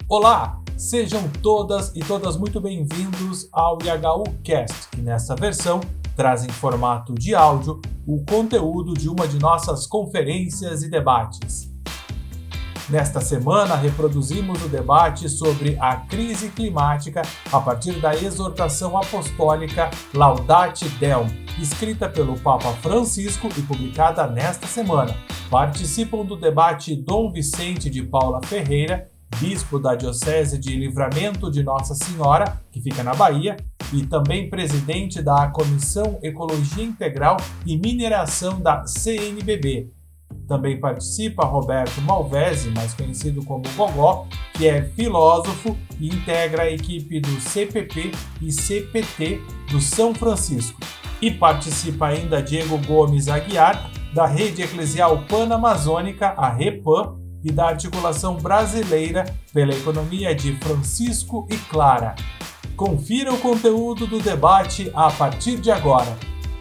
Olá, sejam todas e todas muito bem-vindos ao IHU-Cast, que nessa versão traz em formato de áudio o conteúdo de uma de nossas conferências e debates. Nesta semana, reproduzimos o debate sobre a crise climática a partir da exortação apostólica Laudate Deum, escrita pelo Papa Francisco e publicada nesta semana. Participam do debate Dom Vicente de Paula Ferreira, bispo da Diocese de Livramento de Nossa Senhora, que fica na Bahia, e também presidente da Comissão Ecologia Integral e Mineração da CNBB. Também participa Roberto Malvese, mais conhecido como Gogó, que é filósofo e integra a equipe do CPP e CPT do São Francisco. E participa ainda Diego Gomes Aguiar, da Rede Eclesial Panamazônica, a REPAM, e da Articulação Brasileira pela Economia de Francisco e Clara. Confira o conteúdo do debate a partir de agora.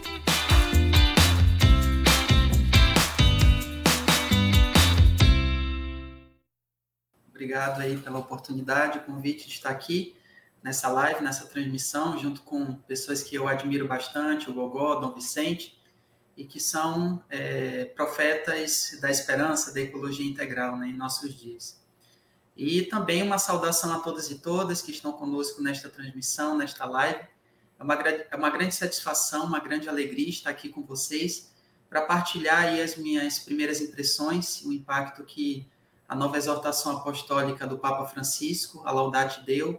Obrigado aí pela oportunidade, o convite de estar aqui nessa live, nessa transmissão, junto com pessoas que eu admiro bastante, o Gogó, Dom Vicente, e que são profetas da esperança, da ecologia integral, né, em nossos dias. E também uma saudação a todas e todas que estão conosco nesta transmissão, nesta live. É uma grande satisfação, uma grande alegria estar aqui com vocês para partilhar aí as minhas primeiras impressões, o impacto que a nova exortação apostólica do Papa Francisco, a Laudate Deum,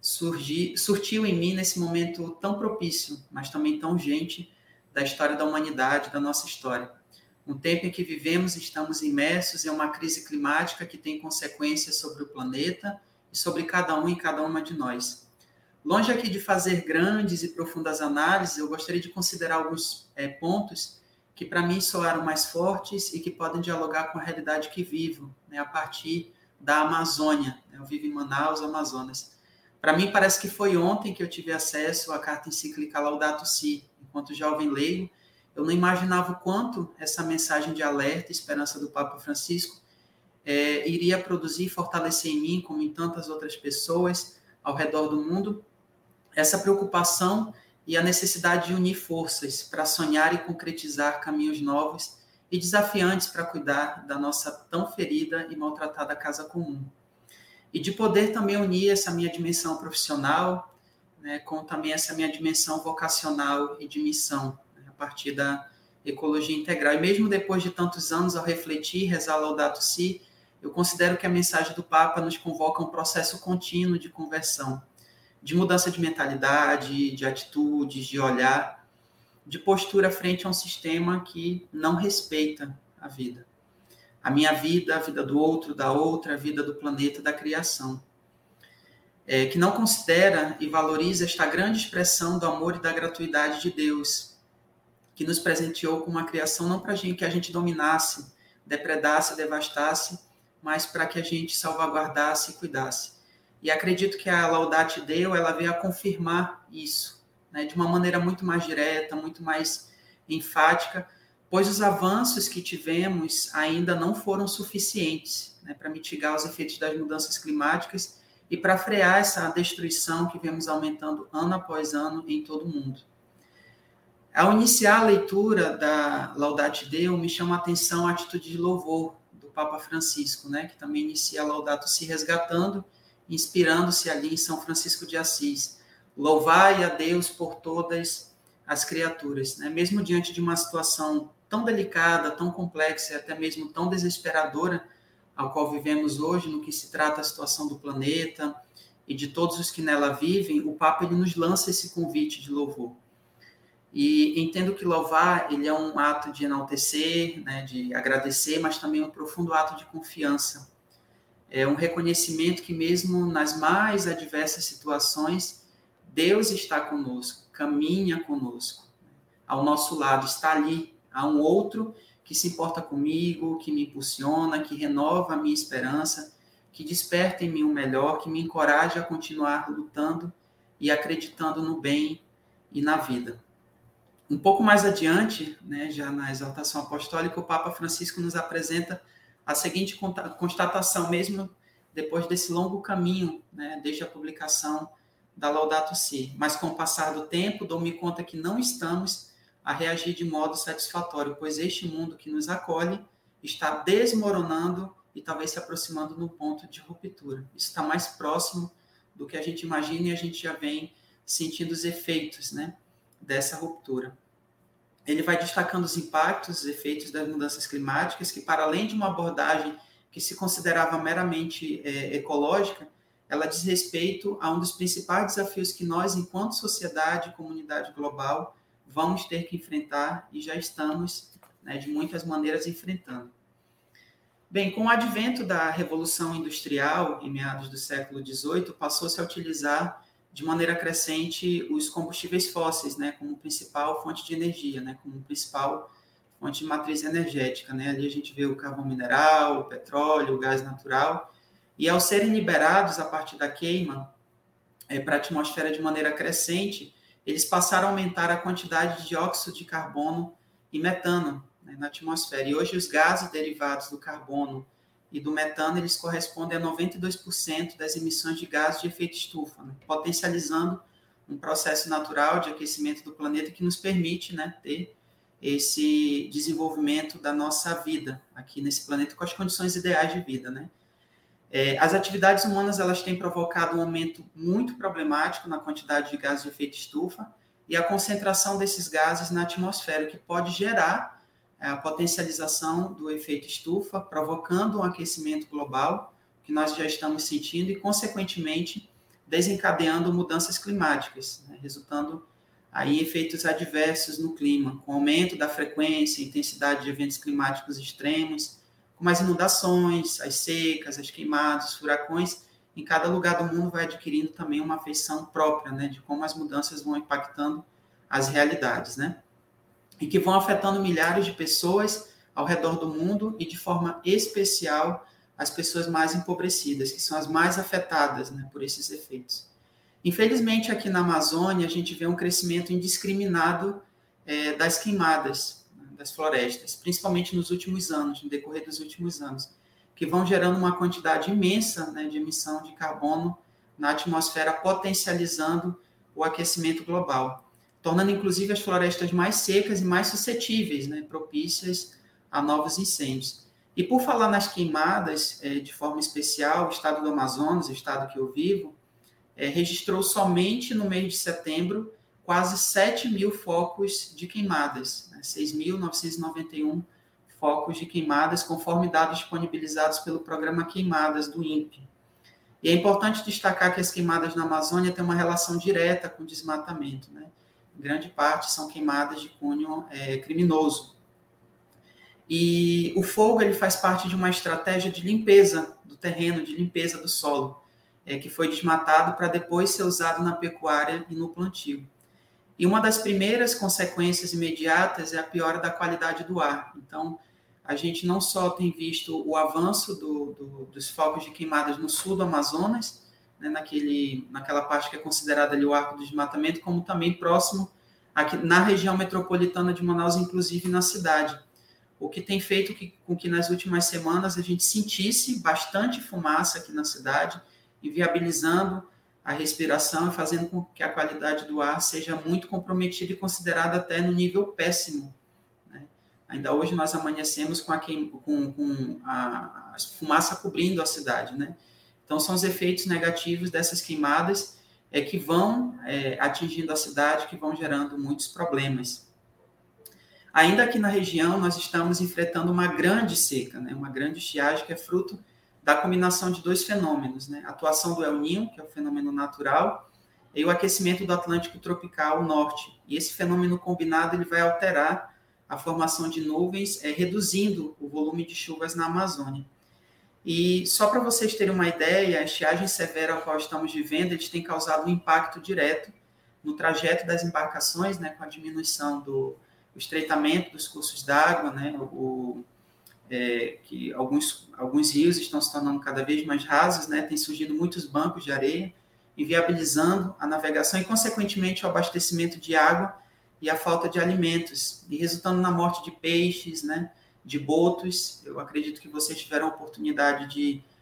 surtiu em mim nesse momento tão propício, mas também tão urgente da história da humanidade, da nossa história. Um tempo em que vivemos e estamos imersos em uma crise climática que tem consequências sobre o planeta e sobre cada um e cada uma de nós. Longe aqui de fazer grandes e profundas análises, eu gostaria de considerar alguns pontos que para mim soaram mais fortes e que podem dialogar com a realidade que vivo, né, a partir da Amazônia. Eu vivo em Manaus, Amazonas. Para mim, parece que foi ontem que eu tive acesso à carta encíclica Laudato Si. Enquanto jovem leigo, eu não imaginava o quanto essa mensagem de alerta e esperança do Papa Francisco iria produzir e fortalecer em mim, como em tantas outras pessoas ao redor do mundo, essa preocupação e a necessidade de unir forças para sonhar e concretizar caminhos novos e desafiantes para cuidar da nossa tão ferida e maltratada casa comum. E de poder também unir essa minha dimensão profissional, né, com também essa minha dimensão vocacional e de missão, né, a partir da ecologia integral. E mesmo depois de tantos anos, ao refletir e rezar Laudato Si, eu considero que a mensagem do Papa nos convoca a um processo contínuo de conversão, de mudança de mentalidade, de atitudes, de olhar, de postura frente a um sistema que não respeita a vida. A minha vida, a vida do outro, da outra, a vida do planeta, da criação. Que não considera e valoriza esta grande expressão do amor e da gratuidade de Deus, que nos presenteou com uma criação não para que a gente dominasse, depredasse, devastasse, mas para que a gente salvaguardasse e cuidasse. E acredito que a Laudate Deum, ela veio a confirmar isso, né, de uma maneira muito mais direta, muito mais enfática, pois os avanços que tivemos ainda não foram suficientes, né, para mitigar os efeitos das mudanças climáticas e para frear essa destruição que vemos aumentando ano após ano em todo o mundo. Ao iniciar a leitura da Laudate Deum, me chama a atenção a atitude de louvor do Papa Francisco, né, que também inicia a Laudato Si resgatando, inspirando-se ali em São Francisco de Assis. Louvai a Deus por todas as criaturas, né? Mesmo diante de uma situação tão delicada, tão complexa e até mesmo tão desesperadora, ao qual vivemos hoje, no que se trata a situação do planeta e de todos os que nela vivem, o Papa ele nos lança esse convite de louvor. E entendo que louvar ele é um ato de enaltecer, né, de agradecer, mas também um profundo ato de confiança. É um reconhecimento que mesmo nas mais adversas situações, Deus está conosco, caminha conosco. Ao nosso lado está ali, há um outro que se importa comigo, que me impulsiona, que renova a minha esperança, que desperta em mim o melhor, que me encoraja a continuar lutando e acreditando no bem e na vida. Um pouco mais adiante, né, já na exortação apostólica, o Papa Francisco nos apresenta a seguinte constatação, mesmo depois desse longo caminho, né, desde a publicação da Laudato Si. Mas com o passar do tempo, dou-me conta que não estamos a reagir de modo satisfatório, pois este mundo que nos acolhe está desmoronando e talvez se aproximando no ponto de ruptura. Isso está mais próximo do que a gente imagina e a gente já vem sentindo os efeitos, né, dessa ruptura. Ele vai destacando os impactos, os efeitos das mudanças climáticas, que para além de uma abordagem que se considerava meramente ecológica, ela diz respeito a um dos principais desafios que nós, enquanto sociedade e comunidade global, vamos ter que enfrentar e já estamos, né, de muitas maneiras, enfrentando. Bem, com o advento da Revolução Industrial, em meados do século XVIII, passou-se a utilizar de maneira crescente os combustíveis fósseis, né, como principal fonte de energia, né, como principal fonte de matriz energética, né? Ali a gente vê o carvão mineral, o petróleo, o gás natural, e ao serem liberados a partir da queima para a atmosfera de maneira crescente, eles passaram a aumentar a quantidade de dióxido de carbono e metano, né, na atmosfera. E hoje os gases derivados do carbono e do metano, eles correspondem a 92% das emissões de gases de efeito estufa, né, potencializando um processo natural de aquecimento do planeta que nos permite, né, ter esse desenvolvimento da nossa vida aqui nesse planeta com as condições ideais de vida, né? As atividades humanas, elas têm provocado um aumento muito problemático na quantidade de gases de efeito estufa e a concentração desses gases na atmosfera, que pode gerar a potencialização do efeito estufa, provocando um aquecimento global, que nós já estamos sentindo, e, consequentemente, desencadeando mudanças climáticas, né, resultando aí efeitos adversos no clima, com aumento da frequência e intensidade de eventos climáticos extremos, como as inundações, as secas, as queimadas, os furacões. Em cada lugar do mundo vai adquirindo também uma feição própria, né, de como as mudanças vão impactando as realidades, né, e que vão afetando milhares de pessoas ao redor do mundo e de forma especial as pessoas mais empobrecidas, que são as mais afetadas, né, por esses efeitos. Infelizmente, aqui na Amazônia, a gente vê um crescimento indiscriminado das queimadas, né, das florestas, principalmente nos últimos anos, no decorrer dos últimos anos, que vão gerando uma quantidade imensa, né, de emissão de carbono na atmosfera, potencializando o aquecimento global, tornando inclusive as florestas mais secas e mais suscetíveis, né, propícias a novos incêndios. E por falar nas queimadas, de forma especial, o estado do Amazonas, o estado que eu vivo, registrou somente no mês de setembro quase 7.000 focos de queimadas, né? 6.991 focos de queimadas, conforme dados disponibilizados pelo programa Queimadas do INPE. E é importante destacar que as queimadas na Amazônia têm uma relação direta com o desmatamento, né? Em grande parte são queimadas de cunho criminoso. E o fogo, ele faz parte de uma estratégia de limpeza do terreno, de limpeza do solo, que foi desmatado para depois ser usado na pecuária e no plantio. E uma das primeiras consequências imediatas é a piora da qualidade do ar. Então, a gente não só tem visto o avanço dos focos de queimadas no sul do Amazonas, né, naquela parte que é considerada ali o arco do desmatamento, como também próximo, aqui, na região metropolitana de Manaus, inclusive na cidade. O que tem feito com que nas últimas semanas a gente sentisse bastante fumaça aqui na cidade, inviabilizando a respiração e fazendo com que a qualidade do ar seja muito comprometida e considerada até no nível péssimo, né? Ainda hoje nós amanhecemos com a fumaça cobrindo a cidade, né? Então, são os efeitos negativos dessas queimadas que vão atingindo a cidade, que vão gerando muitos problemas. Ainda aqui na região, nós estamos enfrentando uma grande seca, né? Uma grande estiagem que é fruto da combinação de dois fenômenos, né? A atuação do El Niño, que é o fenômeno natural, e o aquecimento do Atlântico tropical norte. E esse fenômeno combinado ele vai alterar a formação de nuvens, reduzindo o volume de chuvas na Amazônia. E só para vocês terem uma ideia, a estiagem severa a qual estamos vivendo, eles têm causado um impacto direto no trajeto das embarcações, né, com a diminuição do estreitamento dos cursos d'água, né, que alguns rios estão se tornando cada vez mais rasos, né, tem surgido muitos bancos de areia, inviabilizando a navegação e, consequentemente, o abastecimento de água e a falta de alimentos, e resultando na morte de peixes, né, de botos. Eu acredito que vocês tiveram a oportunidade de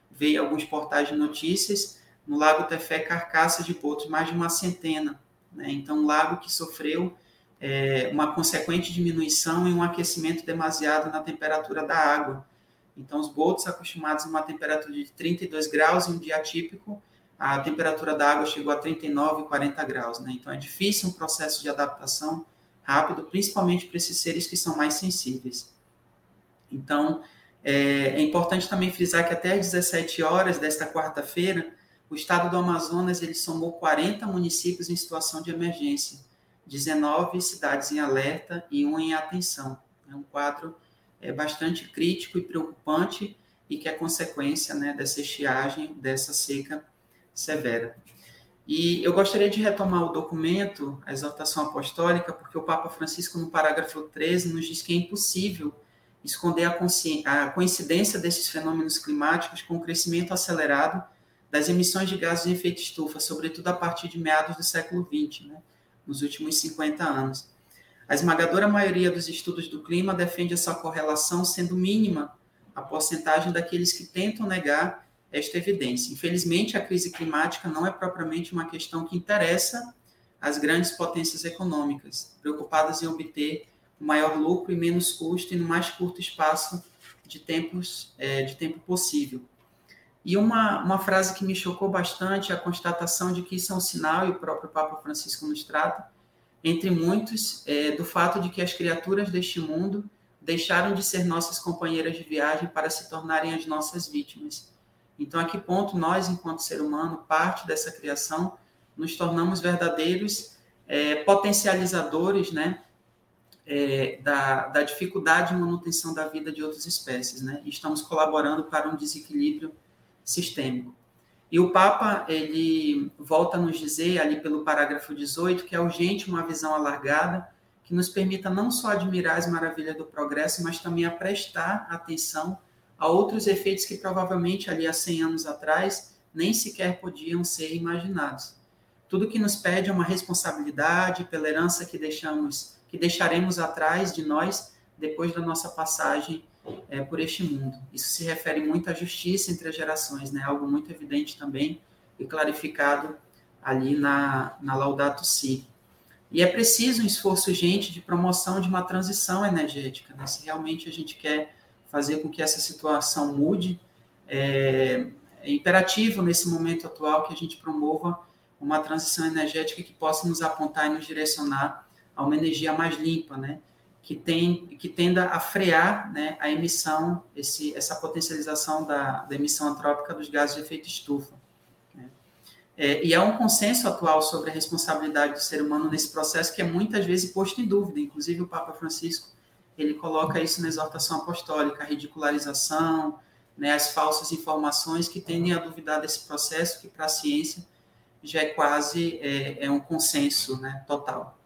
veio alguns portais de notícias, no Lago Tefé, carcaças de botos, mais de uma centena. Né? Então, um lago que sofreu uma consequente diminuição e um aquecimento demasiado na temperatura da água. Então, os botos acostumados a uma temperatura de 32 graus, em um dia típico, a temperatura da água chegou a 39, 40 graus. Né? Então, é difícil um processo de adaptação rápido, principalmente para esses seres que são mais sensíveis. Então, é importante também frisar que até às 17 horas desta quarta-feira, o estado do Amazonas ele somou 40 municípios em situação de emergência, 19 cidades em alerta e 1 em atenção. É um quadro bastante crítico e preocupante e que é consequência, né, dessa estiagem, dessa seca severa. E eu gostaria de retomar o documento, a exortação apostólica, porque o Papa Francisco, no parágrafo 13, nos diz que é impossível esconder a coincidência desses fenômenos climáticos com o crescimento acelerado das emissões de gases de efeito estufa, sobretudo a partir de meados do século XX, né, nos últimos 50 anos. A esmagadora maioria dos estudos do clima defende essa correlação sendo mínima a porcentagem daqueles que tentam negar esta evidência. Infelizmente, a crise climática não é propriamente uma questão que interessa às grandes potências econômicas, preocupadas em obter o maior lucro e menos custo e no mais curto espaço de tempo possível. E uma frase que me chocou bastante é a constatação de que isso é um sinal, e o próprio Papa Francisco nos trata, entre muitos, do fato de que as criaturas deste mundo deixaram de ser nossas companheiras de viagem para se tornarem as nossas vítimas. Então, a que ponto nós, enquanto ser humano, parte dessa criação, nos tornamos verdadeiros potencializadores, né, da dificuldade de manutenção da vida de outras espécies, né? E estamos colaborando para um desequilíbrio sistêmico. E o Papa, ele volta a nos dizer, ali pelo parágrafo 18, que é urgente uma visão alargada que nos permita não só admirar as maravilhas do progresso, mas também a prestar atenção a outros efeitos que provavelmente ali há 100 anos atrás nem sequer podiam ser imaginados. Tudo que nos pede é uma responsabilidade pela herança que deixaremos atrás de nós depois da nossa passagem por este mundo. Isso se refere muito à justiça entre as gerações, né? Algo muito evidente também e clarificado ali na Laudato Si. E é preciso um esforço urgente de promoção de uma transição energética, né? Se realmente a gente quer fazer com que essa situação mude, é imperativo nesse momento atual que a gente promova uma transição energética que possa nos apontar e nos direcionar a uma energia mais limpa, né? Que tenda a frear, né, a emissão, essa potencialização da emissão antrópica dos gases de efeito estufa. Né? E há um consenso atual sobre a responsabilidade do ser humano nesse processo que é muitas vezes posto em dúvida. Inclusive o Papa Francisco ele coloca isso na exortação apostólica, a ridicularização, né, as falsas informações que tendem a duvidar desse processo que para a ciência já é quase um consenso, né, total.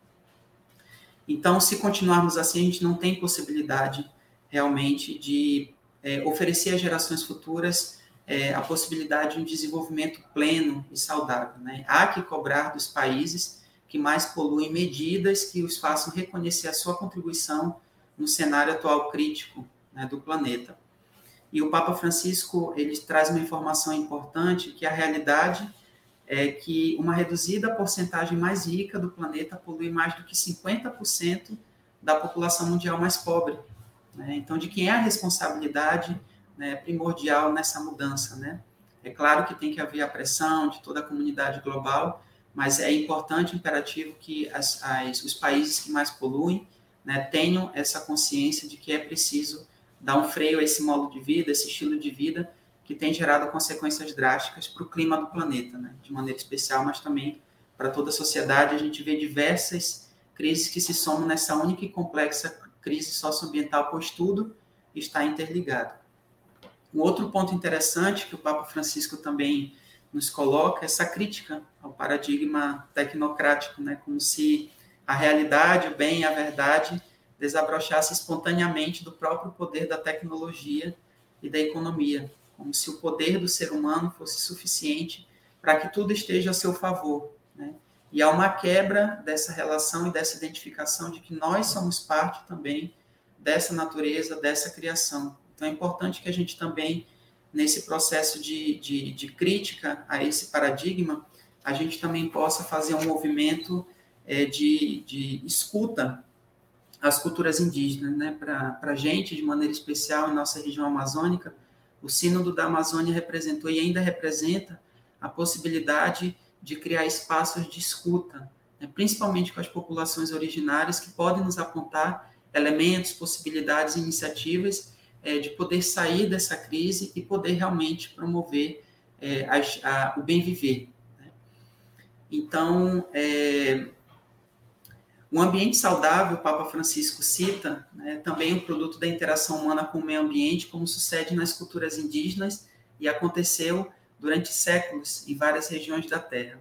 Então, se continuarmos assim, a gente não tem possibilidade realmente de oferecer às gerações futuras a possibilidade de um desenvolvimento pleno e saudável. Né? Há que cobrar dos países que mais poluem medidas que os façam reconhecer a sua contribuição no cenário atual crítico, né, do planeta. E o Papa Francisco ele traz uma informação importante que a realidade é que uma reduzida porcentagem mais rica do planeta polui mais do que 50% da população mundial mais pobre. Né? Então, de quem é a responsabilidade, né, primordial nessa mudança? Né? É claro que tem que haver a pressão de toda a comunidade global, mas é importante, imperativo que os países que mais poluem, né, tenham essa consciência de que é preciso dar um freio a esse modo de vida, esse estilo de vida, que tem gerado consequências drásticas para o clima do planeta, né? De maneira especial, mas também para toda a sociedade. A gente vê diversas crises que se somam nessa única e complexa crise socioambiental, pois tudo está interligado. Um outro ponto interessante que o Papa Francisco também nos coloca é essa crítica ao paradigma tecnocrático, né? Como se a realidade, o bem e a verdade desabrochasse espontaneamente do próprio poder da tecnologia e da economia, como se o poder do ser humano fosse suficiente para que tudo esteja a seu favor. Né? E há uma quebra dessa relação e dessa identificação de que nós somos parte também dessa natureza, dessa criação. Então é importante que a gente também nesse processo de crítica a esse paradigma, a gente também possa fazer um movimento de escuta às culturas indígenas, né? Para a gente, de maneira especial, em nossa região amazônica, o Sínodo da Amazônia representou e ainda representa a possibilidade de criar espaços de escuta, né? Principalmente com as populações originárias, que podem nos apontar elementos, possibilidades, iniciativas de poder sair dessa crise e poder realmente promover o bem viver. Né? Então, um ambiente saudável, o Papa Francisco cita, né, também um produto da interação humana com o meio ambiente, como sucede nas culturas indígenas e aconteceu durante séculos em várias regiões da Terra.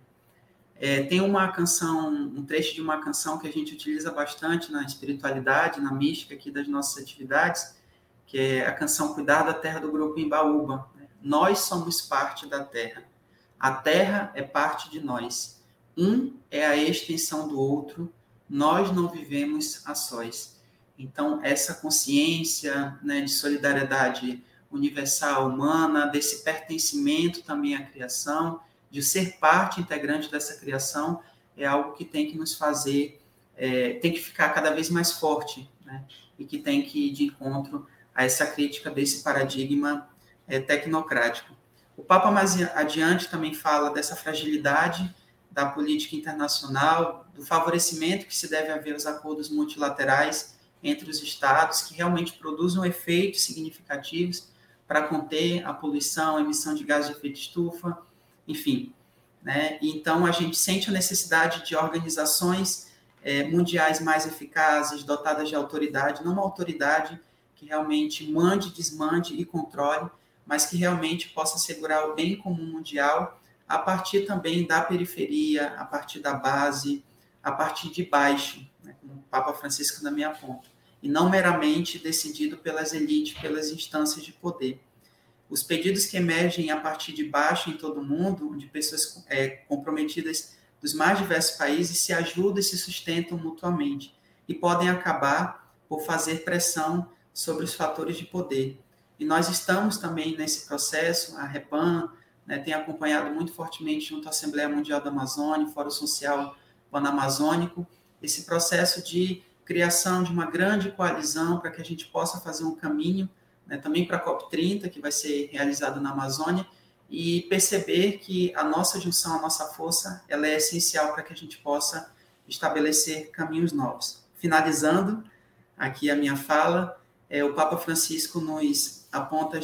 Tem uma canção, um trecho de uma canção que a gente utiliza bastante na espiritualidade, na mística aqui das nossas atividades, que é a canção Cuidar da Terra do Grupo Embaúba. Nós somos parte da Terra. A Terra é parte de nós. Um é a extensão do outro. Nós não vivemos a sós. Então, essa consciência, né, de solidariedade universal, humana, desse pertencimento também à criação, de ser parte integrante dessa criação, é algo que tem que nos fazer, tem que ficar cada vez mais forte, né, e que tem que ir de encontro a essa crítica desse paradigma tecnocrático. O Papa mais adiante também fala dessa fragilidade da política internacional, do favorecimento que se deve haver aos acordos multilaterais entre os Estados, que realmente produzam efeitos significativos para conter a poluição, a emissão de gases de efeito estufa, enfim. Né? Então, a gente sente a necessidade de organizações mundiais mais eficazes, dotadas de autoridade, não uma autoridade que realmente mande, desmande e controle, mas que realmente possa assegurar o bem comum mundial a partir também da periferia, a partir da base, a partir de baixo, né, como o Papa Francisco na minha ponta, e não meramente decidido pelas elites, pelas instâncias de poder. Os pedidos que emergem a partir de baixo em todo o mundo, onde pessoas comprometidas dos mais diversos países se ajudam e se sustentam mutuamente, e podem acabar por fazer pressão sobre os fatores de poder. E nós estamos também nesse processo, a REPAM, né, tem acompanhado muito fortemente junto à Assembleia Mundial da Amazônia, Fórum Social Panamazônico, esse processo de criação de uma grande coalizão para que a gente possa fazer um caminho, né, também para a COP30, que vai ser realizado na Amazônia, e perceber que a nossa junção, a nossa força, ela é essencial para que a gente possa estabelecer caminhos novos. Finalizando aqui a minha fala, o Papa Francisco nos aponta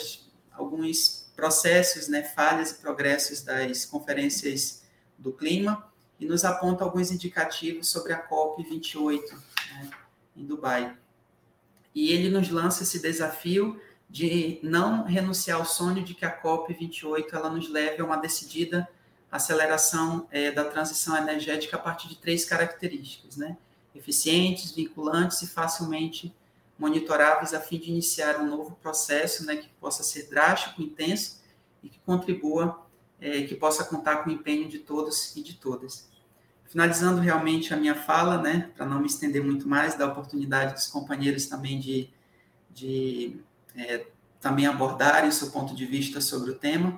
alguns processos, né, falhas e progressos das conferências do clima e nos aponta alguns indicativos sobre a COP28, né, em Dubai. E ele nos lança esse desafio de não renunciar ao sonho de que a COP28 ela nos leve a uma decidida aceleração da transição energética a partir de 3 características, né, eficientes, vinculantes e facilmente monitoráveis, a fim de iniciar um novo processo, né, que possa ser drástico, intenso e que contribua, que possa contar com o empenho de todos e de todas. Finalizando realmente a minha fala, né, para não me estender muito mais, dar oportunidade dos companheiros também de também abordarem o seu ponto de vista sobre o tema,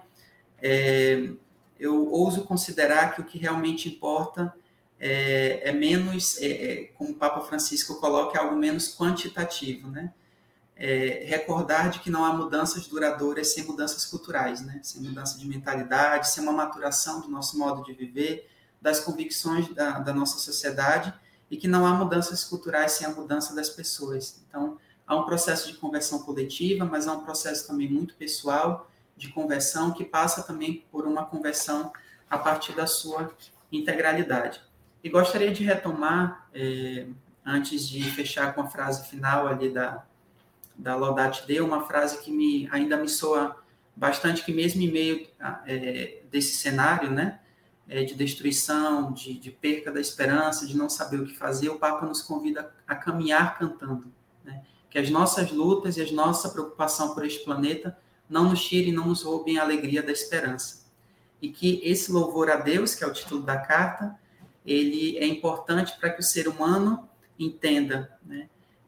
eu ouso considerar que o que realmente importa é menos, como o Papa Francisco coloca, é algo menos quantitativo, né? Recordar de que não há mudanças duradouras sem mudanças culturais, né? Sem mudança de mentalidade, sem uma maturação do nosso modo de viver, das convicções da nossa sociedade, e que não há mudanças culturais sem a mudança das pessoas. Então, há um processo de conversão coletiva, mas há um processo também muito pessoal de conversão, que passa também por uma conversão a partir da sua integralidade. E gostaria de retomar, antes de fechar com a frase final ali da Laudate Deo, uma frase que ainda me soa bastante, que mesmo em meio desse cenário, né, de destruição, de perca da esperança, de não saber o que fazer, o Papa nos convida a caminhar cantando, né, que as nossas lutas e a nossa preocupação por este planeta não nos tirem, não nos roubem a alegria da esperança. E que esse louvor a Deus, que é o título da carta, ele é importante para que o ser humano entenda, né,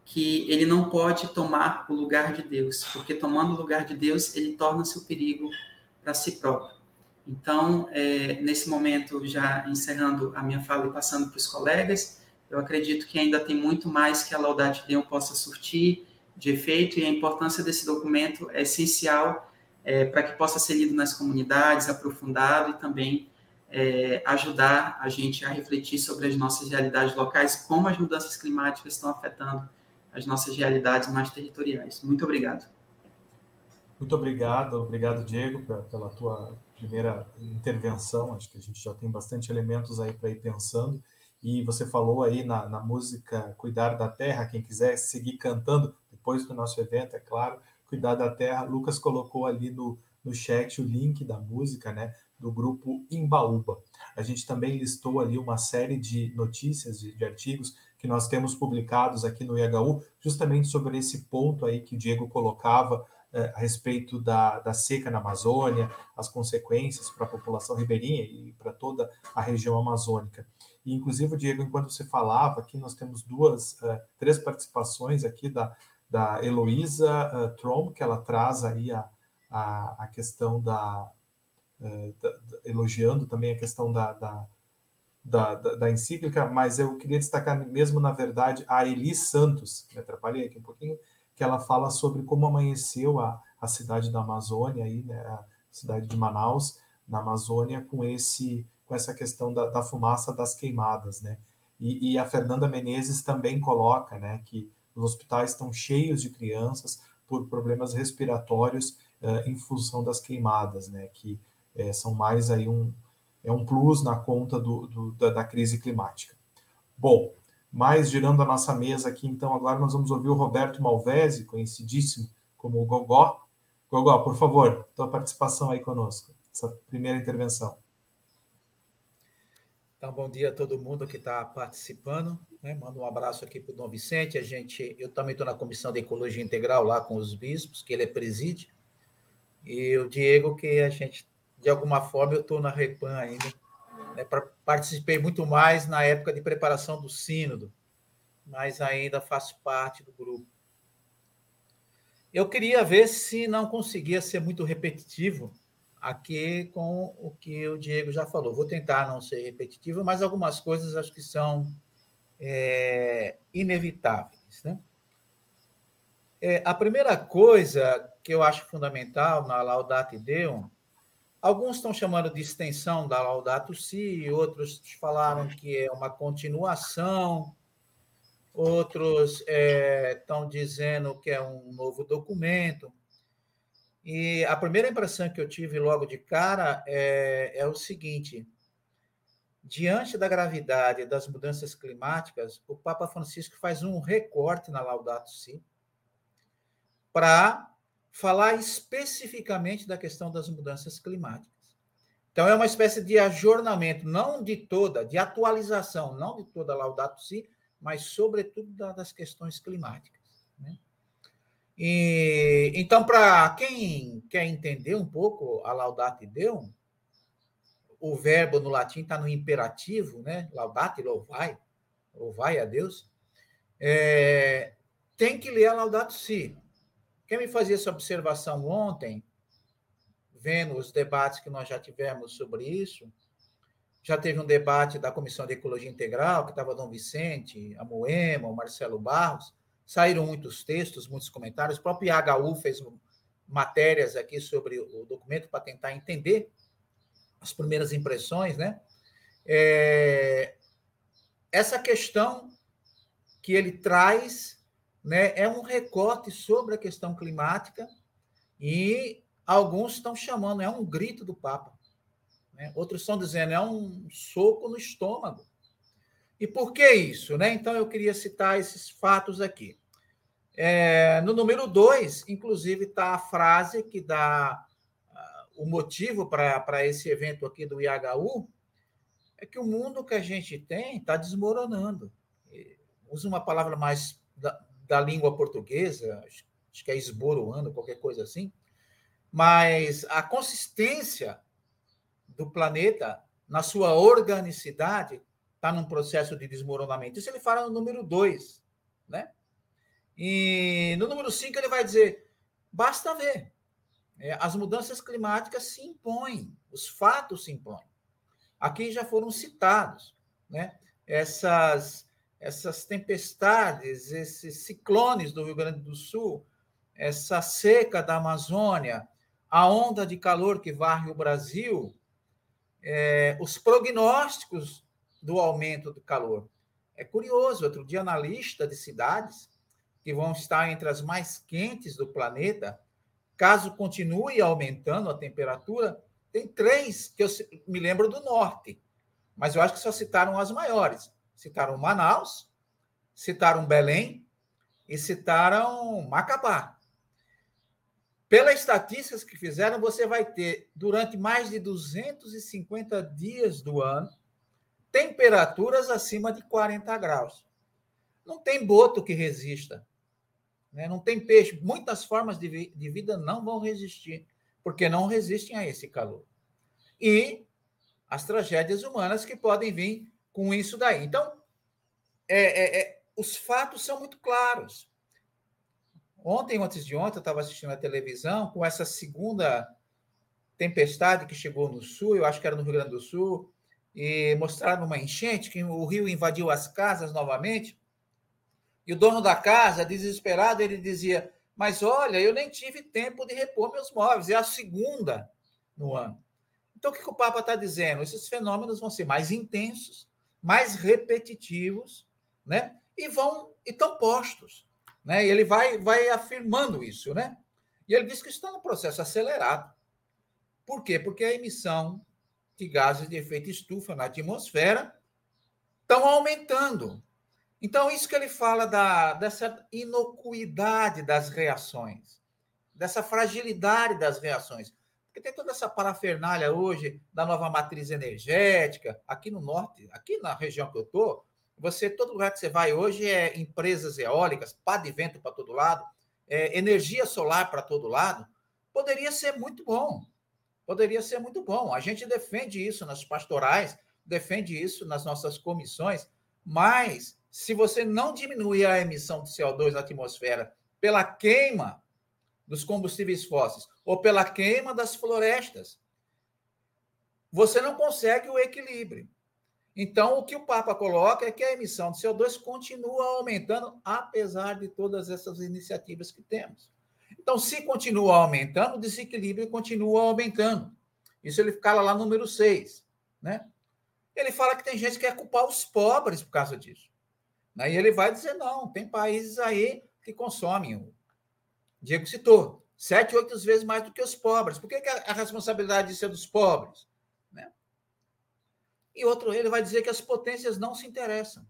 que ele não pode tomar o lugar de Deus, porque tomando o lugar de Deus, ele torna-se o perigo para si próprio. Então, nesse momento, já encerrando a minha fala e passando para os colegas, eu acredito que ainda tem muito mais que a Laudato Deum possa surtir de efeito, e a importância desse documento é essencial para que possa ser lido nas comunidades, aprofundado, e também ajudar a gente a refletir sobre as nossas realidades locais, como as mudanças climáticas estão afetando as nossas realidades mais territoriais. Muito obrigado. Muito obrigado, Diego, pela tua primeira intervenção. Acho que a gente já tem bastante elementos aí para ir pensando. E você falou aí na música Cuidar da Terra, quem quiser seguir cantando depois do nosso evento, é claro, Cuidar da Terra. Lucas colocou ali no chat o link da música, né, do grupo Imbaúba. A gente também listou ali uma série de notícias, de artigos que nós temos publicados aqui no IHU, justamente sobre esse ponto aí que o Diego colocava, a respeito da seca na Amazônia, as consequências para a população ribeirinha e para toda a região amazônica. E, inclusive, Diego, enquanto você falava, aqui nós temos três participações aqui da Heloísa Trom, que ela traz aí a questão elogiando também a questão da encíclica, mas eu queria destacar mesmo, na verdade, a Elis Santos, me atrapalhei aqui um pouquinho, que ela fala sobre como amanheceu a cidade da Amazônia, aí, né, a cidade de Manaus, na Amazônia, com essa questão da fumaça das queimadas, né? E a Fernanda Menezes também coloca, né, que os hospitais estão cheios de crianças por problemas respiratórios em função das queimadas, né, que são mais aí um plus na conta da crise climática. Bom, mas girando a nossa mesa aqui, então, agora nós vamos ouvir o Roberto Malvesi, conhecidíssimo como o Gogó. Gogó, por favor, tua participação aí conosco, essa primeira intervenção. Então, bom dia a todo mundo que está participando, né? Mando um abraço aqui para o Dom Vicente. Eu também estou na Comissão de Ecologia Integral lá com os bispos, que ele preside, e o Diego, que a gente, de alguma forma, eu estou na Repan ainda, né? Participei muito mais na época de preparação do sínodo, mas ainda faço parte do grupo. Eu queria ver se não conseguia ser muito repetitivo aqui com o que o Diego já falou. Vou tentar não ser repetitivo, mas algumas coisas acho que são inevitáveis, né? A primeira coisa que eu acho fundamental na Laudato Deum, alguns estão chamando de extensão da Laudato Si, outros falaram que é uma continuação, outros estão dizendo que é um novo documento. E a primeira impressão que eu tive logo de cara é o seguinte: diante da gravidade das mudanças climáticas, o Papa Francisco faz um recorte na Laudato Si para falar especificamente da questão das mudanças climáticas. Então, é uma espécie de ajornamento, de atualização, não de toda a Laudato Si, mas, sobretudo, das questões climáticas, né? Então, para quem quer entender um pouco a Laudato Deum, o verbo no latim está no imperativo, né? Laudate, louvai a Deus. Tem que ler a Laudato Si. Quem me fazia essa observação ontem, vendo os debates que nós já tivemos sobre isso, já teve um debate da Comissão de Ecologia Integral, que estava Dom Vicente, a Moema, o Marcelo Barros, saíram muitos textos, muitos comentários, o próprio IHU fez matérias aqui sobre o documento para tentar entender as primeiras impressões, né? Essa questão que ele traz, né, é um recorte sobre a questão climática, e alguns estão chamando, é um grito do Papa, né? Outros estão dizendo, é um soco no estômago. E por que isso, né? Então, eu queria citar esses fatos aqui. No número 2, inclusive, está a frase que dá o motivo para esse evento aqui do IHU, é que o mundo que a gente tem está desmoronando. Usa uma palavra mais da língua portuguesa, acho que é esboroando, qualquer coisa assim, mas a consistência do planeta, na sua organicidade, está num processo de desmoronamento. Isso ele fala no número 2, né? E no número 5 ele vai dizer, basta ver. As mudanças climáticas se impõem, os fatos se impõem. Aqui já foram citados, né? Essas tempestades, esses ciclones do Rio Grande do Sul, essa seca da Amazônia, a onda de calor que varre o Brasil, os prognósticos do aumento do calor. É curioso, outro dia na lista de cidades que vão estar entre as mais quentes do planeta, caso continue aumentando a temperatura, tem 3 que eu me lembro do norte, mas eu acho que só citaram as maiores. Citaram Manaus, citaram Belém e citaram Macapá. Pelas estatísticas que fizeram, você vai ter, durante mais de 250 dias do ano, temperaturas acima de 40 graus. Não tem boto que resista, né? Não tem peixe. Muitas formas de vida não vão resistir, porque não resistem a esse calor. E as tragédias humanas que podem vir com isso daí. Então, os fatos são muito claros. Ontem, antes de ontem, eu estava assistindo a televisão com essa segunda tempestade que chegou no sul, eu acho que era no Rio Grande do Sul, e mostraram uma enchente, que o rio invadiu as casas novamente, e o dono da casa, desesperado, ele dizia, mas olha, eu nem tive tempo de repor meus móveis, é a segunda no ano. Então, o que o Papa está dizendo? Esses fenômenos vão ser mais intensos, mais repetitivos, né? E estão postos. Né? E ele vai afirmando isso. Né? E ele diz que está num processo acelerado. Por quê? Porque a emissão de gases de efeito estufa na atmosfera estão aumentando. Então, isso que ele fala dessa inocuidade das reações, dessa fragilidade das reações. Porque tem toda essa parafernália hoje da nova matriz energética, aqui no norte, aqui na região que eu estou, todo lugar que você vai hoje é empresas eólicas, pá de vento para todo lado, energia solar para todo lado. Poderia ser muito bom. Poderia ser muito bom. A gente defende isso nas pastorais, defende isso nas nossas comissões, mas se você não diminuir a emissão de CO2 na atmosfera pela queima dos combustíveis fósseis ou pela queima das florestas, você não consegue o equilíbrio. Então, o que o Papa coloca é que a emissão de CO2 continua aumentando, apesar de todas essas iniciativas que temos. Então, se continua aumentando, o desequilíbrio continua aumentando. Isso ele fala lá no número 6. Né? Ele fala que tem gente que quer culpar os pobres por causa disso. Aí ele vai dizer, não, tem países aí que consomem, o Diego citou, 7, 8 vezes mais do que os pobres. Por que a responsabilidade disso é dos pobres? Né? E outro, ele vai dizer que as potências não se interessam.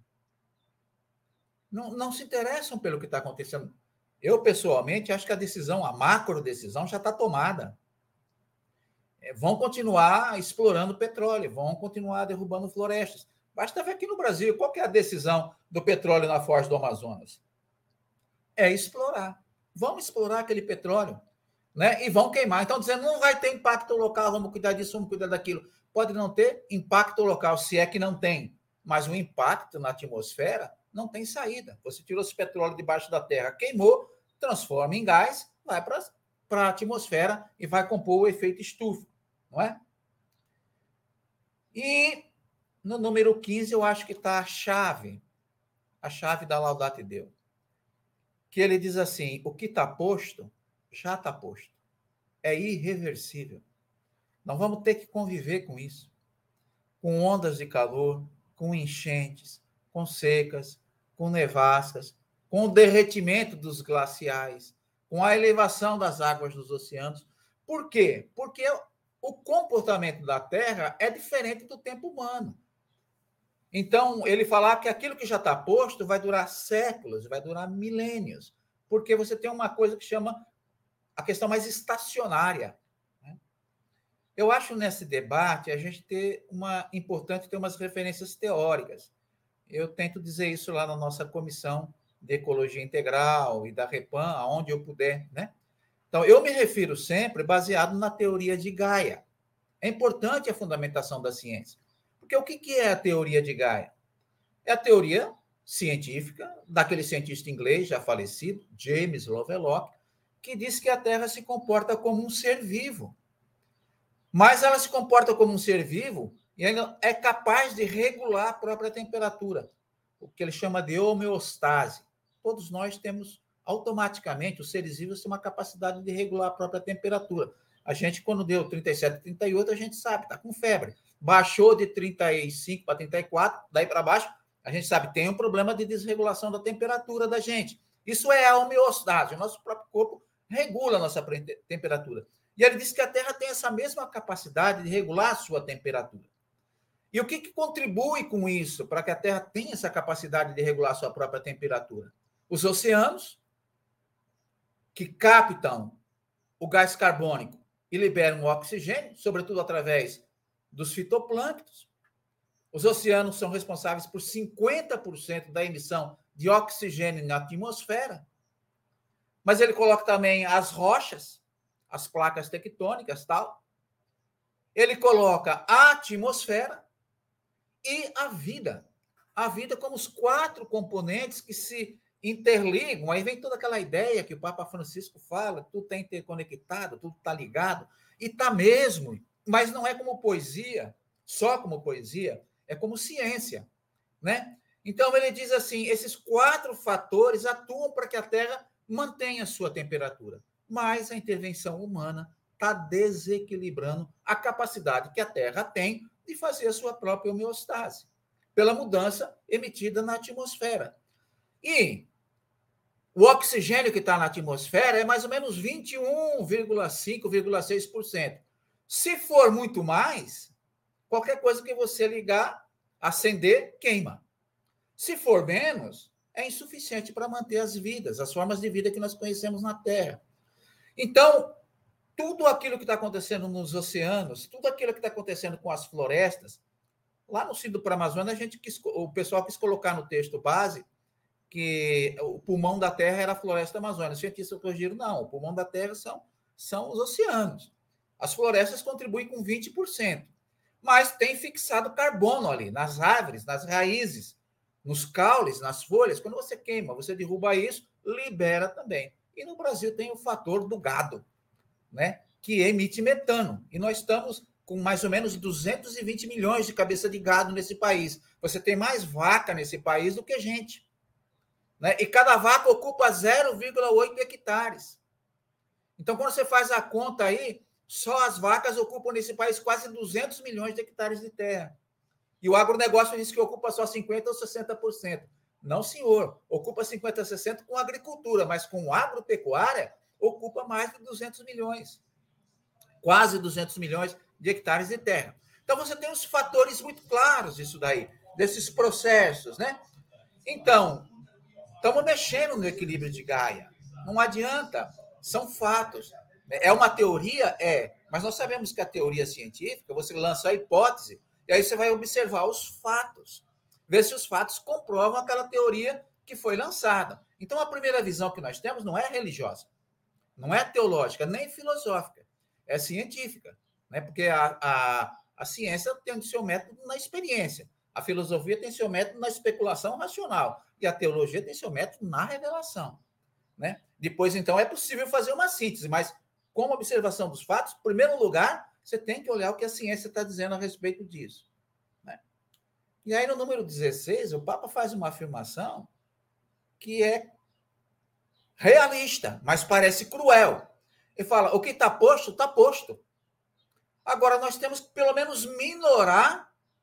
Não se interessam pelo que está acontecendo. Eu, pessoalmente, acho que a macro decisão já está tomada. Vão continuar explorando petróleo, vão continuar derrubando florestas. Basta ver aqui no Brasil, qual que é a decisão do petróleo na foz do Amazonas? É explorar. Vamos explorar aquele petróleo, né? E vão queimar. Então, dizendo, não vai ter impacto local, vamos cuidar disso, vamos cuidar daquilo. Pode não ter impacto local, se é que não tem. Mas o impacto na atmosfera não tem saída. Você tirou esse petróleo debaixo da terra, queimou, transforma em gás, vai para a atmosfera e vai compor o efeito estufa, não é? E no número 15, eu acho que está a chave da Laudato Deo, que ele diz assim, o que está posto, já está posto. É irreversível. Nós vamos ter que conviver com isso, com ondas de calor, com enchentes, com secas, com nevascas, com o derretimento dos glaciais, com a elevação das águas dos oceanos. Por quê? Porque o comportamento da Terra é diferente do tempo humano. Então, ele falar que aquilo que já está posto vai durar séculos, vai durar milênios, porque você tem uma coisa que chama a questão mais estacionária. Né? Eu acho nesse debate a gente importante ter umas referências teóricas. Eu tento dizer isso lá na nossa comissão de Ecologia Integral e da Repam, aonde eu puder. Né? Então, eu me refiro sempre baseado na teoria de Gaia. É importante a fundamentação da ciência. Porque o que é a teoria de Gaia? É a teoria científica daquele cientista inglês já falecido, James Lovelock, que diz que a Terra se comporta como um ser vivo. Mas ela se comporta como um ser vivo e ela é capaz de regular a própria temperatura, o que ele chama de homeostase. Todos nós temos, automaticamente, os seres vivos têm uma capacidade de regular a própria temperatura. A gente, quando deu 37, 38, a gente sabe, está com febre. Baixou de 35 para 34, daí para baixo, a gente sabe, tem um problema de desregulação da temperatura da gente. Isso é a homeostase, o nosso próprio corpo regula a nossa temperatura. E ele diz que a Terra tem essa mesma capacidade de regular a sua temperatura. E o que contribui com isso, para que a Terra tenha essa capacidade de regular a sua própria temperatura? Os oceanos, que captam o gás carbônico e liberam o oxigênio, sobretudo através dos fitoplânctons. Os oceanos são responsáveis por 50% da emissão de oxigênio na atmosfera. Mas ele coloca também as rochas, as placas tectônicas, tal. Ele coloca a atmosfera e a vida. A vida como os 4 componentes que se interligam. Aí vem toda aquela ideia que o Papa Francisco fala, tudo está interconectado, tudo está ligado. E está mesmo, mas não é como poesia, só como poesia, é como ciência, né? Então, ele diz assim, esses 4 fatores atuam para que a Terra mantenha a sua temperatura, mas a intervenção humana está desequilibrando a capacidade que a Terra tem de fazer a sua própria homeostase, pela mudança emitida na atmosfera. E o oxigênio que está na atmosfera é mais ou menos 21,5%, 6%. Se for muito mais, qualquer coisa que você ligar, acender, queima. Se for menos, é insuficiente para manter as vidas, as formas de vida que nós conhecemos na Terra. Então, tudo aquilo que está acontecendo nos oceanos, tudo aquilo que está acontecendo com as florestas, lá no Cídio para a Amazônia, o pessoal quis colocar no texto base que o pulmão da Terra era a floresta amazônica. Os cientistas corrigiram, não, o pulmão da Terra são os oceanos. As florestas contribuem com 20%, mas tem fixado carbono ali, nas árvores, nas raízes, nos caules, nas folhas. Quando você queima, você derruba isso, libera também. E no Brasil tem o fator do gado, né, que emite metano. E nós estamos com mais ou menos 220 milhões de cabeça de gado nesse país. Você tem mais vaca nesse país do que gente. Né? E cada vaca ocupa 0,8 hectares. Então, quando você faz a conta aí, só as vacas ocupam nesse país quase 200 milhões de hectares de terra. E o agronegócio diz que ocupa só 50% ou 60%. Não, senhor. Ocupa 50% a 60% com agricultura, mas com agropecuária, ocupa mais de 200 milhões. Quase 200 milhões de hectares de terra. Então, você tem os fatores muito claros disso daí, desses processos, né? Então, estamos mexendo no equilíbrio de Gaia. Não adianta, são fatos. É uma teoria? É. Mas nós sabemos que a teoria científica, você lança a hipótese, e aí você vai observar os fatos. Ver se os fatos comprovam aquela teoria que foi lançada. Então, a primeira visão que nós temos não é religiosa, não é teológica, nem filosófica, é científica. Né? Porque a ciência tem o seu método na experiência. A filosofia tem seu método na especulação racional. E a teologia tem seu método na revelação. Né? Depois, então, é possível fazer uma síntese, mas como observação dos fatos, em primeiro lugar, você tem que olhar o que a ciência está dizendo a respeito disso. Né? E aí, no número 16, o Papa faz uma afirmação que é realista, mas parece cruel. Ele fala, o que está posto, está posto. Agora, nós temos que, pelo menos, minorar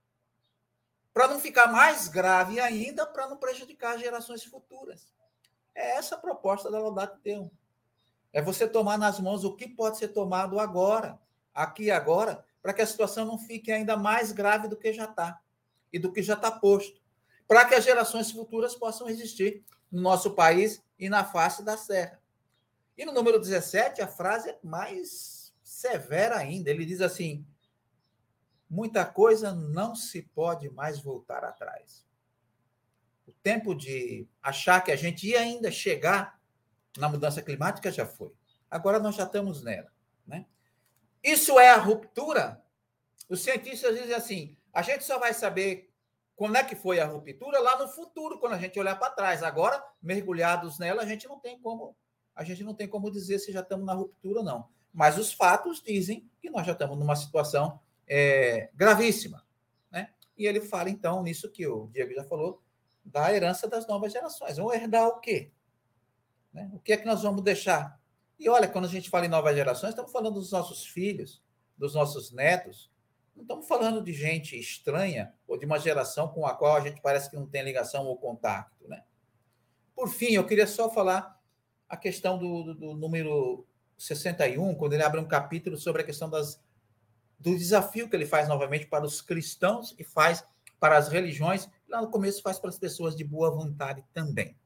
para não ficar mais grave ainda, para não prejudicar as gerações futuras. É essa a proposta da Laudato Deum. É você tomar nas mãos o que pode ser tomado agora, aqui e agora, para que a situação não fique ainda mais grave do que já está, e do que já está posto, para que as gerações futuras possam existir no nosso país e na face da serra. E no número 17, a frase é mais severa ainda. Ele diz assim, muita coisa não se pode mais voltar atrás. O tempo de achar que a gente ia ainda chegar na mudança climática já foi. Agora nós já estamos nela. Né? Isso é a ruptura? Os cientistas dizem assim, a gente só vai saber quando é que foi a ruptura? Lá no futuro, quando a gente olhar para trás. Agora, mergulhados nela, a gente não tem como dizer se já estamos na ruptura ou não. Mas os fatos dizem que nós já estamos numa situação gravíssima, né? E ele fala, então, nisso que o Diego já falou, da herança das novas gerações. Vamos herdar o quê? Né? O que é que nós vamos deixar? E olha, quando a gente fala em novas gerações, estamos falando dos nossos filhos, dos nossos netos. Não estamos falando de gente estranha ou de uma geração com a qual a gente parece que não tem ligação ou contato, né? Por fim, eu queria só falar a questão do número 61, quando ele abre um capítulo sobre a questão do desafio que ele faz novamente para os cristãos e faz para as religiões. Lá no começo faz para as pessoas de boa vontade também.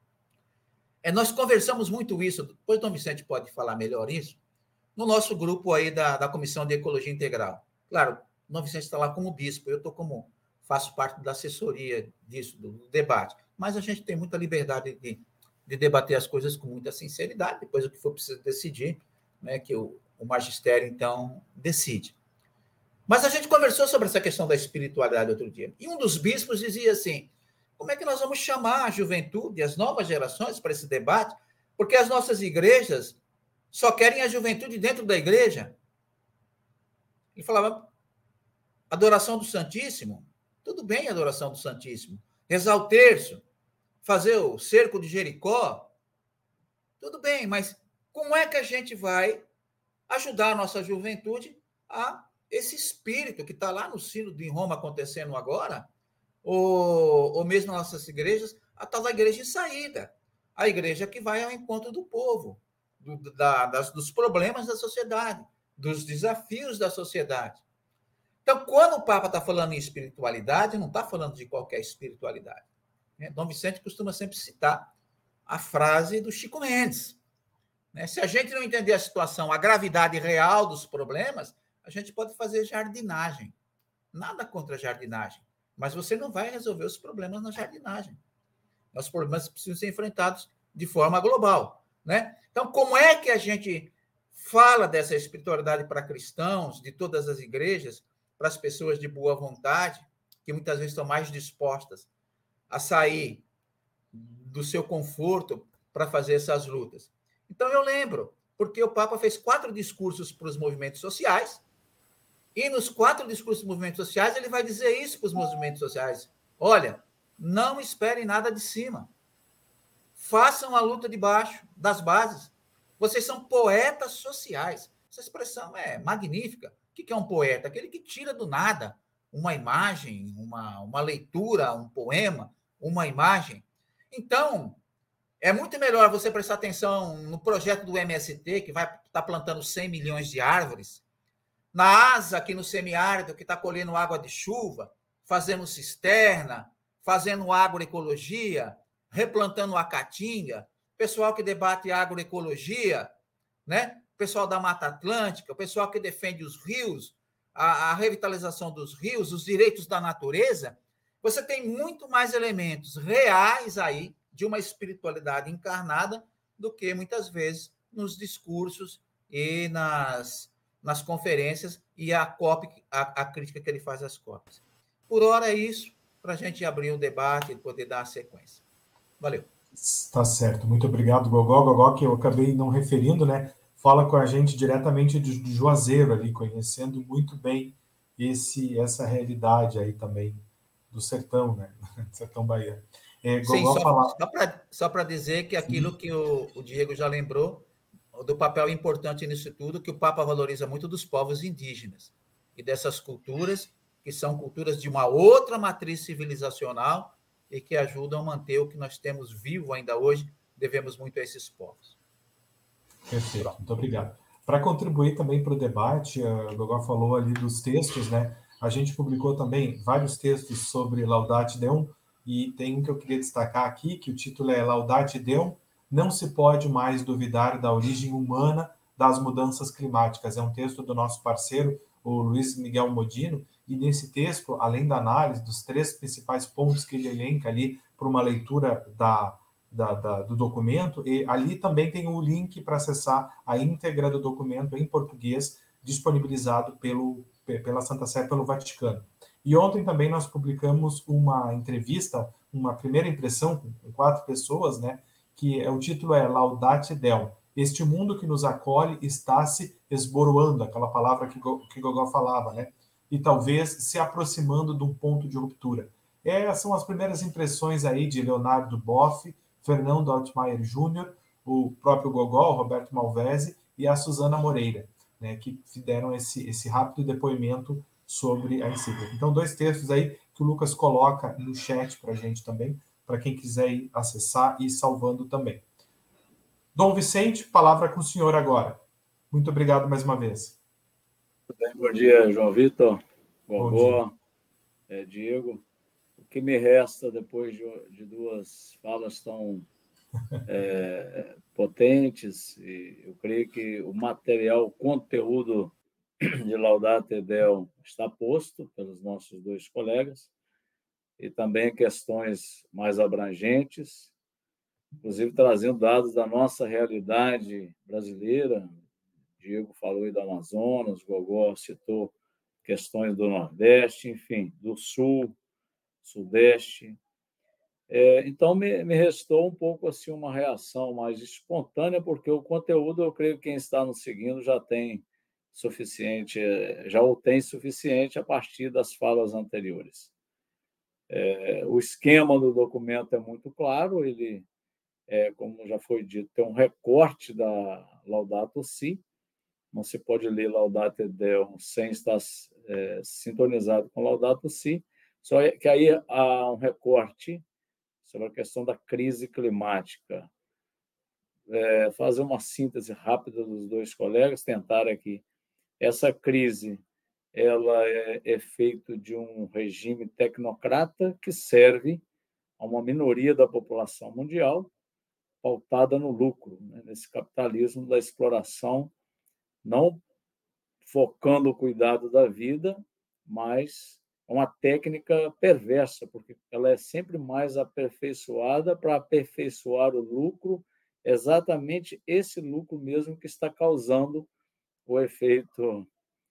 Nós conversamos muito isso, depois o Dom Vicente pode falar melhor isso, no nosso grupo aí da Comissão de Ecologia Integral. Claro, o Dom Vicente está lá como bispo, eu faço parte da assessoria disso, do debate, mas a gente tem muita liberdade de debater as coisas com muita sinceridade, depois o que for preciso decidir, né, que o magistério, então, decide. Mas a gente conversou sobre essa questão da espiritualidade outro dia, e um dos bispos dizia assim, como é que nós vamos chamar a juventude, as novas gerações para esse debate? Porque as nossas igrejas só querem a juventude dentro da igreja. Ele falava, adoração do Santíssimo, tudo bem a adoração do Santíssimo. Rezar o terço, fazer o cerco de Jericó, tudo bem, mas como é que a gente vai ajudar a nossa juventude a esse espírito que está lá no Sínodo em Roma acontecendo agora, ou mesmo nas nossas igrejas, a tal da igreja de saída, a igreja que vai ao encontro do povo, dos problemas da sociedade, dos desafios da sociedade. Então, quando o Papa está falando em espiritualidade, não está falando de qualquer espiritualidade. Dom Vicente costuma sempre citar a frase do Chico Mendes. Se a gente não entender a situação, a gravidade real dos problemas, a gente pode fazer jardinagem. Nada contra a jardinagem, mas você não vai resolver os problemas na jardinagem. Os problemas precisam ser enfrentados de forma global, né? Então, como é que a gente fala dessa espiritualidade para cristãos, de todas as igrejas, para as pessoas de boa vontade, que muitas vezes estão mais dispostas a sair do seu conforto para fazer essas lutas? Então, eu lembro, porque o Papa fez 4 discursos para os movimentos sociais, e nos 4 discursos dos movimentos sociais, ele vai dizer isso para os movimentos sociais. Olha, não esperem nada de cima. Façam a luta de baixo, das bases. Vocês são poetas sociais. Essa expressão é magnífica. O que é um poeta? Aquele que tira do nada uma imagem, uma leitura, um poema, uma imagem. Então, é muito melhor você prestar atenção no projeto do MST, que vai estar plantando 100 milhões de árvores, na ASA, aqui no semiárido, que está colhendo água de chuva, fazendo cisterna, fazendo agroecologia, replantando a caatinga, pessoal que debate agroecologia, né? Pessoal da Mata Atlântica, o pessoal que defende os rios, a revitalização dos rios, os direitos da natureza. Você tem muito mais elementos reais aí de uma espiritualidade encarnada do que, muitas vezes, nos discursos e nas conferências e a crítica que ele faz às COPs. Por hora é isso, para a gente abrir o debate e poder dar a sequência. Valeu. Tá certo. Muito obrigado, Gogó. Gogó, que eu acabei não referindo, né? Fala com a gente diretamente de Juazeiro ali, conhecendo muito bem essa realidade aí também do sertão, né? Sertão baiano. Sim, só para dizer que aquilo que o Diego já lembrou, do papel importante nisso tudo, que o Papa valoriza muito dos povos indígenas e dessas culturas, que são culturas de uma outra matriz civilizacional e que ajudam a manter o que nós temos vivo ainda hoje, devemos muito a esses povos. Perfeito, pronto. Muito obrigado. Para contribuir também para o debate, o Gogó falou ali dos textos, né? A gente publicou também vários textos sobre Laudate Deum, e tem um que eu queria destacar aqui, que o título é Laudate Deum, não se pode mais duvidar da origem humana das mudanças climáticas. É um texto do nosso parceiro, o Luiz Miguel Modino, e nesse texto, além da análise dos 3 principais pontos que ele elenca ali para uma leitura do documento, e ali também tem o link para acessar a íntegra do documento em português, disponibilizado pela Santa Sé, pelo Vaticano. E ontem também nós publicamos uma entrevista, uma primeira impressão com 4 pessoas, né? Que o título é Laudate Del. Este mundo que nos acolhe está se esboroando, aquela palavra que Gogó falava, né? E talvez se aproximando de um ponto de ruptura. São as primeiras impressões aí de Leonardo Boff, Fernando Altmaier Júnior, o próprio Gogó, o Roberto Malvese e a Suzana Moreira, né, que deram esse rápido depoimento sobre a encíclica. Então, 2 textos aí que o Lucas coloca no chat para a gente também, para quem quiser ir acessar e ir salvando também. Dom Vicente, palavra com o senhor agora. Muito obrigado mais uma vez. Bom dia, João Vitor, Gogó, Diego. O que me resta depois de 2 falas tão potentes, e eu creio que o material, o conteúdo de Laudate Del está posto pelos nossos 2 colegas, e também questões mais abrangentes, inclusive trazendo dados da nossa realidade brasileira. Diego falou aí do Amazonas, Gogó citou questões do Nordeste, enfim, do Sul, Sudeste. Então, me restou um pouco assim uma reação mais espontânea, porque o conteúdo, eu creio que quem está nos seguindo já tem suficiente, já o tem suficiente a partir das falas anteriores. O esquema do documento é muito claro, ele, como já foi dito, tem um recorte da Laudato Si. Não se pode ler Laudate Deum sem estar sintonizado com Laudato Si, só que aí há um recorte sobre a questão da crise climática. Fazer uma síntese rápida dos 2 colegas, tentar aqui. Essa crise ela é efeito de um regime tecnocrata que serve a uma minoria da população mundial, pautada no lucro, né? Nesse capitalismo da exploração, não focando o cuidado da vida, mas é uma técnica perversa, porque ela é sempre mais aperfeiçoada para aperfeiçoar o lucro, exatamente esse lucro mesmo que está causando o efeito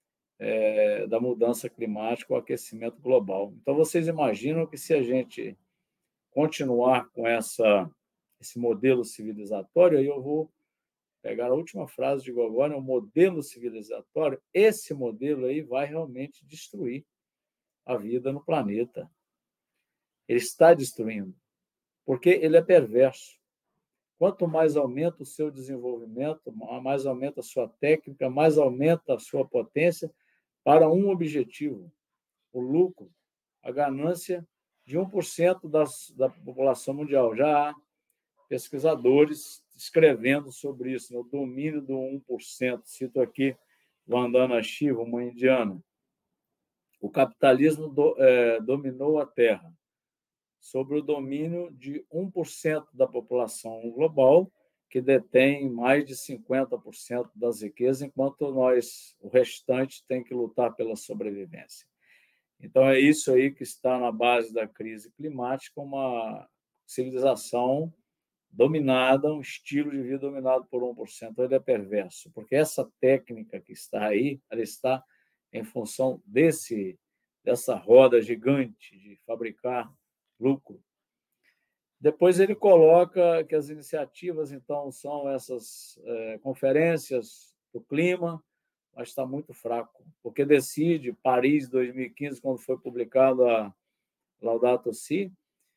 da mudança climática, o aquecimento global. Então, vocês imaginam que se a gente continuar com esse modelo civilizatório, aí eu vou pegar a última frase de Gogó, o modelo civilizatório, esse modelo aí vai realmente destruir a vida no planeta. Ele está destruindo, porque ele é perverso. Quanto mais aumenta o seu desenvolvimento, mais aumenta a sua técnica, mais aumenta a sua potência para um objetivo, o lucro, a ganância de 1% da população mundial. Já há pesquisadores escrevendo sobre isso, no domínio do 1%. Cito aqui Vandana Shiva, uma indiana. O capitalismo dominou a Terra sobre o domínio de 1% da população global, que detém mais de 50% das riquezas, enquanto o restante, tem que lutar pela sobrevivência. Então, é isso aí que está na base da crise climática, uma civilização dominada, um estilo de vida dominado por 1%. Então, ele é perverso, porque essa técnica que está aí, ela está em função dessa roda gigante de fabricar lucro. Depois ele coloca que as iniciativas, então, são essas conferências do clima, mas está muito fraco, porque decide, Paris 2015, quando foi publicado a Laudato Si,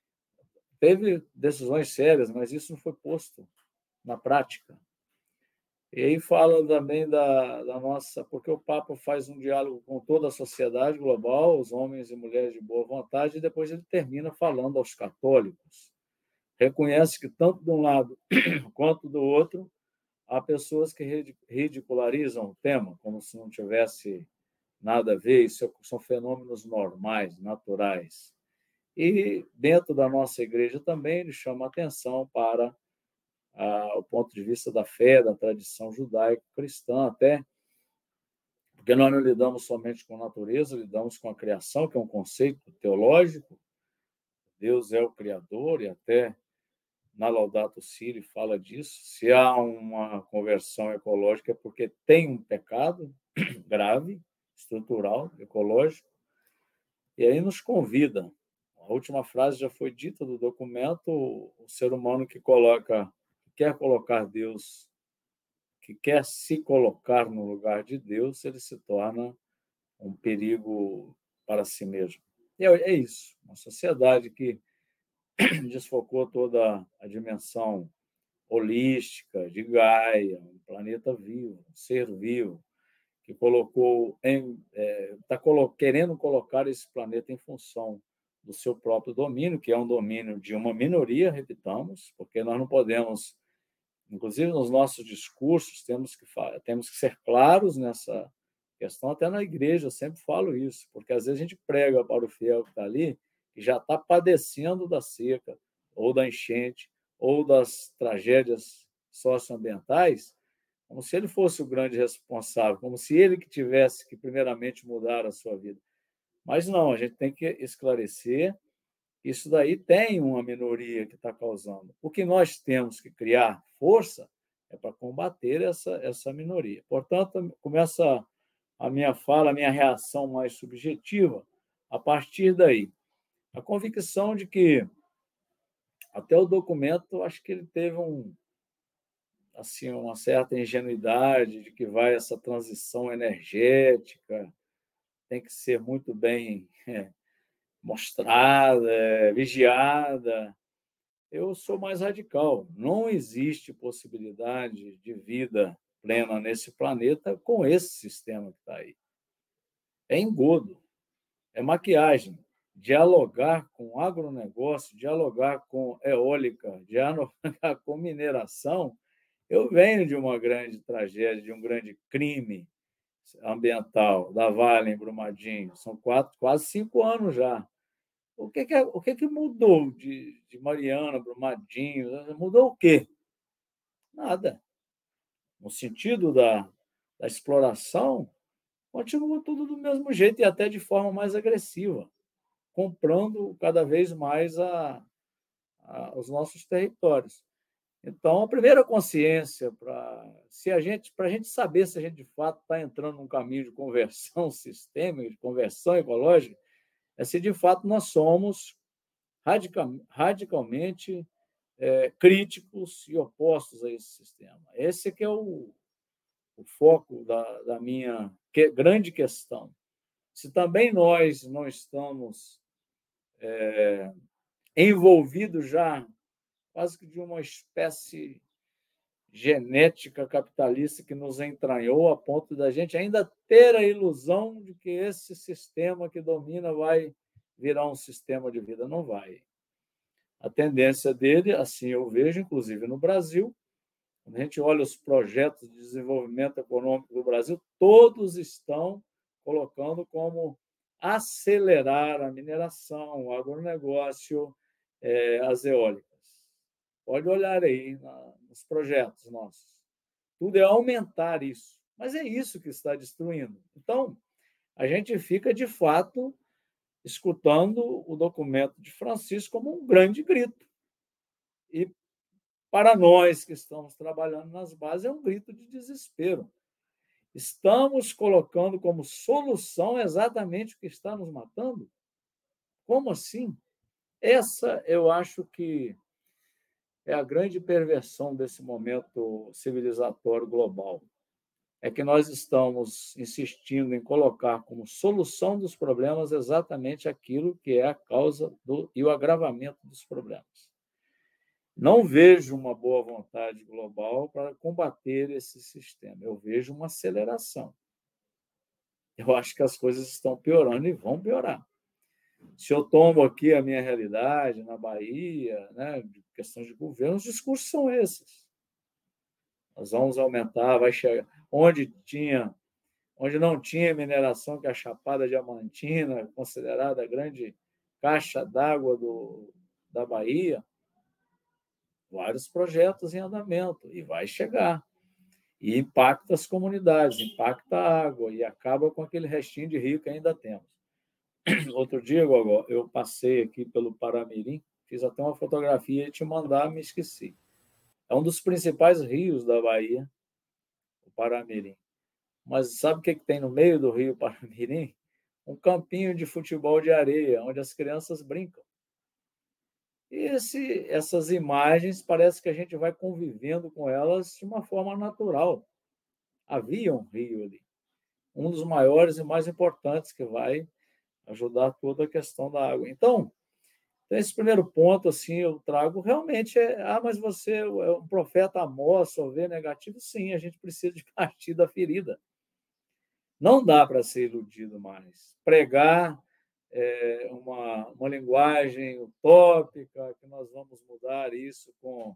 teve decisões sérias, mas isso não foi posto na prática. E aí fala também da nossa... Porque o Papa faz um diálogo com toda a sociedade global, os homens e mulheres de boa vontade, e depois ele termina falando aos católicos. Reconhece que, tanto de um lado quanto do outro, há pessoas que ridicularizam o tema, como se não tivesse nada a ver, isso são fenômenos normais, naturais. E, dentro da nossa igreja também, ele chama atenção para o ponto de vista da fé, da tradição judaico-cristã, até porque nós não lidamos somente com a natureza, lidamos com a criação, que é um conceito teológico. Deus é o Criador, e até na Laudato Si ele fala disso. Se há uma conversão ecológica é porque tem um pecado grave, estrutural, ecológico. E aí nos convida. A última frase já foi dita do documento: o ser humano que quer colocar Deus, que quer se colocar no lugar de Deus, ele se torna um perigo para si mesmo. E é isso. Uma sociedade que desfocou toda a dimensão holística de Gaia, um planeta vivo, um ser vivo, que está querendo colocar esse planeta em função do seu próprio domínio, que é um domínio de uma minoria, repitamos, porque nós não podemos, inclusive nos nossos discursos, temos que ser claros nessa questão. Até na igreja eu sempre falo isso, porque às vezes a gente prega para o fiel que está ali, que já está padecendo da seca, ou da enchente, ou das tragédias socioambientais, como se ele fosse o grande responsável, como se ele que tivesse que primeiramente mudar a sua vida. Mas não, a gente tem que esclarecer, isso daí tem uma minoria que está causando. O que nós temos que criar força é para combater essa minoria. Portanto, começa a minha fala, a minha reação mais subjetiva, a partir daí. A convicção de que, até o documento, acho que ele teve uma certa ingenuidade de que vai essa transição energética, tem que ser muito bem mostrada, vigiada. Eu sou mais radical. Não existe possibilidade de vida plena nesse planeta com esse sistema que está aí. É engodo, é maquiagem. Dialogar com agronegócio, dialogar com eólica, dialogar com mineração. Eu venho de uma grande tragédia, de um grande crime ambiental da Vale em Brumadinho. São quase 5 anos já. O que mudou de Mariana, Brumadinho? Mudou o quê? Nada. No sentido da exploração, continua tudo do mesmo jeito e até de forma mais agressiva, comprando cada vez mais os nossos territórios. Então, a primeira consciência para a gente saber se a gente de fato está entrando num caminho de conversão sistêmica, de conversão ecológica, é se de fato nós somos radicalmente críticos e opostos a esse sistema. Esse que é o foco da minha grande questão. Se também nós não estamos envolvidos já quase que de uma espécie genética capitalista que nos entranhou a ponto da gente ainda ter a ilusão de que esse sistema que domina vai virar um sistema de vida. Não vai. A tendência dele, assim eu vejo, inclusive no Brasil, quando a gente olha os projetos de desenvolvimento econômico do Brasil, todos estão colocando como acelerar a mineração, o agronegócio, as eólicas. Pode olhar aí nos projetos nossos. Tudo é aumentar isso. Mas é isso que está destruindo. Então, a gente fica, de fato, escutando o documento de Francisco como um grande grito. E, para nós que estamos trabalhando nas bases, é um grito de desespero. Estamos colocando como solução exatamente o que está nos matando? Como assim? Essa, eu acho que é a grande perversão desse momento civilizatório global. É que nós estamos insistindo em colocar como solução dos problemas exatamente aquilo que é a causa e o agravamento dos problemas. Não vejo uma boa vontade global para combater esse sistema. Eu vejo uma aceleração. Eu acho que as coisas estão piorando e vão piorar. Se eu tomo aqui a minha realidade na Bahia, né, de questões de governo, os discursos são esses. Nós vamos aumentar, vai chegar onde não tinha mineração, que é a Chapada Diamantina, considerada a grande caixa d'água da Bahia, vários projetos em andamento, e vai chegar. E impacta as comunidades, impacta a água, e acaba com aquele restinho de rio que ainda temos. Outro dia, Gogó, eu passei aqui pelo Paramirim, fiz até uma fotografia e te mandar, me esqueci. É um dos principais rios da Bahia, o Paramirim. Mas sabe o que tem no meio do rio Paramirim? um campinho de futebol de areia, onde as crianças brincam. E essas imagens, parece que a gente vai convivendo com elas de uma forma natural. Havia um rio ali, um dos maiores e mais importantes, que vai ajudar toda a questão da água. Então, esse primeiro ponto, assim, eu trago realmente mas você é um profeta Amós, só vê negativo? Sim, a gente precisa de partir da ferida. Não dá para ser iludido mais. Pregar uma linguagem utópica, que nós vamos mudar isso com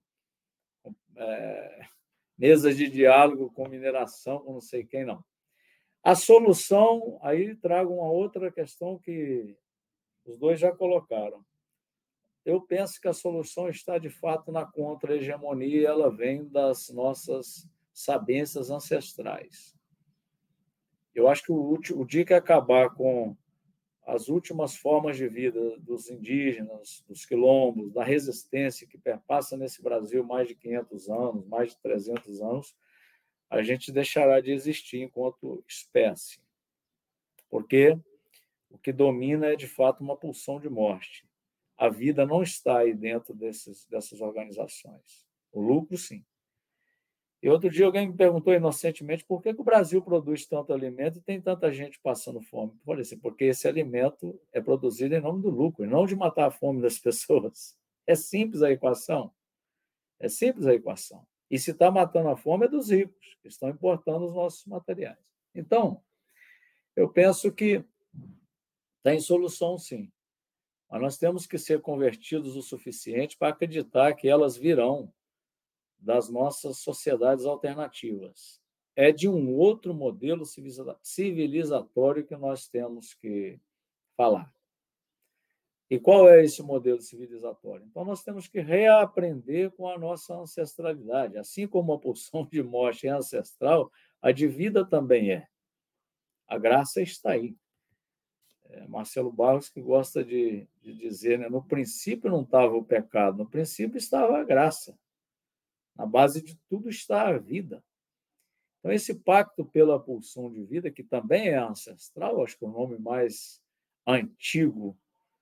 mesas de diálogo com mineração, com não sei quem, não. A solução, aí trago uma outra questão que os dois já colocaram. Eu penso que a solução está, de fato, na contra-hegemonia, e ela vem das nossas sabências ancestrais. Eu acho que o dia que acabar com as últimas formas de vida dos indígenas, dos quilombos, da resistência que perpassa nesse Brasil mais de 500 anos, mais de 300 anos, a gente deixará de existir enquanto espécie. Porque o que domina é, de fato, uma pulsão de morte. A vida não está aí dentro dessas organizações. O lucro, sim. E outro dia alguém me perguntou inocentemente por que o Brasil produz tanto alimento e tem tanta gente passando fome. Eu falei assim, porque esse alimento é produzido em nome do lucro, e não de matar a fome das pessoas. É simples a equação. É simples a equação. E se está matando a fome é dos ricos, que estão importando os nossos materiais. Então, eu penso que tem solução, sim. Mas nós temos que ser convertidos o suficiente para acreditar que elas virão das nossas sociedades alternativas. É de um outro modelo civilizatório que nós temos que falar. E qual é esse modelo civilizatório? Então, nós temos que reaprender com a nossa ancestralidade. Assim como a pulsão de morte é ancestral, a de vida também é. A graça está aí. Marcelo Barros, que gosta de dizer, né? No princípio não estava o pecado, no princípio estava a graça. Na base de tudo está a vida. Então, esse pacto pela pulsão de vida, que também é ancestral, acho que é o nome mais antigo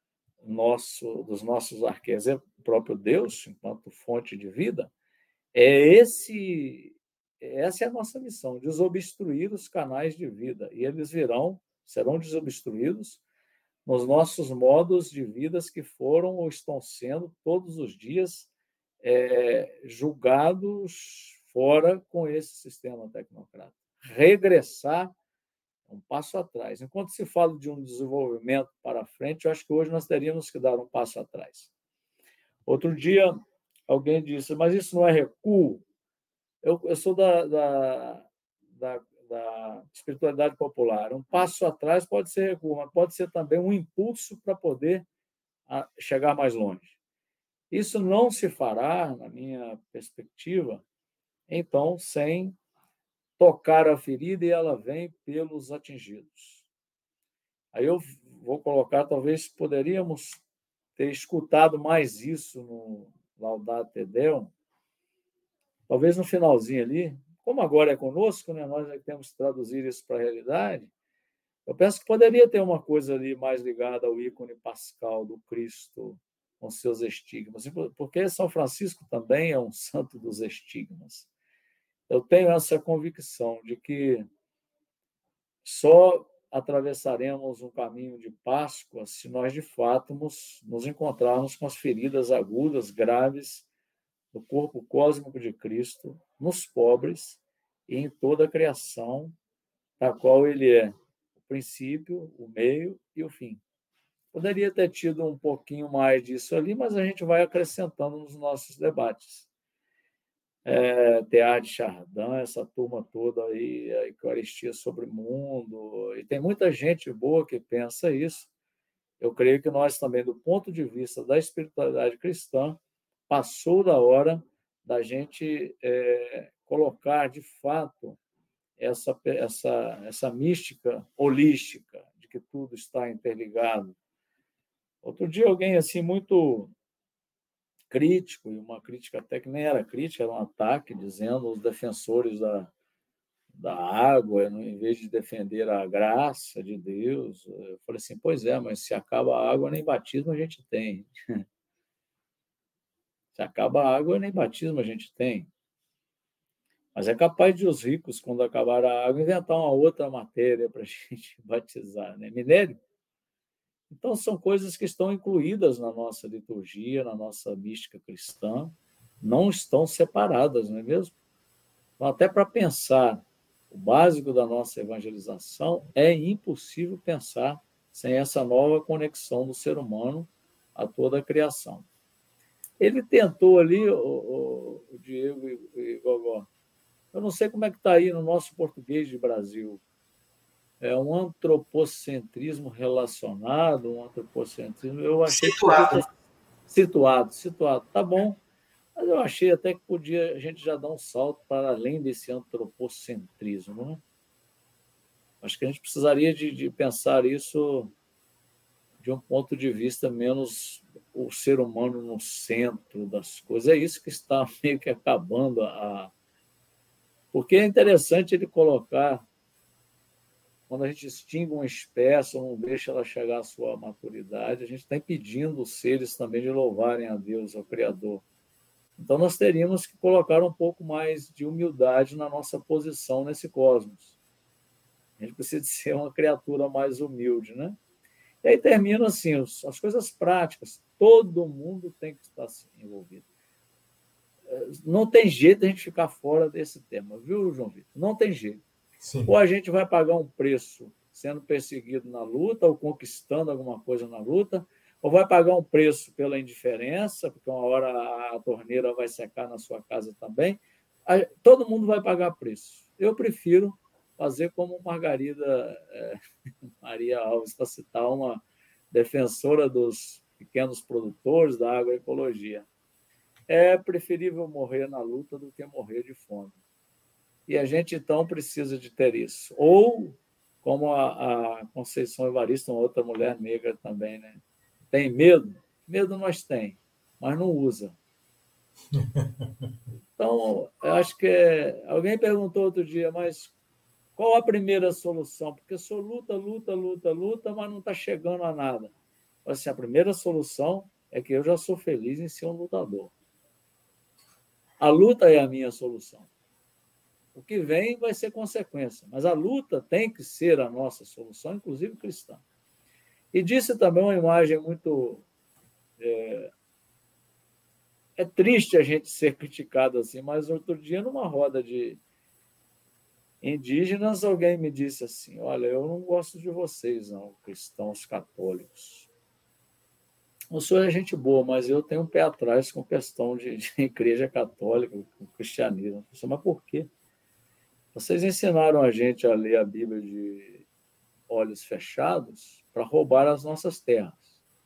dos nossos arquétipos é o próprio Deus, enquanto fonte de vida, essa é a nossa missão, desobstruir os canais de vida. E eles serão desobstruídos nos nossos modos de vidas que foram ou estão sendo todos os dias julgados fora com esse sistema tecnocrático. Regressar um passo atrás. Enquanto se fala de um desenvolvimento para frente, eu acho que hoje nós teríamos que dar um passo atrás. Outro dia, alguém disse, mas isso não é recuo? Eu sou da espiritualidade popular. Um passo atrás pode ser recuo, mas pode ser também um impulso para poder chegar mais longe. Isso não se fará, na minha perspectiva, então, sem tocar a ferida, e ela vem pelos atingidos. Aí eu vou colocar, talvez poderíamos ter escutado mais isso no Laudato Deum, talvez no finalzinho ali, como agora é conosco, né, nós temos que traduzir isso para a realidade, eu penso que poderia ter uma coisa ali mais ligada ao ícone pascal do Cristo com seus estigmas, porque São Francisco também é um santo dos estigmas. Eu tenho essa convicção de que só atravessaremos um caminho de Páscoa se nós, de fato, nos encontrarmos com as feridas agudas, graves, do corpo cósmico de Cristo, nos pobres e em toda a criação, da qual ele é o princípio, o meio e o fim. Poderia ter tido um pouquinho mais disso ali, mas a gente vai acrescentando nos nossos debates. Teilhard de Chardin, essa turma toda aí, a Eucaristia sobre o mundo, e tem muita gente boa que pensa isso. Eu creio que nós também, do ponto de vista da espiritualidade cristã, passou da hora da gente colocar, de fato, essa mística holística, de que tudo está interligado. Outro dia, alguém assim muito crítico, e uma crítica até que nem era crítica, era um ataque, dizendo os defensores da água, em vez de defender a graça de Deus. Eu falei assim, pois é, mas se acaba a água, nem batismo a gente tem. Se acaba a água, nem batismo a gente tem. Mas é capaz de os ricos, quando acabar a água, inventar uma outra matéria para a gente batizar, né? Minério. Então, são coisas que estão incluídas na nossa liturgia, na nossa mística cristã, não estão separadas, não é mesmo? Então, até para pensar o básico da nossa evangelização, é impossível pensar sem essa nova conexão do ser humano a toda a criação. Ele tentou ali, o Diego e Gogó, eu não sei como é que está aí no nosso português de Brasil, é um antropocentrismo relacionado, um antropocentrismo, eu achei que podia ter situado, tá bom, mas eu achei até que podia a gente já dar um salto para além desse antropocentrismo, né? Acho que a gente precisaria de pensar isso de um ponto de vista menos o ser humano no centro das coisas. É isso que está meio que acabando porque é interessante ele colocar, quando a gente extingue uma espécie ou não deixa ela chegar à sua maturidade, a gente está impedindo os seres também de louvarem a Deus, ao Criador. Então, nós teríamos que colocar um pouco mais de humildade na nossa posição nesse cosmos. A gente precisa de ser uma criatura mais humilde, né? E aí termina assim, as coisas práticas. Todo mundo tem que estar assim, envolvido. Não tem jeito de a gente ficar fora desse tema, viu, João Vitor? Não tem jeito. Sim. Ou a gente vai pagar um preço sendo perseguido na luta ou conquistando alguma coisa na luta, ou vai pagar um preço pela indiferença, porque uma hora a torneira vai secar na sua casa também. Todo mundo vai pagar preço. Eu prefiro fazer como Margarida Maria Alves, para citar uma defensora dos pequenos produtores da agroecologia. É preferível morrer na luta do que morrer de fome. E a gente, então, precisa de ter isso. Ou, como a Conceição Evaristo, uma outra mulher negra também, né? Tem medo? Medo nós tem, mas não usa. Então, eu acho que alguém perguntou outro dia, mas qual a primeira solução? Porque só luta, mas não está chegando a nada. Assim, a primeira solução é que eu já sou feliz em ser um lutador. A luta é a minha solução. O que vem vai ser consequência, mas a luta tem que ser a nossa solução, inclusive cristã. E disse também uma imagem muito... É triste a gente ser criticado assim, mas outro dia, numa roda de indígenas, alguém me disse assim, olha, eu não gosto de vocês, não, cristãos católicos. O senhor é gente boa, mas eu tenho um pé atrás com questão de igreja católica, com cristianismo. Mas por quê? Vocês ensinaram a gente a ler a Bíblia de olhos fechados para roubar as nossas terras.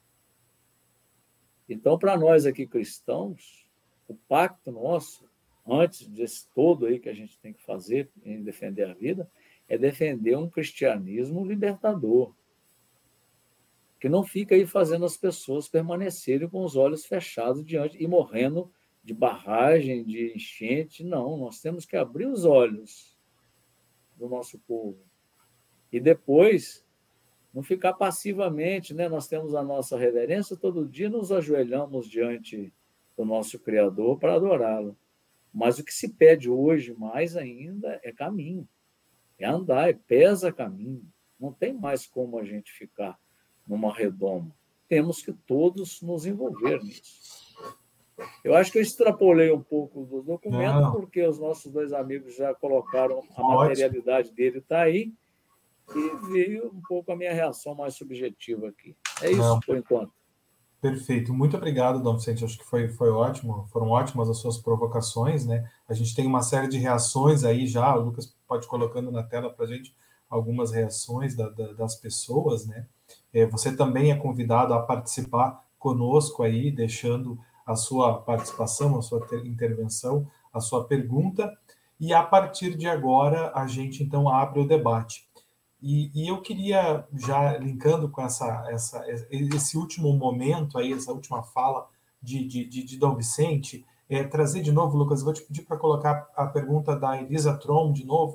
Então, para nós aqui cristãos, o pacto nosso, antes desse todo aí que a gente tem que fazer em defender a vida, é defender um cristianismo libertador, que não fica aí fazendo as pessoas permanecerem com os olhos fechados diante e morrendo de barragem, de enchente. Não, nós temos que abrir os olhos do nosso povo e depois não ficar passivamente, né? Nós temos a nossa reverência, todo dia nos ajoelhamos diante do nosso Criador para adorá-lo. Mas o que se pede hoje mais ainda é caminho, é andar, é pesa caminho. Não tem mais como a gente ficar numa redoma. Temos que todos nos envolver nisso. Eu acho que eu extrapolei um pouco do documento, porque os nossos dois amigos já colocaram a materialidade dele, está aí, e veio um pouco a minha reação mais subjetiva aqui. É isso, por enquanto. Perfeito. Muito obrigado, Dom Vicente. Acho que foi ótimo. Foram ótimas as suas provocações, né? A gente tem uma série de reações aí já. O Lucas pode ir colocando na tela para a gente algumas reações das pessoas, né? Você também é convidado a participar conosco aí, deixando a sua participação, a sua intervenção, a sua pergunta. E a partir de agora, a gente então abre o debate. E eu queria, já linkando com esse último momento, aí, essa última fala de Dom Vicente, trazer de novo, Lucas, vou te pedir para colocar a pergunta da Elisa Trom de novo,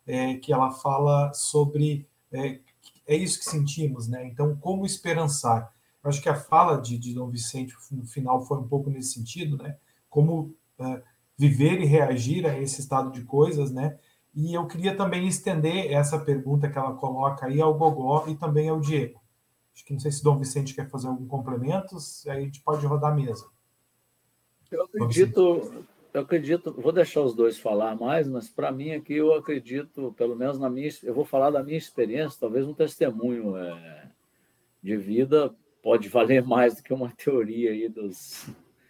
que ela fala sobre é isso que sentimos, né? Então, como esperançar? Eu acho que a fala de Dom Vicente no final foi um pouco nesse sentido, né? Como viver e reagir a esse estado de coisas, né? E eu queria também estender essa pergunta que ela coloca aí ao Gogó e também ao Diego. Acho que não sei se Dom Vicente quer fazer algum complemento, aí a gente pode rodar a mesa. Eu acredito, vou deixar os dois falar mais, mas para mim aqui eu acredito, pelo menos eu vou falar da minha experiência, talvez um testemunho de vida pode valer mais do que uma teoria aí dos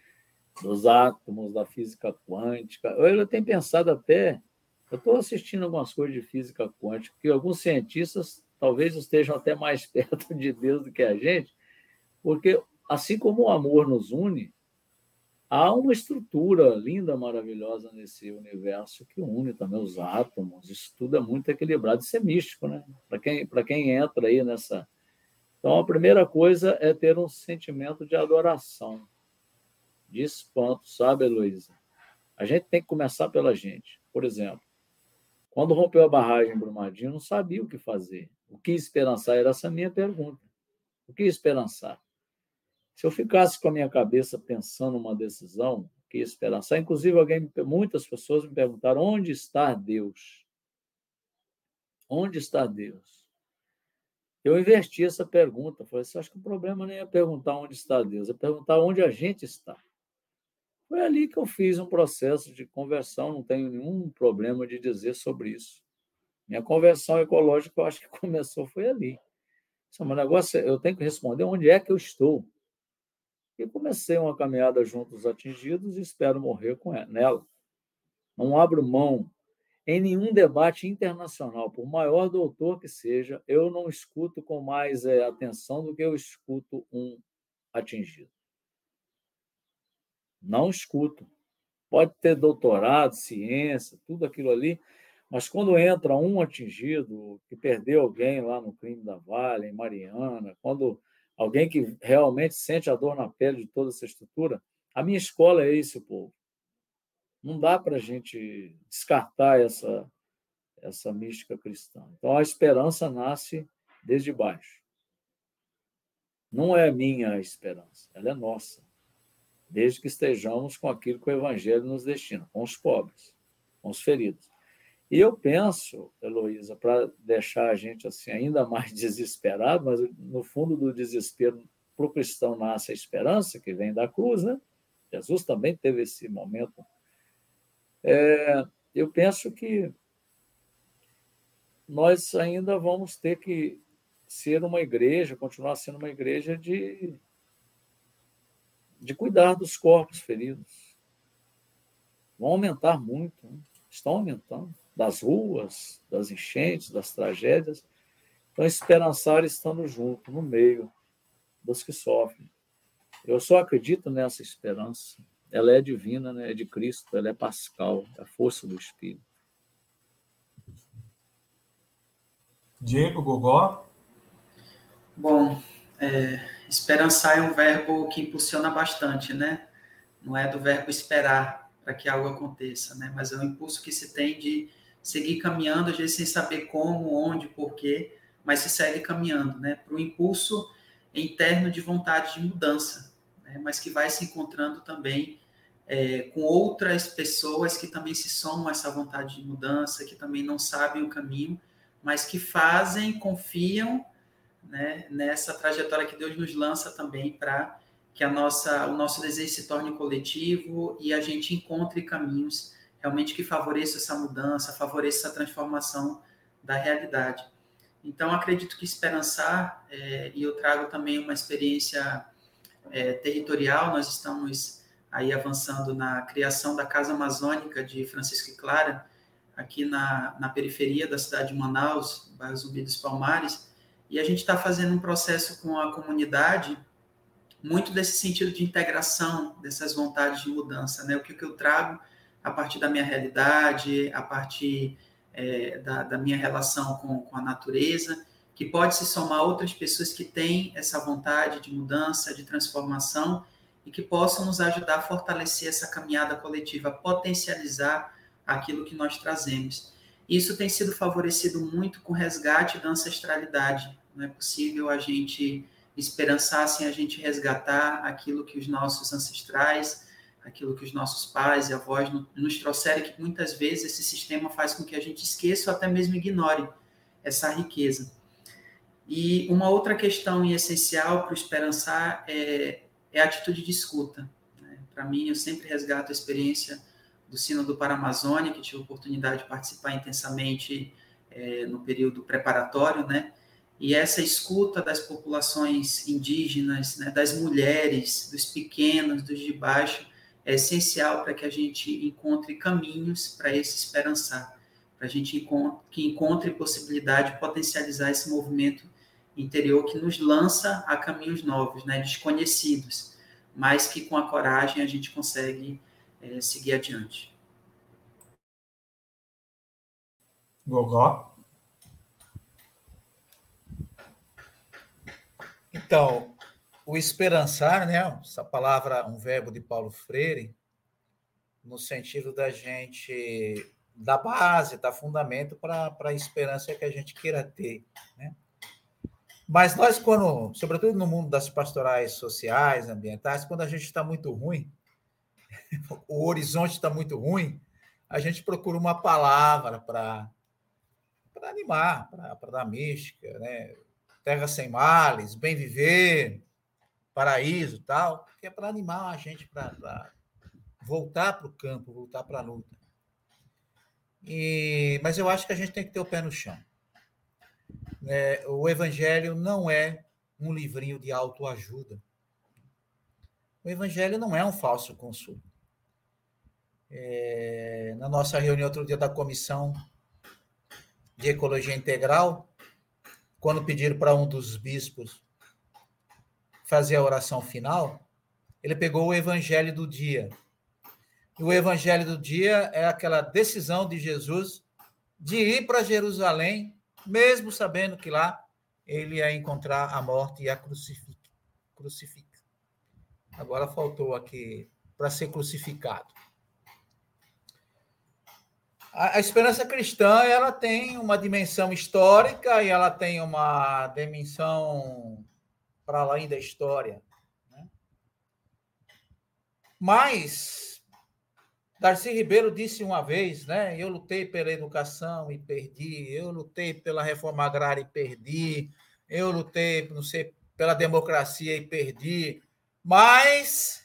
átomos, da física quântica. Eu tenho pensado até, eu estou assistindo algumas coisas de física quântica, que alguns cientistas talvez estejam até mais perto de Deus do que a gente, porque assim como o amor nos une, há uma estrutura linda, maravilhosa nesse universo que une também os átomos. Isso tudo é muito equilibrado. Isso é místico, né? Para quem entra aí nessa... Então, a primeira coisa é ter um sentimento de adoração, de espanto, sabe, Heloísa? A gente tem que começar pela gente. Por exemplo, quando rompeu a barragem em Brumadinho, eu não sabia o que fazer. O que esperançar era essa minha pergunta. O que esperançar? Se eu ficasse com a minha cabeça pensando numa decisão, que esperançar, inclusive muitas pessoas me perguntaram: onde está Deus? Onde está Deus? Eu inverti essa pergunta. Falei assim: acho que o problema nem é perguntar onde está Deus, é perguntar onde a gente está. Foi ali que eu fiz um processo de conversão, não tenho nenhum problema de dizer sobre isso. Minha conversão ecológica, eu acho que começou foi ali. Isso é um negócio, eu tenho que responder onde é que eu estou. E comecei uma caminhada junto aos atingidos e espero morrer nela. Não abro mão em nenhum debate internacional, por maior doutor que seja, eu não escuto com mais atenção do que eu escuto um atingido. Não escuto. Pode ter doutorado, ciência, tudo aquilo ali, mas quando entra um atingido que perdeu alguém lá no crime da Vale, em Mariana, quando alguém que realmente sente a dor na pele de toda essa estrutura, a minha escola é esse povo. Não dá para a gente descartar essa mística cristã. Então, a esperança nasce desde baixo. Não é minha esperança, ela é nossa. Desde que estejamos com aquilo que o Evangelho nos destina, com os pobres, com os feridos. E eu penso, Heloísa, para deixar a gente assim ainda mais desesperado, mas no fundo do desespero, para o cristão nasce a esperança, que vem da cruz, né? Jesus também teve esse momento. Eu penso que nós ainda vamos ter que ser uma igreja, continuar sendo uma igreja de cuidar dos corpos feridos. Vão aumentar muito, né? Estão aumentando, das ruas, das enchentes, das tragédias. Então, esperançar estando junto, no meio dos que sofrem. Eu só acredito nessa esperança. Ela é divina, né? É de Cristo, ela é pascal, é a força do Espírito. Diego, Gogó? Bom, esperançar é um verbo que impulsiona bastante, né? Não é do verbo esperar para que algo aconteça, né? Mas é um impulso que se tem de seguir caminhando, às vezes sem saber como, onde, porquê, mas se segue caminhando, né? Para um impulso interno de vontade de mudança, né? Mas que vai se encontrando também com outras pessoas que também se somam a essa vontade de mudança, que também não sabem o caminho, mas que fazem, confiam, né, nessa trajetória que Deus nos lança também para que o nosso desejo se torne coletivo e a gente encontre caminhos realmente que favoreçam essa mudança, favoreçam essa transformação da realidade. Então, acredito que esperançar, e eu trago também uma experiência territorial, nós estamos aí avançando na criação da Casa Amazônica de Francisco e Clara, aqui na periferia da cidade de Manaus, bairro Zumbi dos Palmares, e a gente está fazendo um processo com a comunidade muito desse sentido de integração, dessas vontades de mudança, né? O que eu trago a partir da minha realidade, a partir da minha relação com a natureza, que pode se somar a outras pessoas que têm essa vontade de mudança, de transformação, e que possam nos ajudar a fortalecer essa caminhada coletiva, a potencializar aquilo que nós trazemos. Isso tem sido favorecido muito com o resgate da ancestralidade. Não é possível a gente esperançar sem a gente resgatar aquilo que os nossos ancestrais, aquilo que os nossos pais e avós nos trouxeram, que muitas vezes esse sistema faz com que a gente esqueça ou até mesmo ignore essa riqueza. E uma outra questão essencial para o esperançar é a atitude de escuta. Para mim, eu sempre resgato a experiência do Sínodo para a Amazônia, que tive a oportunidade de participar intensamente no período preparatório, né? E essa escuta das populações indígenas, né, das mulheres, dos pequenos, dos de baixo, é essencial para que a gente encontre caminhos para esse esperançar, para a gente que encontre possibilidade de potencializar esse movimento interior que nos lança a caminhos novos, né, desconhecidos, mas que com a coragem a gente consegue seguir adiante. Gogó? Então, o esperançar, né? Essa palavra, um verbo de Paulo Freire, no sentido da gente dar base, dar fundamento para a esperança que a gente queira ter, né? Mas nós, quando, sobretudo no mundo das pastorais sociais, ambientais, quando a gente está muito ruim, o horizonte está muito ruim, a gente procura uma palavra para animar, para dar mística, né? Terra sem males, bem viver, paraíso, tal, que é para animar a gente para voltar para o campo, voltar para a luta. Mas eu acho que a gente tem que ter o pé no chão. O Evangelho não é um livrinho de autoajuda. O Evangelho não é um falso consumo. Na nossa reunião outro dia da Comissão de Ecologia Integral, quando pediram para um dos bispos fazer a oração final, ele pegou o Evangelho do dia. E o Evangelho do dia é aquela decisão de Jesus de ir para Jerusalém, mesmo sabendo que lá ele ia encontrar a morte e a crucifica. Agora faltou aqui para ser crucificado. A esperança cristã, ela tem uma dimensão histórica e ela tem uma dimensão para além da história, né? Mas Darcy Ribeiro disse uma vez, né? Eu lutei pela educação e perdi, eu lutei pela reforma agrária e perdi, eu lutei, não sei, pela democracia e perdi, mas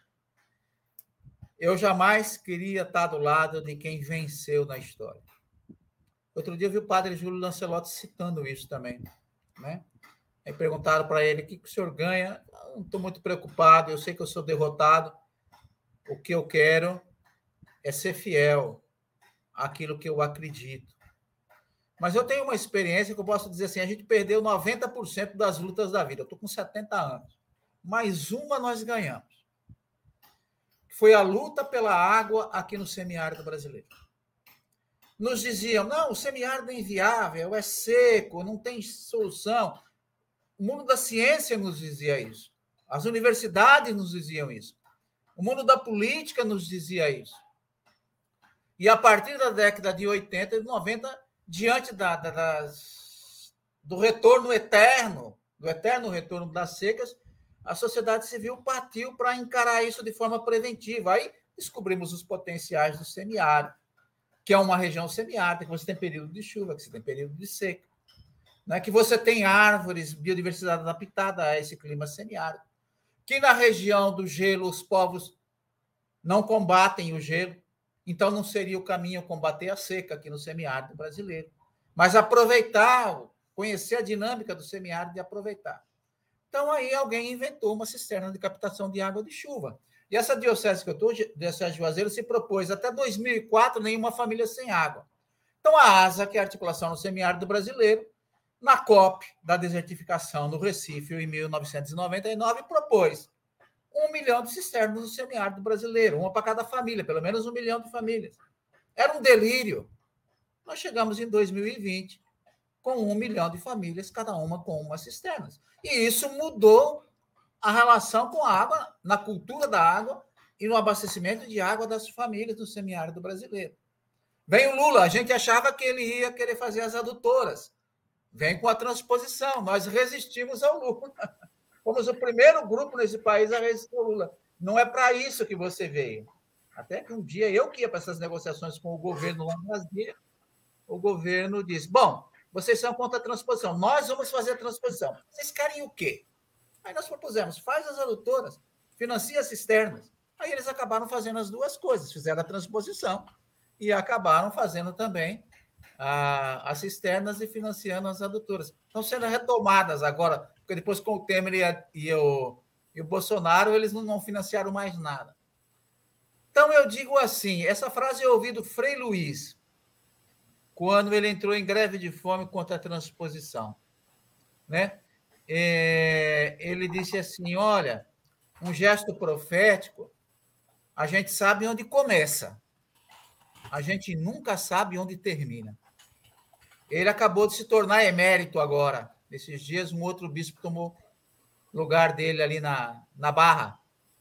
eu jamais queria estar do lado de quem venceu na história. Outro dia eu vi o padre Júlio Lancelotti citando isso também, né? Aí perguntaram para ele, o que o senhor ganha? Eu não estou muito preocupado, eu sei que eu sou derrotado, o que eu quero é ser fiel àquilo que eu acredito. Mas eu tenho uma experiência que eu posso dizer assim, a gente perdeu 90% das lutas da vida. Eu estou com 70 anos. Mais uma nós ganhamos. Foi a luta pela água aqui no semiárido brasileiro. Nos diziam, não, o semiárido é inviável, é seco, não tem solução. O mundo da ciência nos dizia isso. As universidades nos diziam isso. O mundo da política nos dizia isso. E a partir da década de 80 e 90, diante do retorno eterno, do eterno retorno das secas, a sociedade civil partiu para encarar isso de forma preventiva. Aí descobrimos os potenciais do semiárido, que é uma região semiárida, que você tem período de chuva, que você tem período de seca, né? Que você tem árvores, biodiversidade adaptada a esse clima semiárido, que na região do gelo os povos não combatem o gelo, então não seria o caminho combater a seca aqui no semiárido brasileiro, mas aproveitar, conhecer a dinâmica do semiárido e aproveitar. Então, aí alguém inventou uma cisterna de captação de água de chuva. E essa diocese que eu estou, Diocese de Juazeiro, se propôs até 2004 nenhuma família sem água. Então, a ASA, que é a Articulação no Semiárido Brasileiro, na COP da desertificação no Recife, em 1999, propôs 1 milhão de cisternas no semiárido brasileiro, uma para cada família, pelo menos 1 milhão de famílias. Era um delírio. Nós chegamos em 2020 com 1 milhão de famílias, cada uma com uma cisterna. E isso mudou a relação com a água, na cultura da água e no abastecimento de água das famílias do semiárido brasileiro. Vem o Lula, a gente achava que ele ia querer fazer as adutoras. Vem com a transposição. Nós resistimos ao Lula. Fomos o primeiro grupo nesse país a resistir ao Lula. Não é para isso que você veio. Até que um dia eu que ia para essas negociações com o governo lá em Brasília, o governo disse: bom, vocês são contra a transposição, nós vamos fazer a transposição. Vocês querem o quê? Aí nós propusemos: faz as adutoras, financia as cisternas. Aí eles acabaram fazendo as duas coisas, fizeram a transposição e acabaram fazendo também as cisternas e financiando as adutoras. Estão sendo retomadas agora, porque depois com o Temer e o Bolsonaro, eles não financiaram mais nada. Então, eu digo assim, essa frase eu ouvi do Frei Luiz, quando ele entrou em greve de fome contra a transposição. Né? Ele disse assim, olha, um gesto profético, a gente sabe onde começa, a gente nunca sabe onde termina. Ele acabou de se tornar emérito agora. Nesses dias, um outro bispo tomou lugar dele ali na Barra,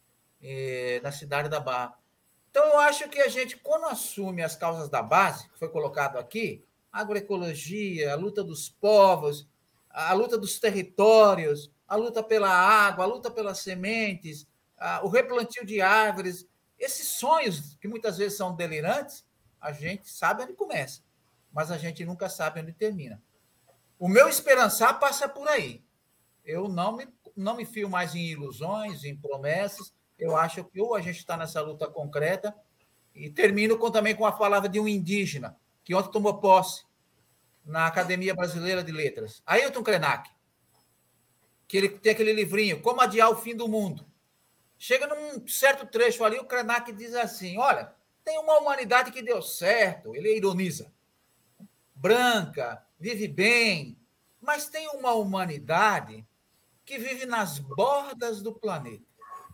na cidade da Barra. Então, eu acho que a gente, quando assume as causas da base, que foi colocado aqui, a agroecologia, a luta dos povos, a luta dos territórios, a luta pela água, a luta pelas sementes, o replantio de árvores, esses sonhos que muitas vezes são delirantes, a gente sabe onde começa, mas a gente nunca sabe onde termina. O meu esperançar passa por aí. Eu não me fio mais em ilusões, em promessas. Eu acho que ou a gente está nessa luta concreta, e termino também com a palavra de um indígena, que ontem tomou posse na Academia Brasileira de Letras, Ailton Krenak, que ele tem aquele livrinho, Como Adiar o Fim do Mundo. Chega num certo trecho ali, o Krenak diz assim, olha, tem uma humanidade que deu certo, ele ironiza, branca, vive bem, mas tem uma humanidade que vive nas bordas do planeta.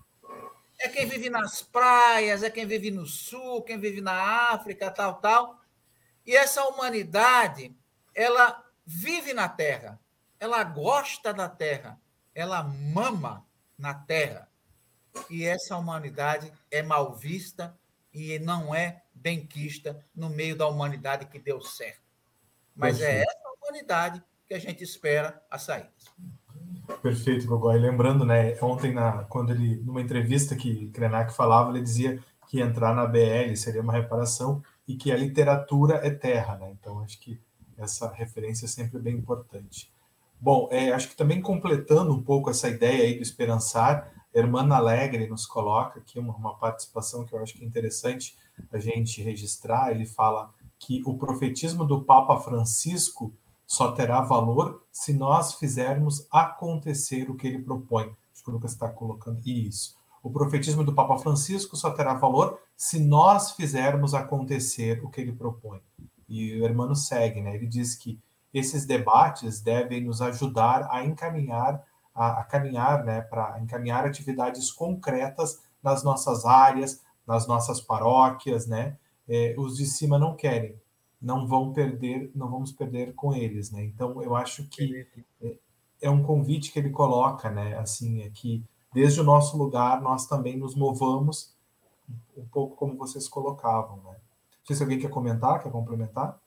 É quem vive nas praias, é quem vive no sul, quem vive na África, tal. E essa humanidade, ela vive na Terra, ela gosta da Terra, ela mama na Terra. E essa humanidade é mal vista e não é benquista no meio da humanidade que deu certo. Mas é essa humanidade que a gente espera a saída. Perfeito, Gogó. E lembrando, né, ontem, quando ele, numa entrevista que Krenak falava, ele dizia que entrar na BL seria uma reparação e que a literatura é terra, né? Então, acho que essa referência é sempre bem importante. Bom, acho que também completando um pouco essa ideia aí do esperançar, Hermana Alegre nos coloca aqui uma participação que eu acho que é interessante a gente registrar. Ele fala que o profetismo do Papa Francisco só terá valor se nós fizermos acontecer o que ele propõe. Acho que o Lucas está colocando isso. O profetismo do Papa Francisco só terá valor se nós fizermos acontecer o que ele propõe. E o irmão segue, né? Ele diz que esses debates devem nos ajudar a encaminhar, né, para encaminhar atividades concretas nas nossas áreas, nas nossas paróquias, né? Os de cima não querem. Não vamos perder com eles, né? Então, eu acho que é um convite que ele coloca, né? Assim, é que desde o nosso lugar nós também nos movamos um pouco como vocês colocavam, né? Não sei se alguém quer comentar, quer complementar.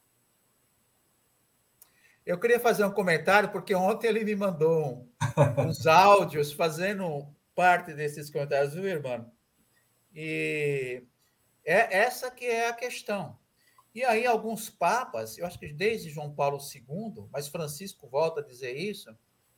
Eu queria fazer um comentário, porque ontem ele me mandou uns áudios fazendo parte desses comentários, viu, irmão? E essa que é a questão. E aí alguns papas, eu acho que desde João Paulo II, mas Francisco volta a dizer isso,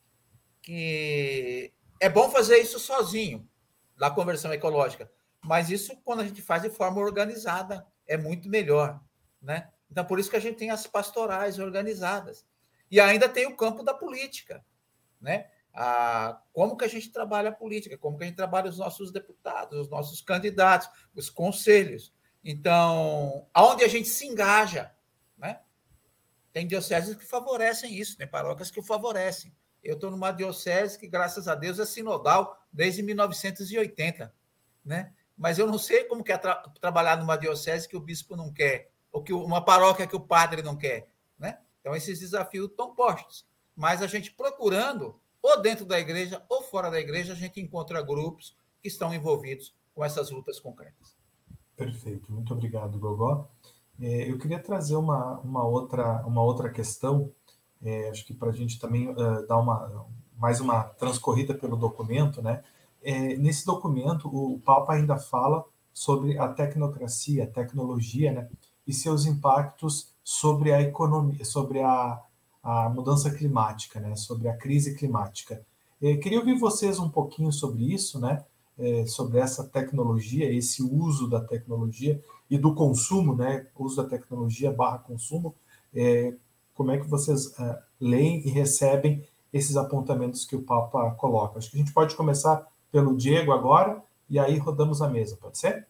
que é bom fazer isso sozinho, da conversão ecológica, mas isso quando a gente faz de forma organizada é muito melhor, né? Então por isso que a gente tem as pastorais organizadas. E ainda tem o campo da política, né? Como que a gente trabalha a política, como que a gente trabalha os nossos deputados, os nossos candidatos, os conselhos. Então, aonde a gente se engaja, né? Tem dioceses que favorecem isso, tem paróquias que o favorecem. Eu estou numa diocese que, graças a Deus, é sinodal desde 1980, né? Mas eu não sei como que é trabalhar numa diocese que o bispo não quer, ou que uma paróquia que o padre não quer, né? Então, esses desafios estão postos. Mas a gente procurando, ou dentro da igreja, ou fora da igreja, a gente encontra grupos que estão envolvidos com essas lutas concretas. Perfeito, muito obrigado, Gogó. Eu queria trazer uma outra questão, acho que para a gente também dar mais uma transcorrida pelo documento, né? Nesse documento, o Papa ainda fala sobre a tecnocracia, a tecnologia, né? E seus impactos sobre a economia, sobre a mudança climática, né? Sobre a crise climática. Queria ouvir vocês um pouquinho sobre isso, né? Sobre essa tecnologia, esse uso da tecnologia e do consumo, né? Uso da tecnologia barra consumo. Como é que vocês leem e recebem esses apontamentos que o Papa coloca? Acho que a gente pode começar pelo Diego agora e aí rodamos a mesa, pode ser?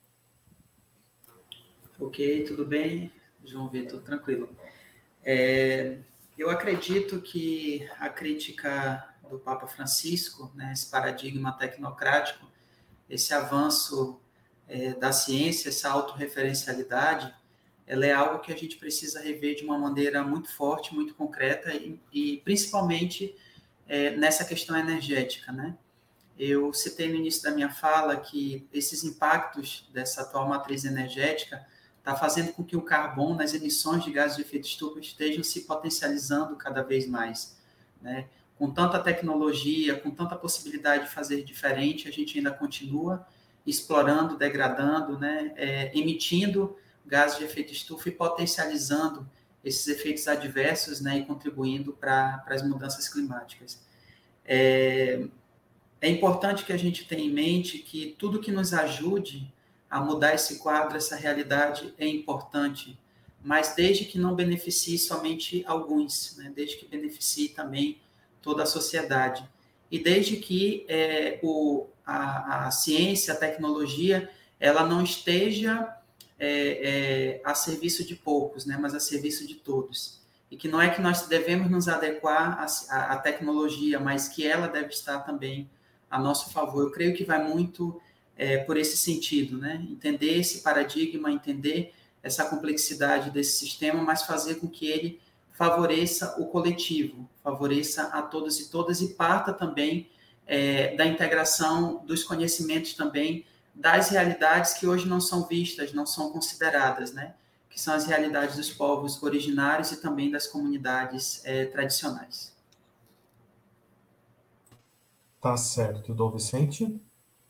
Ok, tudo bem, João Vitor, tranquilo. Eu acredito que a crítica do Papa Francisco, né, esse paradigma tecnocrático, esse avanço da ciência, essa autorreferencialidade, ela é algo que a gente precisa rever de uma maneira muito forte, muito concreta e principalmente nessa questão energética, né? Eu citei no início da minha fala que esses impactos dessa atual matriz energética está fazendo com que o carbono nas emissões de gases de efeito estufa estejam se potencializando cada vez mais, né? Com tanta tecnologia, com tanta possibilidade de fazer diferente, a gente ainda continua explorando, degradando, né? Emitindo gases de efeito estufa e potencializando esses efeitos adversos, né? E contribuindo para as mudanças climáticas. É importante que a gente tenha em mente que tudo que nos ajude a mudar esse quadro, essa realidade, é importante, mas desde que não beneficie somente alguns, né? Desde que beneficie também toda a sociedade. E desde que a ciência, a tecnologia, ela não esteja a serviço de poucos, né? Mas a serviço de todos. E que não é que nós devemos nos adequar à tecnologia, mas que ela deve estar também a nosso favor. Eu creio que vai muito por esse sentido, né? Entender esse paradigma, entender essa complexidade desse sistema, mas fazer com que ele favoreça o coletivo, favoreça a todos e todas e parta também da integração dos conhecimentos também das realidades que hoje não são vistas, não são consideradas, né? Que são as realidades dos povos originários e também das comunidades tradicionais. Tá certo, Dom Vicente.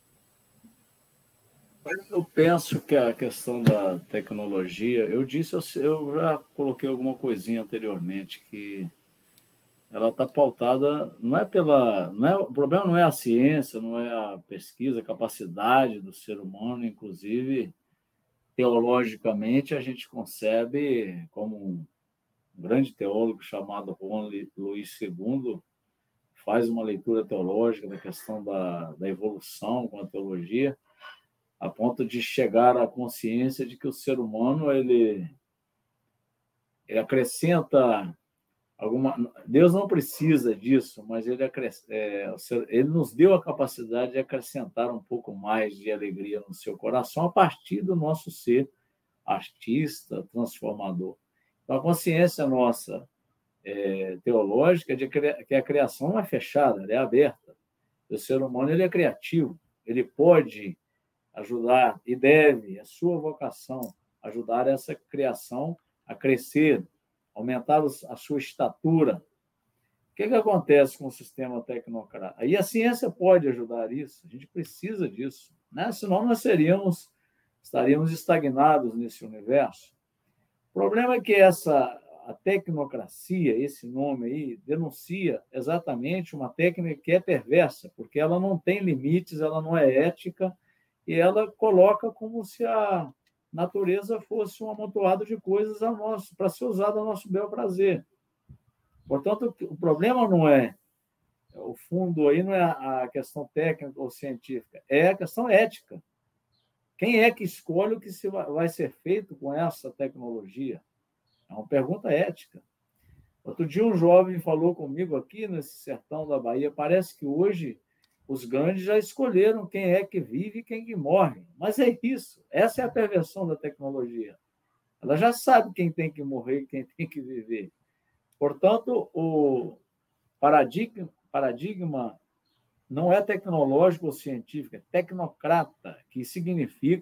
Eu penso que a questão da tecnologia, eu já coloquei alguma coisinha anteriormente, que ela está pautada, o problema não é a ciência, não é a pesquisa, a capacidade do ser humano, inclusive, teologicamente, a gente concebe, como um grande teólogo chamado Juan Luís II, faz uma leitura teológica da questão da evolução com a teologia, a ponto de chegar à consciência de que o ser humano ele acrescenta alguma. Deus não precisa disso, mas ele nos deu a capacidade de acrescentar um pouco mais de alegria no seu coração a partir do nosso ser artista, transformador. Então, a consciência nossa teológica de que a criação não é fechada, ela é aberta. O ser humano ele é criativo, ele pode ajudar e deve, é sua vocação, ajudar essa criação a crescer, aumentar a sua estatura. O que acontece com o sistema tecnocrático? Aí a ciência pode ajudar isso, a gente precisa disso, né? Senão nós estaríamos estagnados nesse universo. O problema é que a tecnocracia, esse nome aí, denuncia exatamente uma técnica que é perversa, porque ela não tem limites, ela não é ética, e ela coloca como se a natureza fosse um amontoado de coisas para ser usado a nosso bel prazer. Portanto, o problema não é o fundo aí, não é a questão técnica ou científica, é a questão ética. Quem é que escolhe o que vai ser feito com essa tecnologia? É uma pergunta ética. Outro dia um jovem falou comigo aqui nesse sertão da Bahia, parece que hoje os grandes já escolheram quem é que vive e quem que morre. Mas é isso, essa é a perversão da tecnologia. Ela já sabe quem tem que morrer e quem tem que viver. Portanto, o paradigma não é tecnológico ou científico, é tecnocrata, que significa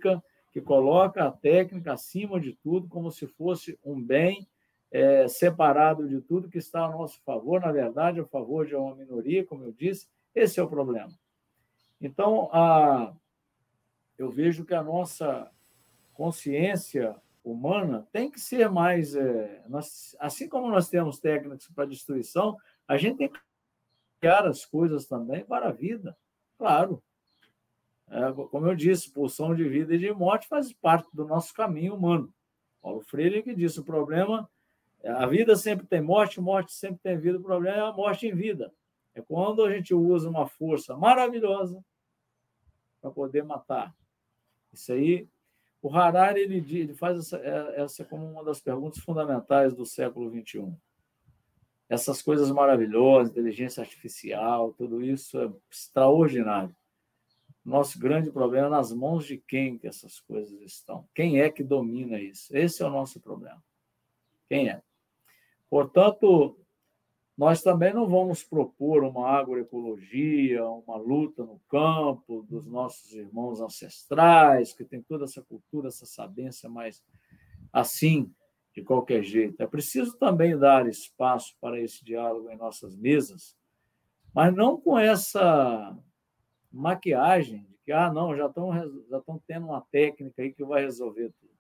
que coloca a técnica acima de tudo, como se fosse um bem separado de tudo que está a nosso favor, na verdade, a favor de uma minoria, como eu disse. Esse é o problema. Então, eu vejo que a nossa consciência humana tem que ser mais... assim como nós temos técnicas para destruição, a gente tem que criar as coisas também para a vida. Claro. Como eu disse, pulsão de vida e de morte faz parte do nosso caminho humano. Paulo Freire que disse, o problema... A vida sempre tem morte, morte sempre tem vida. O problema é a morte em vida. É quando a gente usa uma força maravilhosa para poder matar. Isso aí, o Harari ele faz essa como uma das perguntas fundamentais do século XXI. Essas coisas maravilhosas, inteligência artificial, tudo isso é extraordinário. Nosso grande problema é nas mãos de quem que essas coisas estão. Quem é que domina isso? Esse é o nosso problema. Quem é? Portanto, nós também não vamos propor uma agroecologia, uma luta no campo dos nossos irmãos ancestrais, que tem toda essa cultura, essa sabência, mas assim, de qualquer jeito. É preciso também dar espaço para esse diálogo em nossas mesas, mas não com essa maquiagem de que, não, já estão tendo uma técnica aí que vai resolver tudo.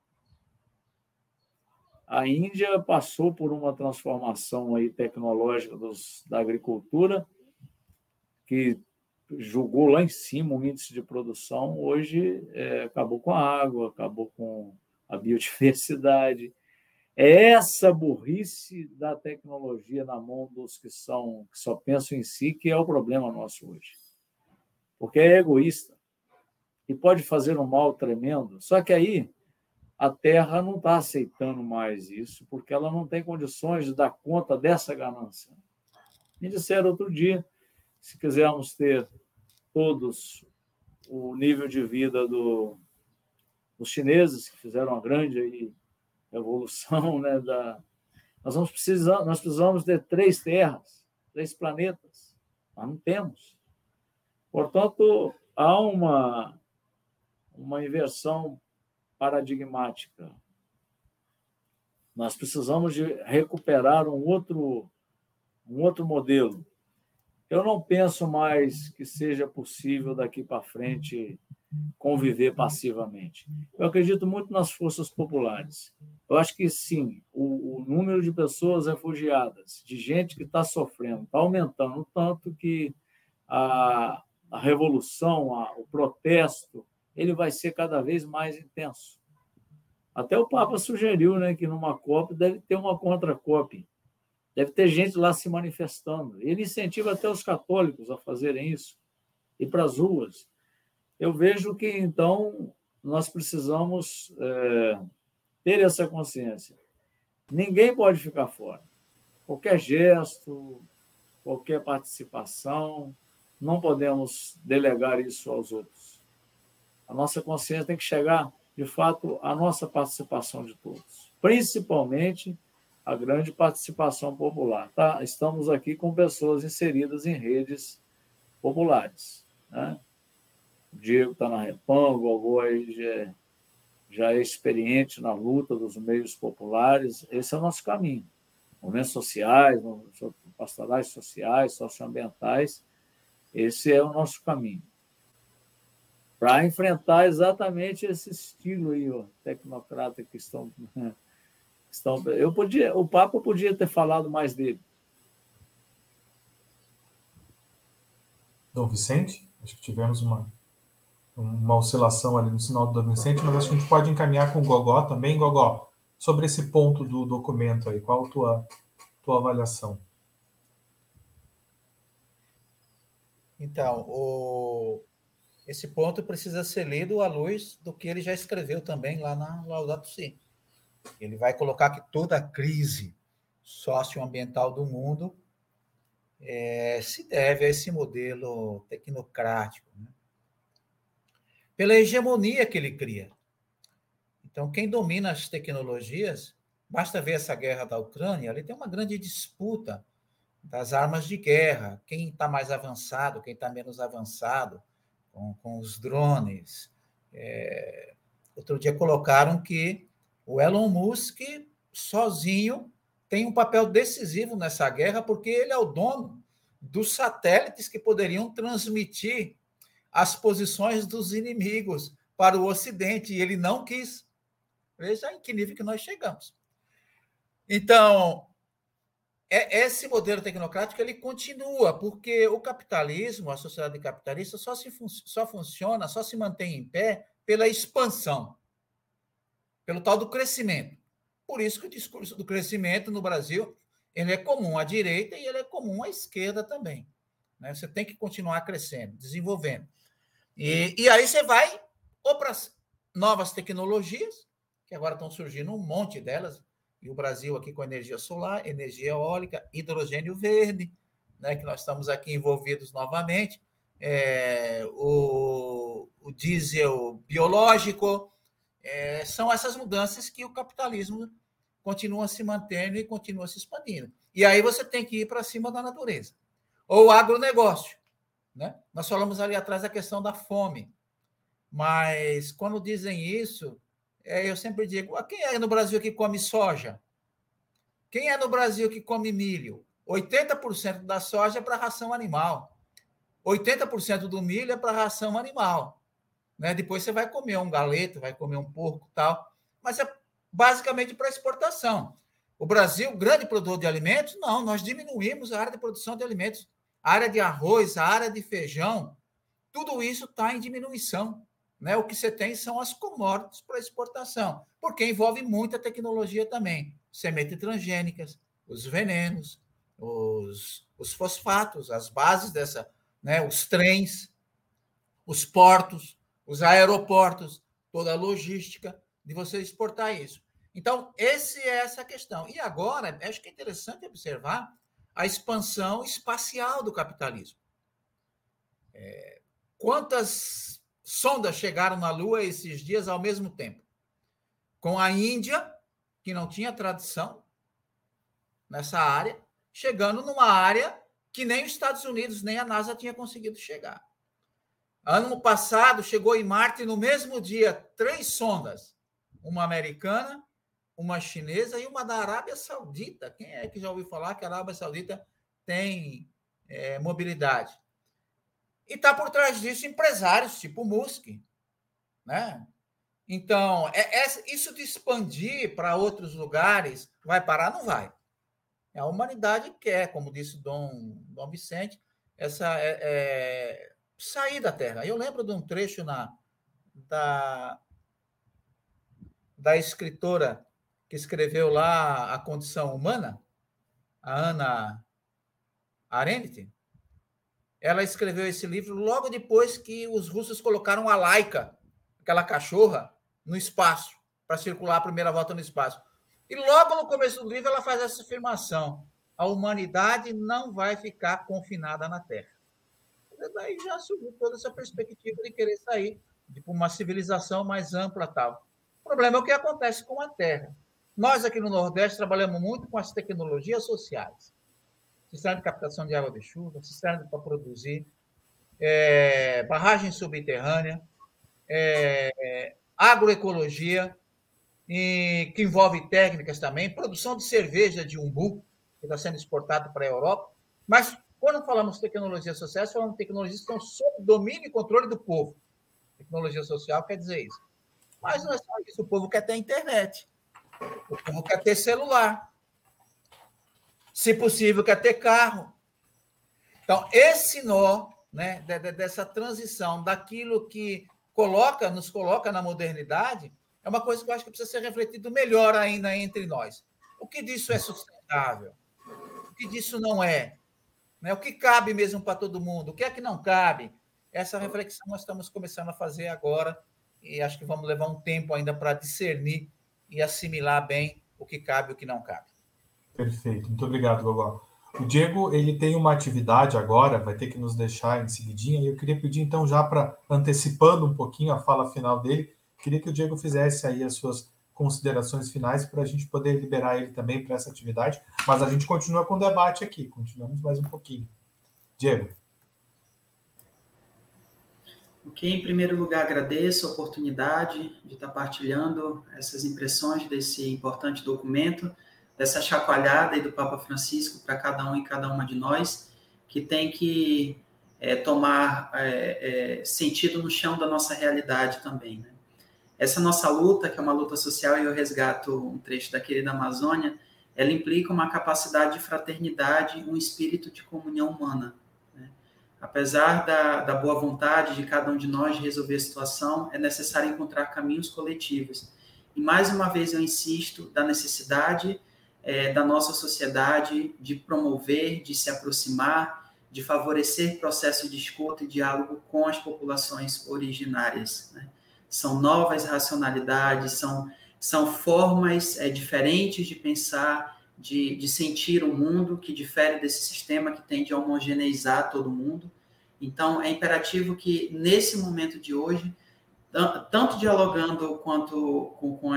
A Índia passou por uma transformação aí tecnológica da agricultura, que jogou lá em cima o índice de produção, hoje acabou com a água, acabou com a biodiversidade. É essa burrice da tecnologia na mão dos que só pensam em si que é o problema nosso hoje. Porque é egoísta e pode fazer um mal tremendo. Só que aí a Terra não está aceitando mais isso, porque ela não tem condições de dar conta dessa ganância. Me disseram outro dia, se quisermos ter todos o nível de vida dos chineses, que fizeram uma grande evolução, né, nós precisamos de 3 terras, 3 planetas. Nós não temos. Portanto, há uma inversão paradigmática. Nós precisamos de recuperar um outro modelo. Eu não penso mais que seja possível daqui para frente conviver passivamente. Eu acredito muito nas forças populares. Eu acho que sim, o número de pessoas refugiadas, de gente que está sofrendo, está aumentando, tanto que a revolução, o protesto, ele vai ser cada vez mais intenso. Até o Papa sugeriu, né, que numa COP deve ter uma contra-COP. Deve ter gente lá se manifestando. Ele incentiva até os católicos a fazerem isso, ir para as ruas. Eu vejo que, então, nós precisamos ter essa consciência. Ninguém pode ficar fora. Qualquer gesto, qualquer participação, não podemos delegar isso aos outros. A nossa consciência tem que chegar, de fato, à nossa participação de todos, principalmente a grande participação popular. Tá? Estamos aqui com pessoas inseridas em redes populares. Né? O Diego está na Repam, o Gogó já é experiente na luta dos meios populares. Esse é o nosso caminho. Movimentos sociais, pastorais sociais, socioambientais, esse é o nosso caminho. Para enfrentar exatamente esse estilo aí, tecnocrata que estão. O Papa podia ter falado mais dele. Dom Vicente, acho que tivemos uma oscilação ali no sinal do Dom Vicente, mas acho que a gente pode encaminhar com o Gogó também. Gogó, sobre esse ponto do documento aí, qual a tua avaliação? Então, esse ponto precisa ser lido à luz do que ele já escreveu também lá na Laudato Si. Ele vai colocar que toda a crise socioambiental do mundo se deve a esse modelo tecnocrático, né? Pela hegemonia que ele cria. Então, quem domina as tecnologias, basta ver essa guerra da Ucrânia, ali tem uma grande disputa das armas de guerra, quem está mais avançado, quem está menos avançado, com os drones, Outro dia colocaram que o Elon Musk, sozinho, tem um papel decisivo nessa guerra, porque ele é o dono dos satélites que poderiam transmitir as posições dos inimigos para o Ocidente, e ele não quis. Veja em que nível que nós chegamos. Então, esse modelo tecnocrático ele continua, porque o capitalismo, a sociedade capitalista, só funciona, só se mantém em pé pela expansão, pelo tal do crescimento. Por isso que o discurso do crescimento no Brasil ele é comum à direita e ele é comum à esquerda também. Né? Você tem que continuar crescendo, desenvolvendo. E aí você vai ou para novas tecnologias, que agora estão surgindo um monte delas, e o Brasil aqui com energia solar, energia eólica, hidrogênio verde, né, que nós estamos aqui envolvidos novamente, o diesel biológico, são essas mudanças que o capitalismo continua se mantendo e continua se expandindo. E aí você tem que ir para cima da natureza. Ou o agronegócio. Né? Nós falamos ali atrás da questão da fome, mas quando dizem isso, eu sempre digo, quem é no Brasil que come soja? Quem é no Brasil que come milho? 80% da soja é para ração animal. 80% do milho é para ração animal. Né? Depois você vai comer um galeto, vai comer um porco e tal, mas é basicamente para exportação. O Brasil, grande produtor de alimentos, não, nós diminuímos a área de produção de alimentos. A área de arroz, a área de feijão, tudo isso está em diminuição. Né? O que você tem são as commodities para exportação, porque envolve muita tecnologia também. Sementes transgênicas, os venenos, os fosfatos, as bases dessa, né? Os trens, os portos, os aeroportos, toda a logística de você exportar isso. Então, essa questão. E agora, acho que é interessante observar a expansão espacial do capitalismo. Quantas sondas chegaram na Lua esses dias ao mesmo tempo? Com a Índia, que não tinha tradição nessa área, chegando numa área que nem os Estados Unidos, nem a NASA tinha conseguido chegar. Ano passado, chegou em Marte, no mesmo dia, 3 sondas. Uma americana, uma chinesa e uma da Arábia Saudita. Quem é que já ouviu falar que a Arábia Saudita tem mobilidade? E está por trás disso empresários tipo Musk. Né? Então, isso de expandir para outros lugares, vai parar? Não vai. A humanidade quer, como disse Dom Vicente, sair da Terra. Eu lembro de um trecho da escritora que escreveu lá A Condição Humana, a Hannah Arendt. Ela escreveu esse livro logo depois que os russos colocaram a Laika, aquela cachorra, no espaço, para circular a primeira volta no espaço. E logo no começo do livro ela faz essa afirmação: a humanidade não vai ficar confinada na Terra. E daí já subiu toda essa perspectiva de querer sair de uma civilização mais ampla tal. O problema é o que acontece com a Terra. Nós aqui no Nordeste trabalhamos muito com as tecnologias sociais. Sistema de captação de água de chuva, sistema para produzir, barragem subterrânea, agroecologia, que envolve técnicas também, produção de cerveja de umbu, que está sendo exportado para a Europa. Mas, quando falamos de tecnologias sociais, falamos de tecnologias que estão sob domínio e controle do povo. Tecnologia social quer dizer isso. Mas não é só isso, o povo quer ter internet, o povo quer ter celular, se possível, quer ter carro. Então, esse nó, né, dessa transição daquilo que nos coloca na modernidade, é uma coisa que eu acho que precisa ser refletido melhor ainda entre nós. O que disso é sustentável? O que disso não é? Né? O que cabe mesmo para todo mundo? O que é que não cabe? Essa reflexão nós estamos começando a fazer agora e acho que vamos levar um tempo ainda para discernir e assimilar bem o que cabe e o que não cabe. Perfeito. Muito obrigado, Gogó. O Diego, ele tem uma atividade agora, vai ter que nos deixar em seguidinha, e eu queria pedir, então, já para, antecipando um pouquinho a fala final dele, queria que o Diego fizesse aí as suas considerações finais para a gente poder liberar ele também para essa atividade, mas a gente continua com o debate aqui, continuamos mais um pouquinho. Diego. Ok, em primeiro lugar, agradeço a oportunidade de estar partilhando essas impressões desse importante documento, dessa chacoalhada aí do Papa Francisco para cada um e cada uma de nós, que tem que tomar sentido no chão da nossa realidade também, né? Essa nossa luta, que é uma luta social, e eu resgato um trecho da querida Amazônia, ela implica uma capacidade de fraternidade, um espírito de comunhão humana. Apesar da boa vontade de cada um de nós de resolver a situação, é necessário encontrar caminhos coletivos. E, mais uma vez, eu insisto da necessidade da nossa sociedade de promover, de se aproximar, de favorecer processo de escuta e diálogo com as populações originárias, né? São novas racionalidades, são formas diferentes de pensar, de sentir o mundo, que difere desse sistema que tende a homogeneizar todo mundo. Então, é imperativo que, nesse momento de hoje, tanto dialogando quanto com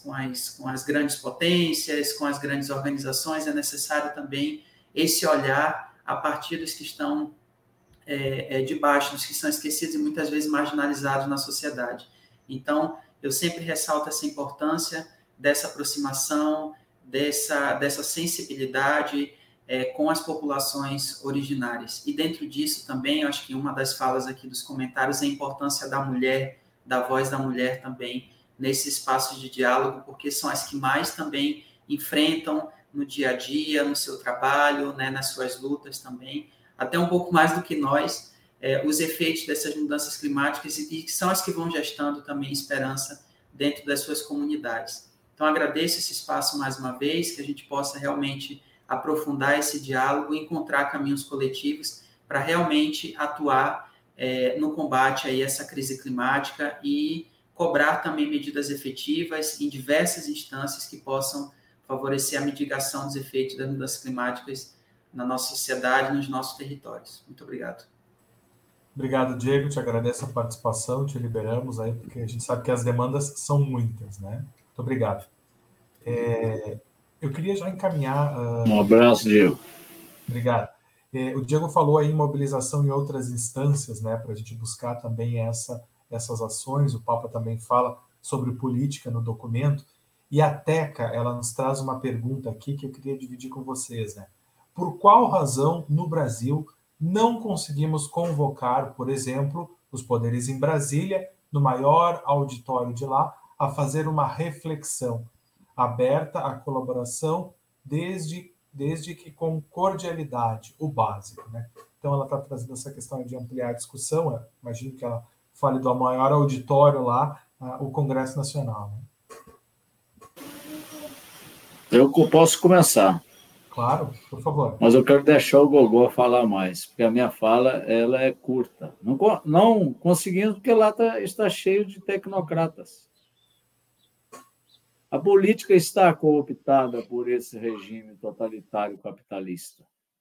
as grandes potências, com as grandes organizações, é necessário também esse olhar a partir dos que estão de baixo, dos que são esquecidos e muitas vezes marginalizados na sociedade. Então, eu sempre ressalto essa importância dessa aproximação, dessa sensibilidade com as populações originárias. E dentro disso também, eu acho que uma das falas aqui dos comentários é a importância da mulher, da voz da mulher também, nesse espaço de diálogo, porque são as que mais também enfrentam no dia a dia, no seu trabalho, né, nas suas lutas também, até um pouco mais do que nós, os efeitos dessas mudanças climáticas e que são as que vão gestando também esperança dentro das suas comunidades. Então, agradeço esse espaço mais uma vez, que a gente possa realmente aprofundar esse diálogo e encontrar caminhos coletivos para realmente atuar no combate a essa crise climática e cobrar também medidas efetivas em diversas instâncias que possam favorecer a mitigação dos efeitos das mudanças climáticas na nossa sociedade, nos nossos territórios. Muito obrigado. Obrigado, Diego. Te agradeço a participação, te liberamos aí, porque a gente sabe que as demandas são muitas, né? Muito obrigado. Eu queria já encaminhar... Um abraço, Diego. Obrigado. O Diego falou aí em mobilização em outras instâncias, né, para a gente buscar também essas ações. O Papa também fala sobre política no documento. E a Teca, ela nos traz uma pergunta aqui que eu queria dividir com vocês, né? Por qual razão, no Brasil, não conseguimos convocar, por exemplo, os poderes em Brasília, no maior auditório de lá, a fazer uma reflexão aberta à colaboração, desde que com cordialidade, o básico, né? Então, ela está trazendo essa questão de ampliar a discussão. Eu imagino que ela fale do maior auditório lá, o Congresso Nacional, né? Eu posso começar. Claro, por favor. Mas eu quero deixar o Gogó falar mais, porque a minha fala ela é curta. Não conseguindo, porque lá está cheio de tecnocratas. A política está cooptada por esse regime totalitário capitalista.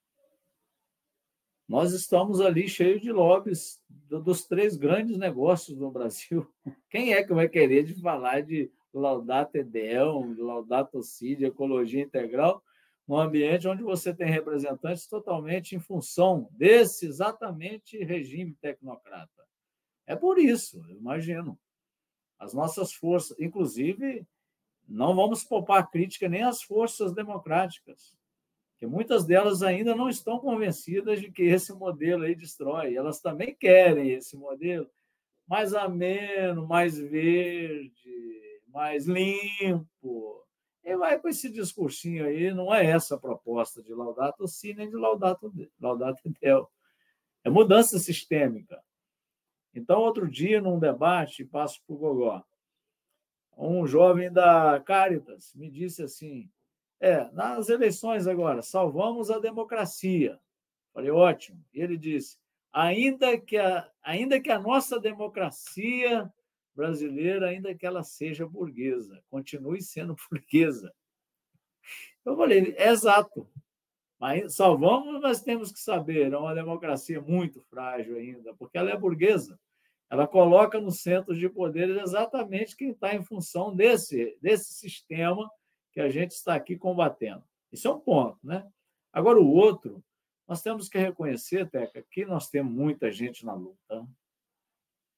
Nós estamos ali cheios de lobbies dos 3 grandes negócios no Brasil. Quem é que vai querer de falar de Laudato Deum, de Laudato Si, de ecologia integral, num ambiente onde você tem representantes totalmente em função desse exatamente regime tecnocrata? É por isso, eu imagino. As nossas forças, inclusive, não vamos poupar crítica nem às forças democráticas, que muitas delas ainda não estão convencidas de que esse modelo aí destrói. Elas também querem esse modelo mais ameno, mais verde, mais limpo. E vai com esse discursinho aí, não é essa a proposta de Laudato Si nem de Laudato Deum. É mudança sistêmica. Então, outro dia, num debate, passo para o Gogó, um jovem da Caritas me disse assim, nas eleições agora, salvamos a democracia. Falei, ótimo. E ele disse, ainda que a nossa democracia brasileira, ainda que ela seja burguesa, continue sendo burguesa. Eu falei, exato. Mas salvamos, mas temos que saber, é uma democracia muito frágil ainda, porque ela é burguesa. Ela coloca no centro de poder exatamente quem está em função desse sistema que a gente está aqui combatendo. Isso é um ponto, né? Agora, o outro, nós temos que reconhecer, Teca, que nós temos muita gente na luta.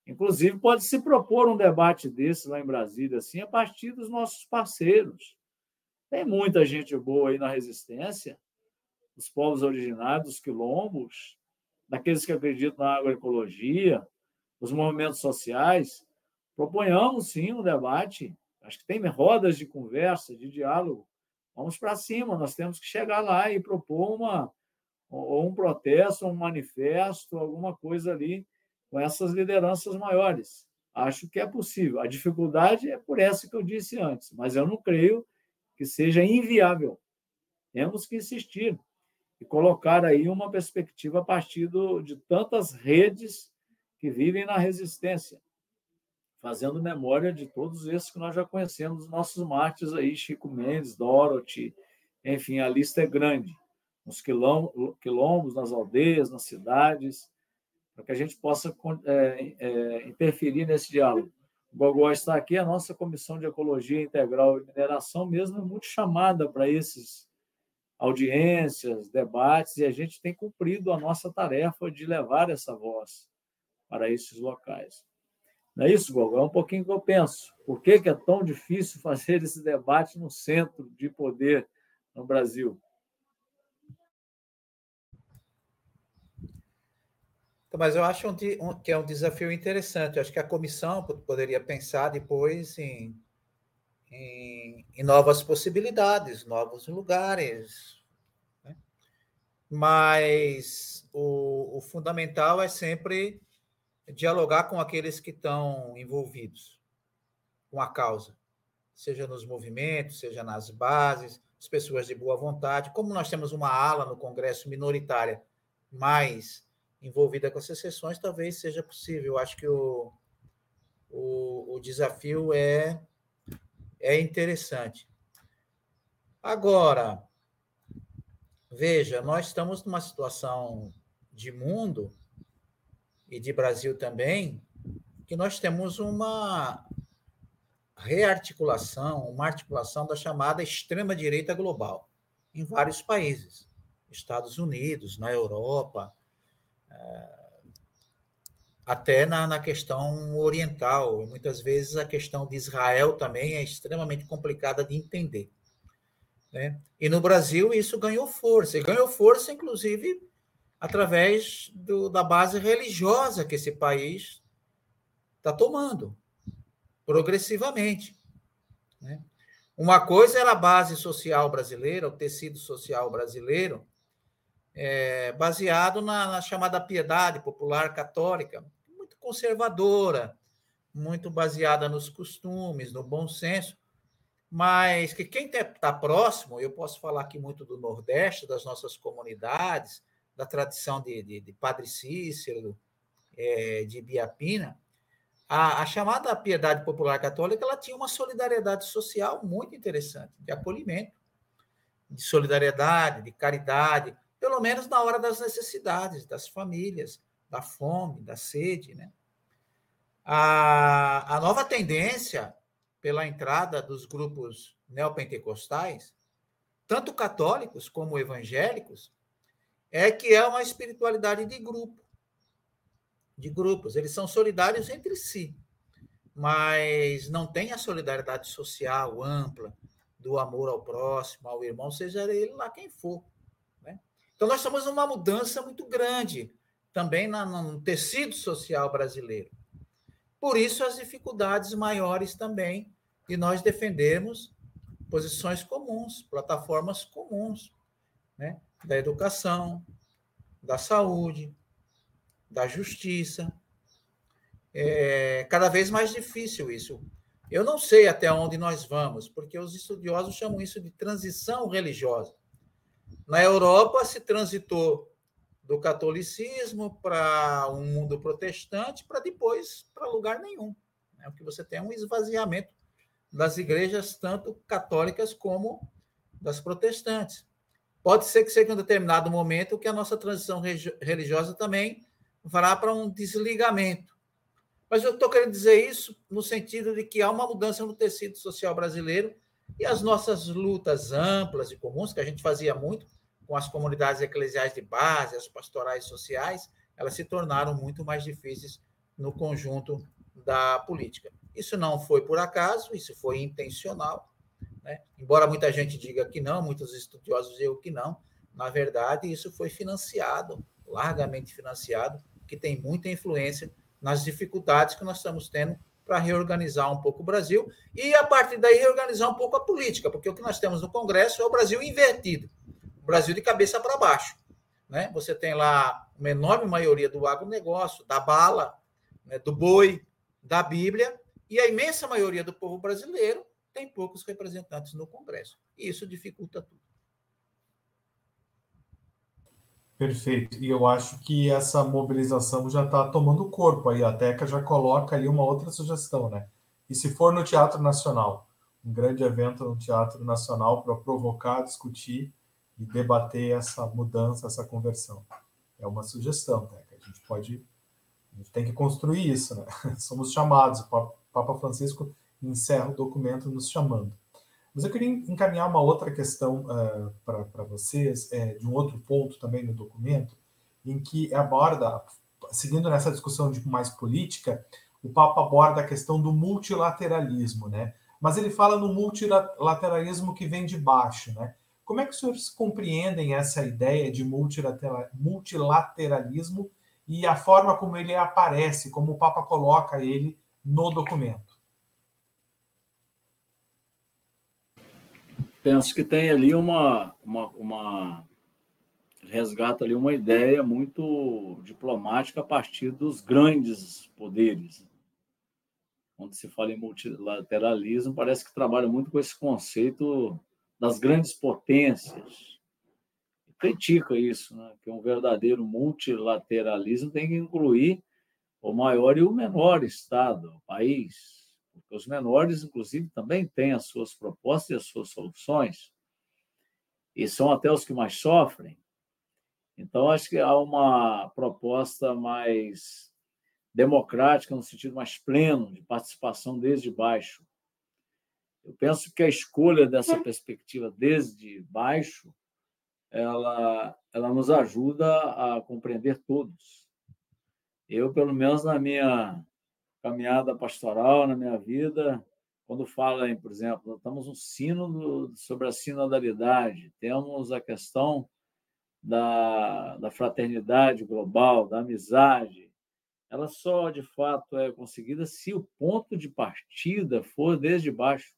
Inclusive, pode-se propor um debate desse lá em Brasília, assim, a partir dos nossos parceiros. Tem muita gente boa aí na resistência, dos povos originários, dos quilombos, daqueles que acreditam na agroecologia, dos movimentos sociais. Proponhamos, sim, um debate. Acho que tem rodas de conversa, de diálogo. Vamos para cima, nós temos que chegar lá e propor um protesto, um manifesto, alguma coisa ali com essas lideranças maiores. Acho que é possível. A dificuldade é por essa que eu disse antes, mas eu não creio que seja inviável. Temos que insistir e colocar aí uma perspectiva a partir de tantas redes que vivem na resistência, fazendo memória de todos esses que nós já conhecemos, os nossos mártires aí, Chico Mendes, Dorothy, enfim, a lista é grande. Nos quilombos, nas aldeias, nas cidades, para que a gente possa interferir nesse diálogo. O Gogó está aqui, a nossa Comissão de Ecologia Integral e Mineração mesmo é muito chamada para esses audiências, debates, e a gente tem cumprido a nossa tarefa de levar essa voz para esses locais. Não é isso, Gogó? É um pouquinho que eu penso. Por que é tão difícil fazer esse debate no centro de poder no Brasil? Mas eu acho que é um desafio interessante. Eu acho que a comissão poderia pensar depois em novas possibilidades, novos lugares. Né? Mas o fundamental é sempre dialogar com aqueles que estão envolvidos com a causa, seja nos movimentos, seja nas bases, as pessoas de boa vontade. Como nós temos uma ala no Congresso minoritária mais envolvida com essas sessões, talvez seja possível. Eu acho que o desafio é interessante. Agora, veja, nós estamos numa situação de mundo e de Brasil também, que nós temos uma rearticulação, uma articulação da chamada extrema-direita global, em vários países, Estados Unidos, na Europa, até na questão oriental. Muitas vezes a questão de Israel também é extremamente complicada de entender. Né? E no Brasil isso ganhou força, inclusive através da base religiosa que esse país está tomando, progressivamente. Né? Uma coisa era a base social brasileira, o tecido social brasileiro, baseado na chamada piedade popular católica, muito conservadora, muito baseada nos costumes, no bom senso, mas que quem está próximo, eu posso falar aqui muito do Nordeste, das nossas comunidades, da tradição de Padre Cícero, de Ibiapina, a chamada piedade popular católica, ela tinha uma solidariedade social muito interessante, de acolhimento, de solidariedade, de caridade, pelo menos na hora das necessidades, das famílias, da fome, da sede. Né? A nova tendência pela entrada dos grupos neopentecostais, tanto católicos como evangélicos, é que é uma espiritualidade de grupos. Eles são solidários entre si, mas não tem a solidariedade social ampla do amor ao próximo, ao irmão, seja ele lá quem for. Né? Então, nós temos uma mudança muito grande também no tecido social brasileiro. Por isso, as dificuldades maiores também de nós defendermos posições comuns, plataformas comuns, né? Da educação, da saúde, da justiça. É cada vez mais difícil isso. Eu não sei até onde nós vamos, porque os estudiosos chamam isso de transição religiosa. Na Europa, se transitou do catolicismo para um mundo protestante, para depois para lugar nenhum, né? Porque você tem um esvaziamento das igrejas, tanto católicas como das protestantes. Pode ser que seja em um determinado momento que a nossa transição religiosa também vá para um desligamento. Mas eu estou querendo dizer isso no sentido de que há uma mudança no tecido social brasileiro e as nossas lutas amplas e comuns, que a gente fazia muito com as comunidades eclesiais de base, as pastorais sociais, elas se tornaram muito mais difíceis no conjunto da política. Isso não foi por acaso, isso foi intencional, né? Embora muita gente diga que não, muitos estudiosos digam que não, na verdade, isso foi financiado, largamente financiado, que tem muita influência nas dificuldades que nós estamos tendo para reorganizar um pouco o Brasil e, a partir daí, reorganizar um pouco a política, porque o que nós temos no Congresso é o Brasil invertido, o Brasil de cabeça para baixo, né? Você tem lá uma enorme maioria do agronegócio, da bala, né, do boi, da Bíblia, e a imensa maioria do povo brasileiro tem poucos representantes no Congresso. E isso dificulta tudo. Perfeito. E eu acho que essa mobilização já está tomando corpo aí. A Teca já coloca ali uma outra sugestão, né? E se for no Teatro Nacional, um grande evento no Teatro Nacional para provocar, discutir e debater essa mudança, essa conversão. É uma sugestão, Teca. A gente tem que construir isso, né? Somos chamados. O Papa Francisco encerra o documento nos chamando. Mas eu queria encaminhar uma outra questão para vocês, de um outro ponto também no documento, em que aborda, seguindo nessa discussão de mais política, o Papa aborda a questão do multilateralismo, né? Mas ele fala no multilateralismo que vem de baixo, né? Como é que os senhores compreendem essa ideia de multilateralismo e a forma como ele aparece, como o Papa coloca ele no documento? Penso que tem ali resgata ali uma ideia muito diplomática a partir dos grandes poderes. Quando se fala em multilateralismo, parece que trabalha muito com esse conceito das grandes potências. Critica isso, né? Que um verdadeiro multilateralismo tem que incluir o maior e o menor Estado, o país. Porque os menores, inclusive, também têm as suas propostas e as suas soluções, e são até os que mais sofrem. Então, acho que há uma proposta mais democrática, no sentido mais pleno, de participação desde baixo. Eu penso que a escolha dessa perspectiva desde baixo, ela nos ajuda a compreender todos. Eu, pelo menos na minha caminhada pastoral, na minha vida, quando fala, por exemplo, estamos um sínodo sobre a sinodalidade, temos a questão da fraternidade global, da amizade, ela só, de fato, é conseguida se o ponto de partida for desde baixo.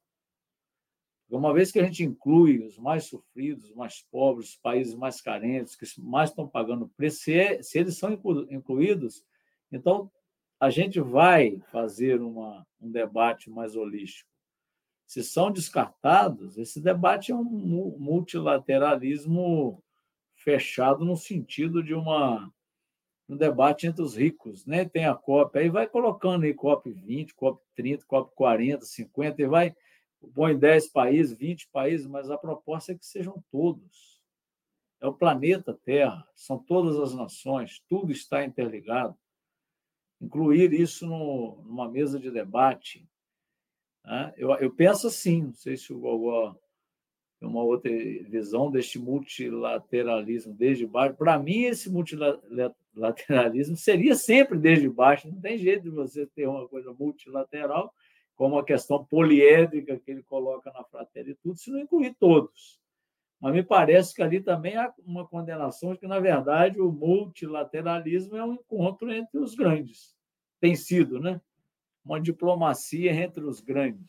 Uma vez que a gente inclui os mais sofridos, os mais pobres, os países mais carentes, que mais estão pagando preço, se eles são incluídos, então a gente vai fazer um debate mais holístico. Se são descartados, esse debate é um multilateralismo fechado no sentido de um debate entre os ricos, né? Tem a COP, aí vai colocando aí COP 20, COP 30, COP 40, 50, e vai põe 10 países, 20 países, mas a proposta é que sejam todos. É o planeta Terra, são todas as nações, tudo está interligado. Incluir isso numa mesa de debate, né? Eu penso assim, não sei se o Gogó tem uma outra visão deste multilateralismo desde baixo. Para mim, esse multilateralismo seria sempre desde baixo. Não tem jeito de você ter uma coisa multilateral, como a questão poliédrica que ele coloca na fraternidade, se não incluir todos. Mas me parece que ali também há uma condenação de que, na verdade, o multilateralismo é um encontro entre os grandes. Tem sido, né? Uma diplomacia entre os grandes.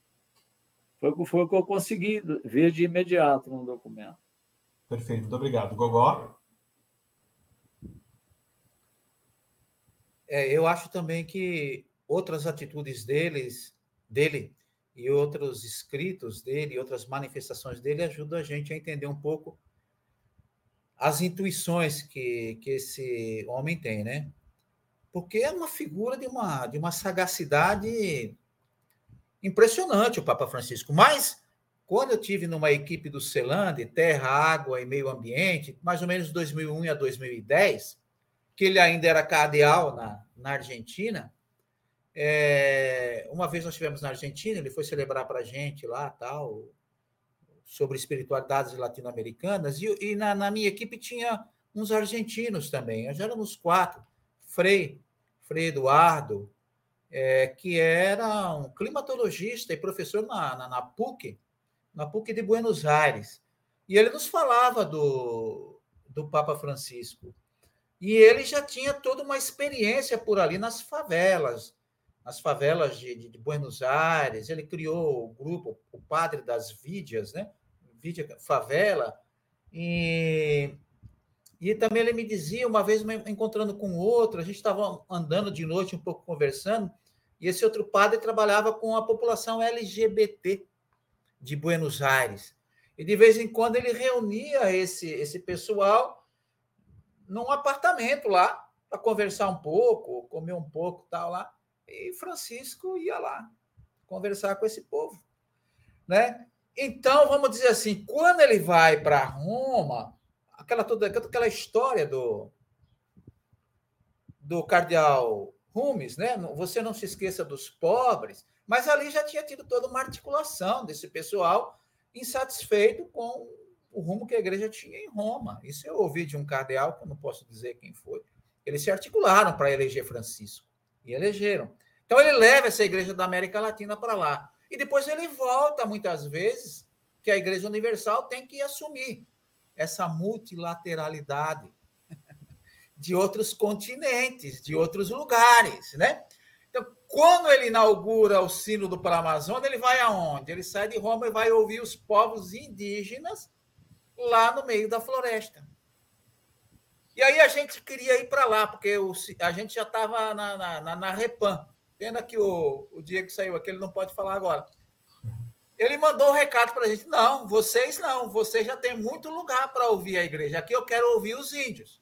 Foi o que eu consegui ver de imediato no documento. Perfeito, muito obrigado. Gogó? Eu acho também que outras atitudes dele e outros escritos dele, outras manifestações dele ajudam a gente a entender um pouco as intuições que esse homem tem, né? Porque é uma figura de uma sagacidade impressionante, o Papa Francisco. Mas, quando eu tive numa equipe do CELAN, de Terra, Água e Meio Ambiente, mais ou menos de 2001 a 2010, que ele ainda era cardeal na Argentina, uma vez nós estivemos na Argentina, ele foi celebrar para a gente lá, tal, sobre espiritualidades latino-americanas, e na minha equipe tinha uns argentinos também, nós éramos 4, Frei Frei Eduardo, que era um climatologista e professor na PUC de Buenos Aires. E ele nos falava do Papa Francisco. E ele já tinha toda uma experiência por ali nas favelas de Buenos Aires. Ele criou o grupo, o Padre das Vídeas, né? Vídea Favela. E também ele me dizia, uma vez encontrando com outro, a gente estava andando de noite um pouco conversando, e esse outro padre trabalhava com a população LGBT de Buenos Aires. E de vez em quando ele reunia esse pessoal num apartamento lá, para conversar um pouco, comer um pouco, tal lá. E Francisco ia lá conversar com esse povo, né? Então, vamos dizer assim, quando ele vai para Roma, toda aquela história do cardeal Rumes, né? Você não se esqueça dos pobres, mas ali já tinha tido toda uma articulação desse pessoal insatisfeito com o rumo que a igreja tinha em Roma. Isso eu ouvi de um cardeal, que eu não posso dizer quem foi. Eles se articularam para eleger Francisco, e elegeram. Então, ele leva essa igreja da América Latina para lá. E depois ele volta, muitas vezes, que a Igreja Universal tem que assumir essa multilateralidade de outros continentes, de outros lugares, né? Então, quando ele inaugura o Sínodo para a Amazônia, ele vai aonde? Ele sai de Roma e vai ouvir os povos indígenas lá no meio da floresta. E aí a gente queria ir para lá, porque a gente já estava na Repan. Pena que o Diego saiu aqui, ele não pode falar agora. Ele mandou um recado para a gente. Não, vocês já têm muito lugar para ouvir a igreja. Aqui eu quero ouvir os índios.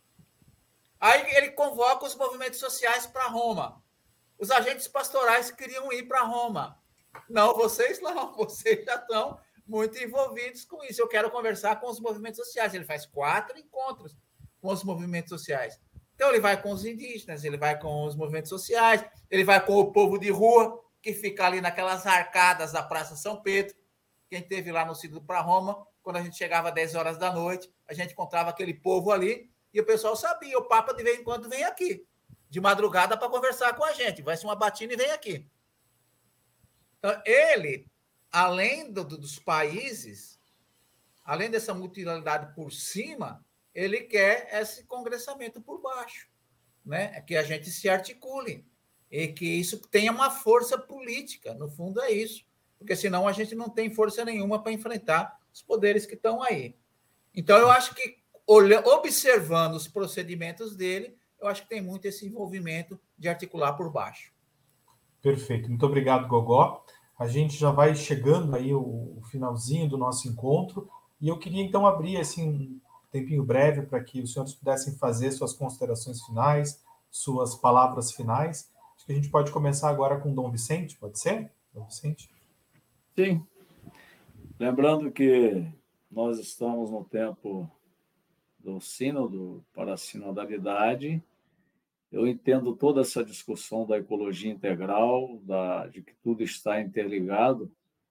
Aí ele convoca os movimentos sociais para Roma. Os agentes pastorais queriam ir para Roma. Não, vocês já estão muito envolvidos com isso. Eu quero conversar com os movimentos sociais. Ele faz 4 encontros com os movimentos sociais. Então, ele vai com os indígenas, ele vai com os movimentos sociais, ele vai com o povo de rua, que fica ali naquelas arcadas da Praça São Pedro. Quem esteve lá no Sínodo para Roma, quando a gente chegava às 10 horas da noite, a gente encontrava aquele povo ali, e o pessoal sabia, o Papa de vez em quando vem aqui, de madrugada, para conversar com a gente. Vai ser uma batina e vem aqui. Então, ele, além dos países, além dessa multilateralidade por cima, ele quer esse congressamento por baixo, né? Que a gente se articule e que isso tenha uma força política. No fundo, é isso. Porque senão a gente não tem força nenhuma para enfrentar os poderes que estão aí. Então, eu acho que, observando os procedimentos dele, eu acho que tem muito esse envolvimento de articular por baixo. Perfeito. Muito obrigado, Gogó. A gente já vai chegando aí o finalzinho do nosso encontro e eu queria, então, abrir assim, um tempinho breve para que os senhores pudessem fazer suas considerações finais, suas palavras finais. Acho que a gente pode começar agora com Dom Vicente, pode ser? Dom Vicente? Sim. Lembrando que nós estamos no tempo do Sínodo para a Sinodalidade. Eu entendo toda essa discussão da ecologia integral, de que tudo está interligado.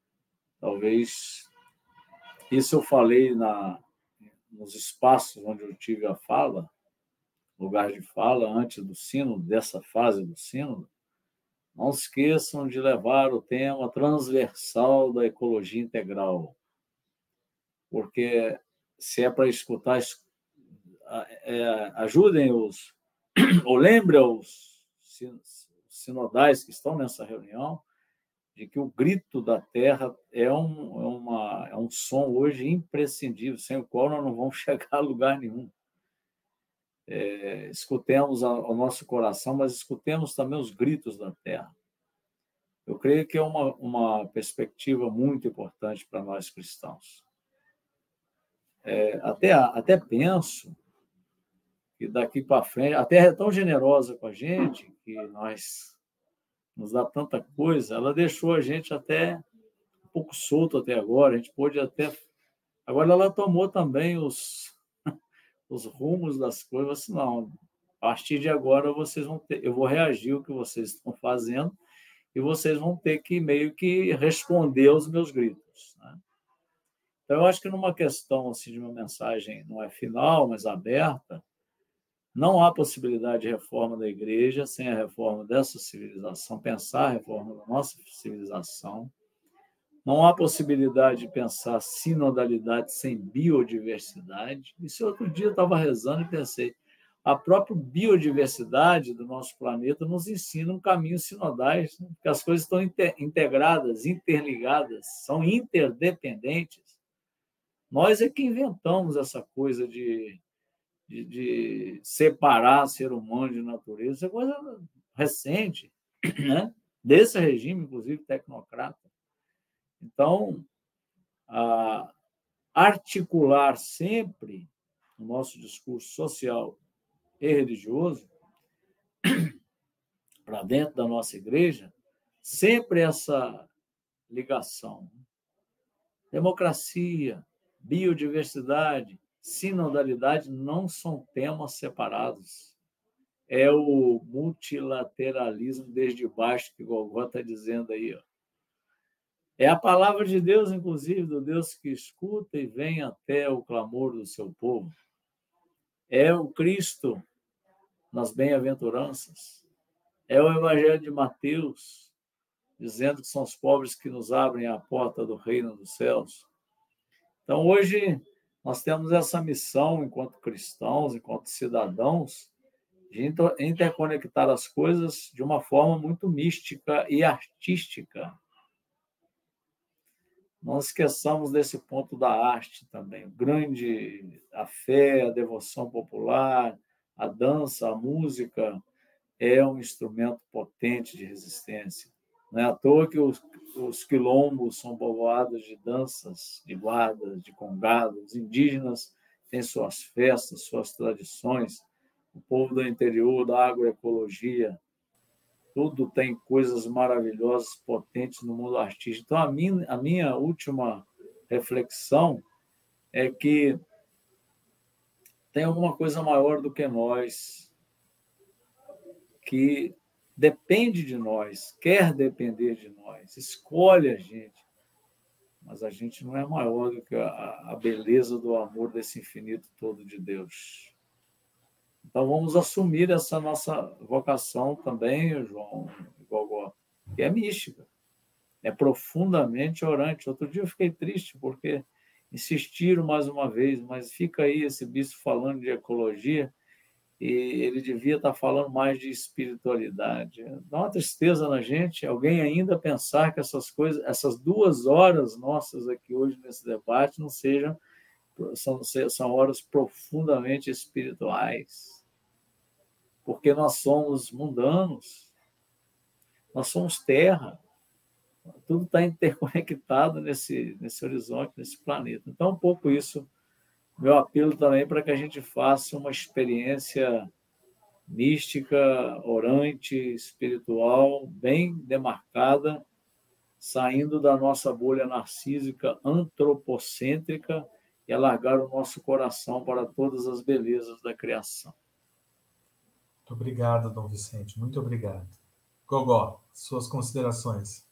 Talvez isso eu falei nos espaços onde eu tive a fala, lugar de fala antes do Sínodo, dessa fase do Sínodo. Não se esqueçam de levar o tema transversal da ecologia integral, porque se é para escutar, ajudem ou lembrem os sinodais que estão nessa reunião de que o grito da terra é um som hoje imprescindível, sem o qual nós não vamos chegar a lugar nenhum. Escutemos ao nosso coração, mas escutemos também os gritos da terra. Eu creio que é uma perspectiva muito importante para nós cristãos. Até penso que daqui para frente, a terra é tão generosa com a gente que nos dá tanta coisa, ela deixou a gente até um pouco solto até agora, a gente pôde até... Agora ela tomou também os rumos das coisas, não, a partir de agora vocês vão ter, eu vou reagir ao que vocês estão fazendo e vocês vão ter que meio que responder aos meus gritos, né? Então, eu acho que numa questão assim, de uma mensagem, não é final, mas aberta, Não há possibilidade de reforma da igreja sem a reforma dessa civilização, pensar a reforma da nossa civilização. Não há possibilidade de pensar sinodalidade sem biodiversidade. Isso outro dia eu estava rezando e pensei, a própria biodiversidade do nosso planeta nos ensina um caminho sinodais, né? Porque as coisas estão integradas, interligadas, são interdependentes. Nós é que inventamos essa coisa de separar ser humano de natureza, isso é coisa recente, né? Desse regime, inclusive, tecnocrata. Então, articular sempre o nosso discurso social e religioso para dentro da nossa igreja, sempre essa ligação. Democracia, biodiversidade, sinodalidade não são temas separados. É o multilateralismo desde baixo que o Gogó está dizendo aí. Ó. É a palavra de Deus, inclusive, do Deus que escuta e vem até o clamor do seu povo. É o Cristo nas bem-aventuranças. É o Evangelho de Mateus, dizendo que são os pobres que nos abrem a porta do reino dos céus. Então, hoje, nós temos essa missão, enquanto cristãos, enquanto cidadãos, de interconectar as coisas de uma forma muito mística e artística. Não esqueçamos desse ponto da arte também. A fé, a devoção popular, a dança, a música é um instrumento potente de resistência. Não é à toa que os quilombos são povoados de danças, de guardas, de congados. Os indígenas têm suas festas, suas tradições. O povo do interior, da agroecologia, tudo tem coisas maravilhosas, potentes no mundo artístico. Então, a minha última reflexão é que tem alguma coisa maior do que nós, que depende de nós, quer depender de nós, escolhe a gente, mas a gente não é maior do que a beleza do amor desse infinito todo de Deus. Então, vamos assumir essa nossa vocação também, João e Gogó, que é mística, é profundamente orante. Outro dia eu fiquei triste porque insistiram mais uma vez, mas fica aí esse bispo falando de ecologia e ele devia estar falando mais de espiritualidade. Dá uma tristeza na gente alguém ainda pensar que essas coisas, essas 2 horas nossas aqui hoje nesse debate não são horas profundamente espirituais, porque nós somos mundanos, nós somos terra, tudo está interconectado nesse horizonte, nesse planeta. Então, um pouco isso, meu apelo também para que a gente faça uma experiência mística, orante, espiritual, bem demarcada, saindo da nossa bolha narcísica, antropocêntrica, e alargar o nosso coração para todas as belezas da criação. Muito obrigado, Dom Vicente. Muito obrigado. Gogó, suas considerações.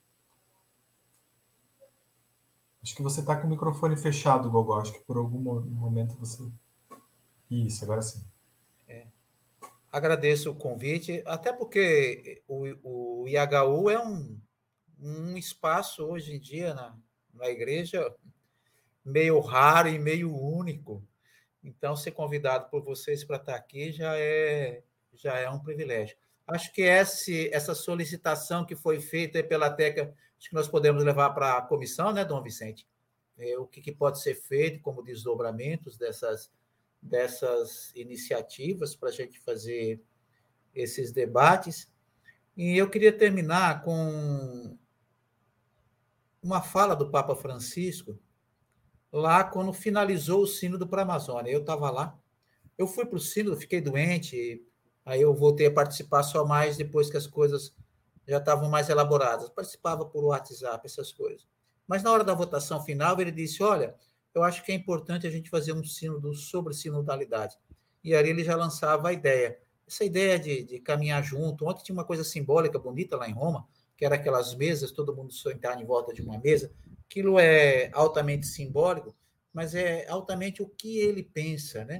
Acho que você está com o microfone fechado, Gogó. Acho que por algum momento você... Isso, agora sim. Agradeço o convite, até porque o IHU é um espaço hoje em dia na igreja meio raro e meio único. Então, ser convidado por vocês para estar aqui já é um privilégio. Acho que essa solicitação que foi feita pela TECA, acho que nós podemos levar para a comissão, né, Dom Vicente? O que pode ser feito como desdobramentos dessas iniciativas para a gente fazer esses debates. E eu queria terminar com uma fala do Papa Francisco, lá quando finalizou o Sínodo para a Amazônia. Eu estava lá, eu fui para o Sínodo, fiquei doente, aí eu voltei a participar só mais depois que as coisas já estavam mais elaboradas. Participava por WhatsApp, essas coisas. Mas na hora da votação final, ele disse, olha, eu acho que é importante a gente fazer um sínodo sobre sinodalidade. E aí ele já lançava a ideia. Essa ideia de caminhar junto. Ontem tinha uma coisa simbólica, bonita lá em Roma, que era aquelas mesas, todo mundo sentar em volta de uma mesa. Aquilo é altamente simbólico, mas é altamente o que ele pensa, né?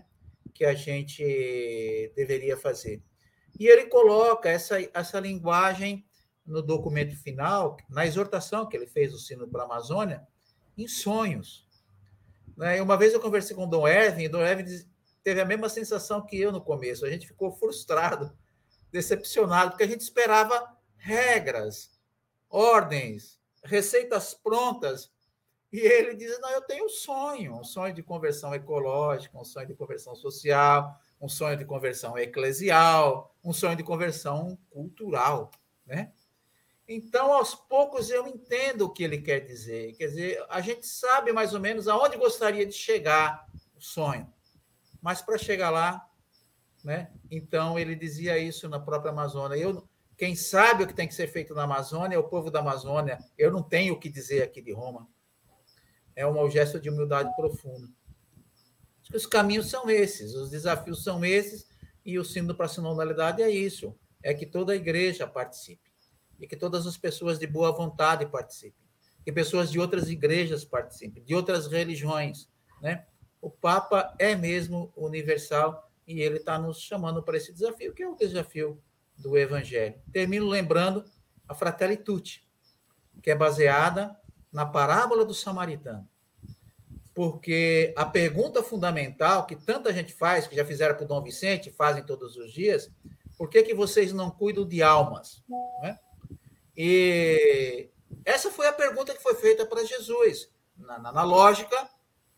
que a gente deveria fazer. E ele coloca essa linguagem no documento final, na exortação que ele fez do Sínodo para a Amazônia, em sonhos. Né? Uma vez eu conversei com o Dom Erwin, e o Dom Erwin teve a mesma sensação que eu no começo. A gente ficou frustrado, decepcionado, porque a gente esperava regras, ordens, receitas prontas. E ele diz, não, eu tenho um sonho de conversão ecológica, um sonho de conversão social, um sonho de conversão eclesial, um sonho de conversão cultural, né? Então, aos poucos, eu entendo o que ele quer dizer. Quer dizer, a gente sabe mais ou menos aonde gostaria de chegar o sonho. Mas, para chegar lá, né? Então, ele dizia isso na própria Amazônia. Quem sabe o que tem que ser feito na Amazônia é o povo da Amazônia. Eu não tenho o que dizer aqui de Roma. É um gesto de humildade profunda. Acho que os caminhos são esses, os desafios são esses, e o Sínodo para a Sinodalidade é isso, é que toda a igreja participe, e que todas as pessoas de boa vontade participem, que pessoas de outras igrejas participem, de outras religiões, né? O Papa é mesmo universal, e ele está nos chamando para esse desafio, que é o desafio do Evangelho. Termino lembrando a Fratelli Tutti, que é baseada na parábola do samaritano. Porque a pergunta fundamental que tanta gente faz, que já fizeram para o Dom Vicente, fazem todos os dias, por que vocês não cuidam de almas? Né? E essa foi a pergunta que foi feita para Jesus, na lógica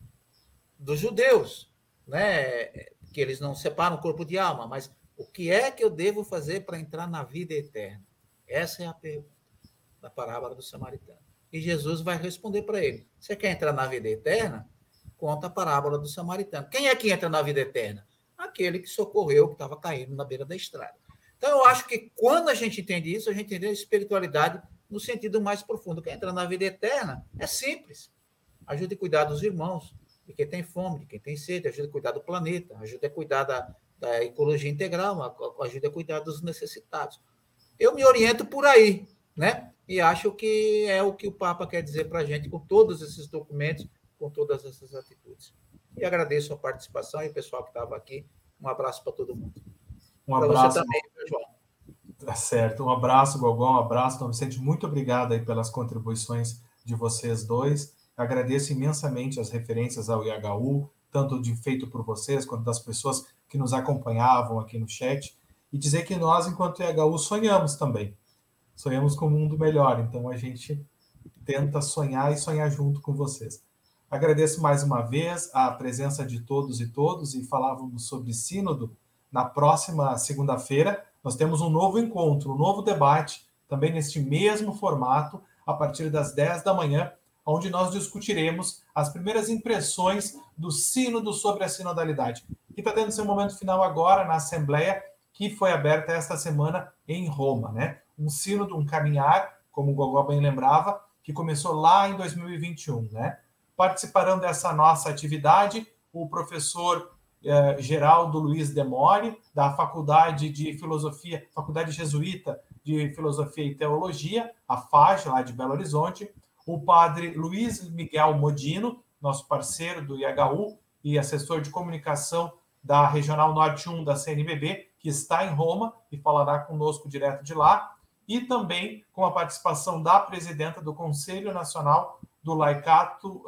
dos judeus, né? Que eles não separam o corpo de alma, mas o que é que eu devo fazer para entrar na vida eterna? Essa é a pergunta da parábola do samaritano. E Jesus vai responder para ele. Você quer entrar na vida eterna? Conta a parábola do samaritano. Quem é que entra na vida eterna? Aquele que socorreu, que estava caindo na beira da estrada. Então, eu acho que quando a gente entende isso, a gente entende a espiritualidade no sentido mais profundo. Quem entra na vida eterna é simples. Ajude a cuidar dos irmãos, de quem tem fome, de quem tem sede, ajude a cuidar do planeta, ajude a cuidar da ecologia integral, ajude a cuidar dos necessitados. Eu me oriento por aí, né? E acho que é o que o Papa quer dizer para a gente com todos esses documentos, com todas essas atitudes. E agradeço a participação e o pessoal que estava aqui. Um abraço para todo mundo. Um abraço. Para você também, João. Tá certo. Um abraço, Gogó, um abraço, Dom Vicente. Muito obrigado aí pelas contribuições de vocês dois. Agradeço imensamente as referências ao IHU, tanto de feito por vocês, quanto das pessoas que nos acompanhavam aqui no chat. E dizer que nós, enquanto IHU, sonhamos também. Sonhamos com um mundo melhor, então a gente tenta sonhar e sonhar junto com vocês. Agradeço mais uma vez a presença de todos e falávamos sobre sínodo. Na próxima segunda-feira, nós temos um novo encontro, um novo debate, também neste mesmo formato, a partir das 10 da manhã, onde nós discutiremos as primeiras impressões do sínodo sobre a sinodalidade, que está tendo seu momento final agora na Assembleia, que foi aberta esta semana em Roma, né? Um sínodo, um caminhar, como o Gogó bem lembrava, que começou lá em 2021, né? Participarão dessa nossa atividade o professor Geraldo Luiz Demore, da Faculdade de Filosofia, Faculdade Jesuíta de Filosofia e Teologia, a FAG, lá de Belo Horizonte, o padre Luiz Miguel Modino, nosso parceiro do IHU e assessor de comunicação da Regional Norte 1 da CNBB, que está em Roma e falará conosco direto de lá, e também com a participação da presidenta do Conselho Nacional do Laicato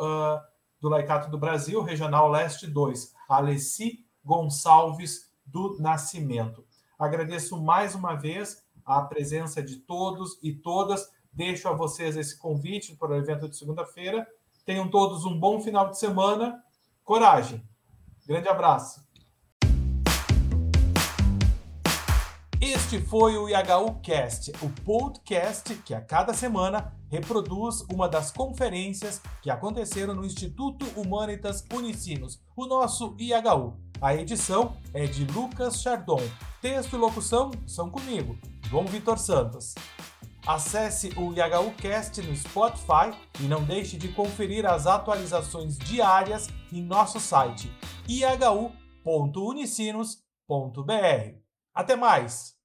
do Brasil, Regional Leste 2, Alessi Gonçalves do Nascimento. Agradeço mais uma vez a presença de todos e todas. Deixo a vocês esse convite para o evento de segunda-feira. Tenham todos um bom final de semana. Coragem. Grande abraço. Este foi o IHU Cast, o podcast que a cada semana reproduz uma das conferências que aconteceram no Instituto Humanitas Unicinos, o nosso IHU. A edição é de Lucas Chardon. Texto e locução são comigo, João Vitor Santos. Acesse o IHU Cast no Spotify e não deixe de conferir as atualizações diárias em nosso site ihu.unicinos.br. Até mais!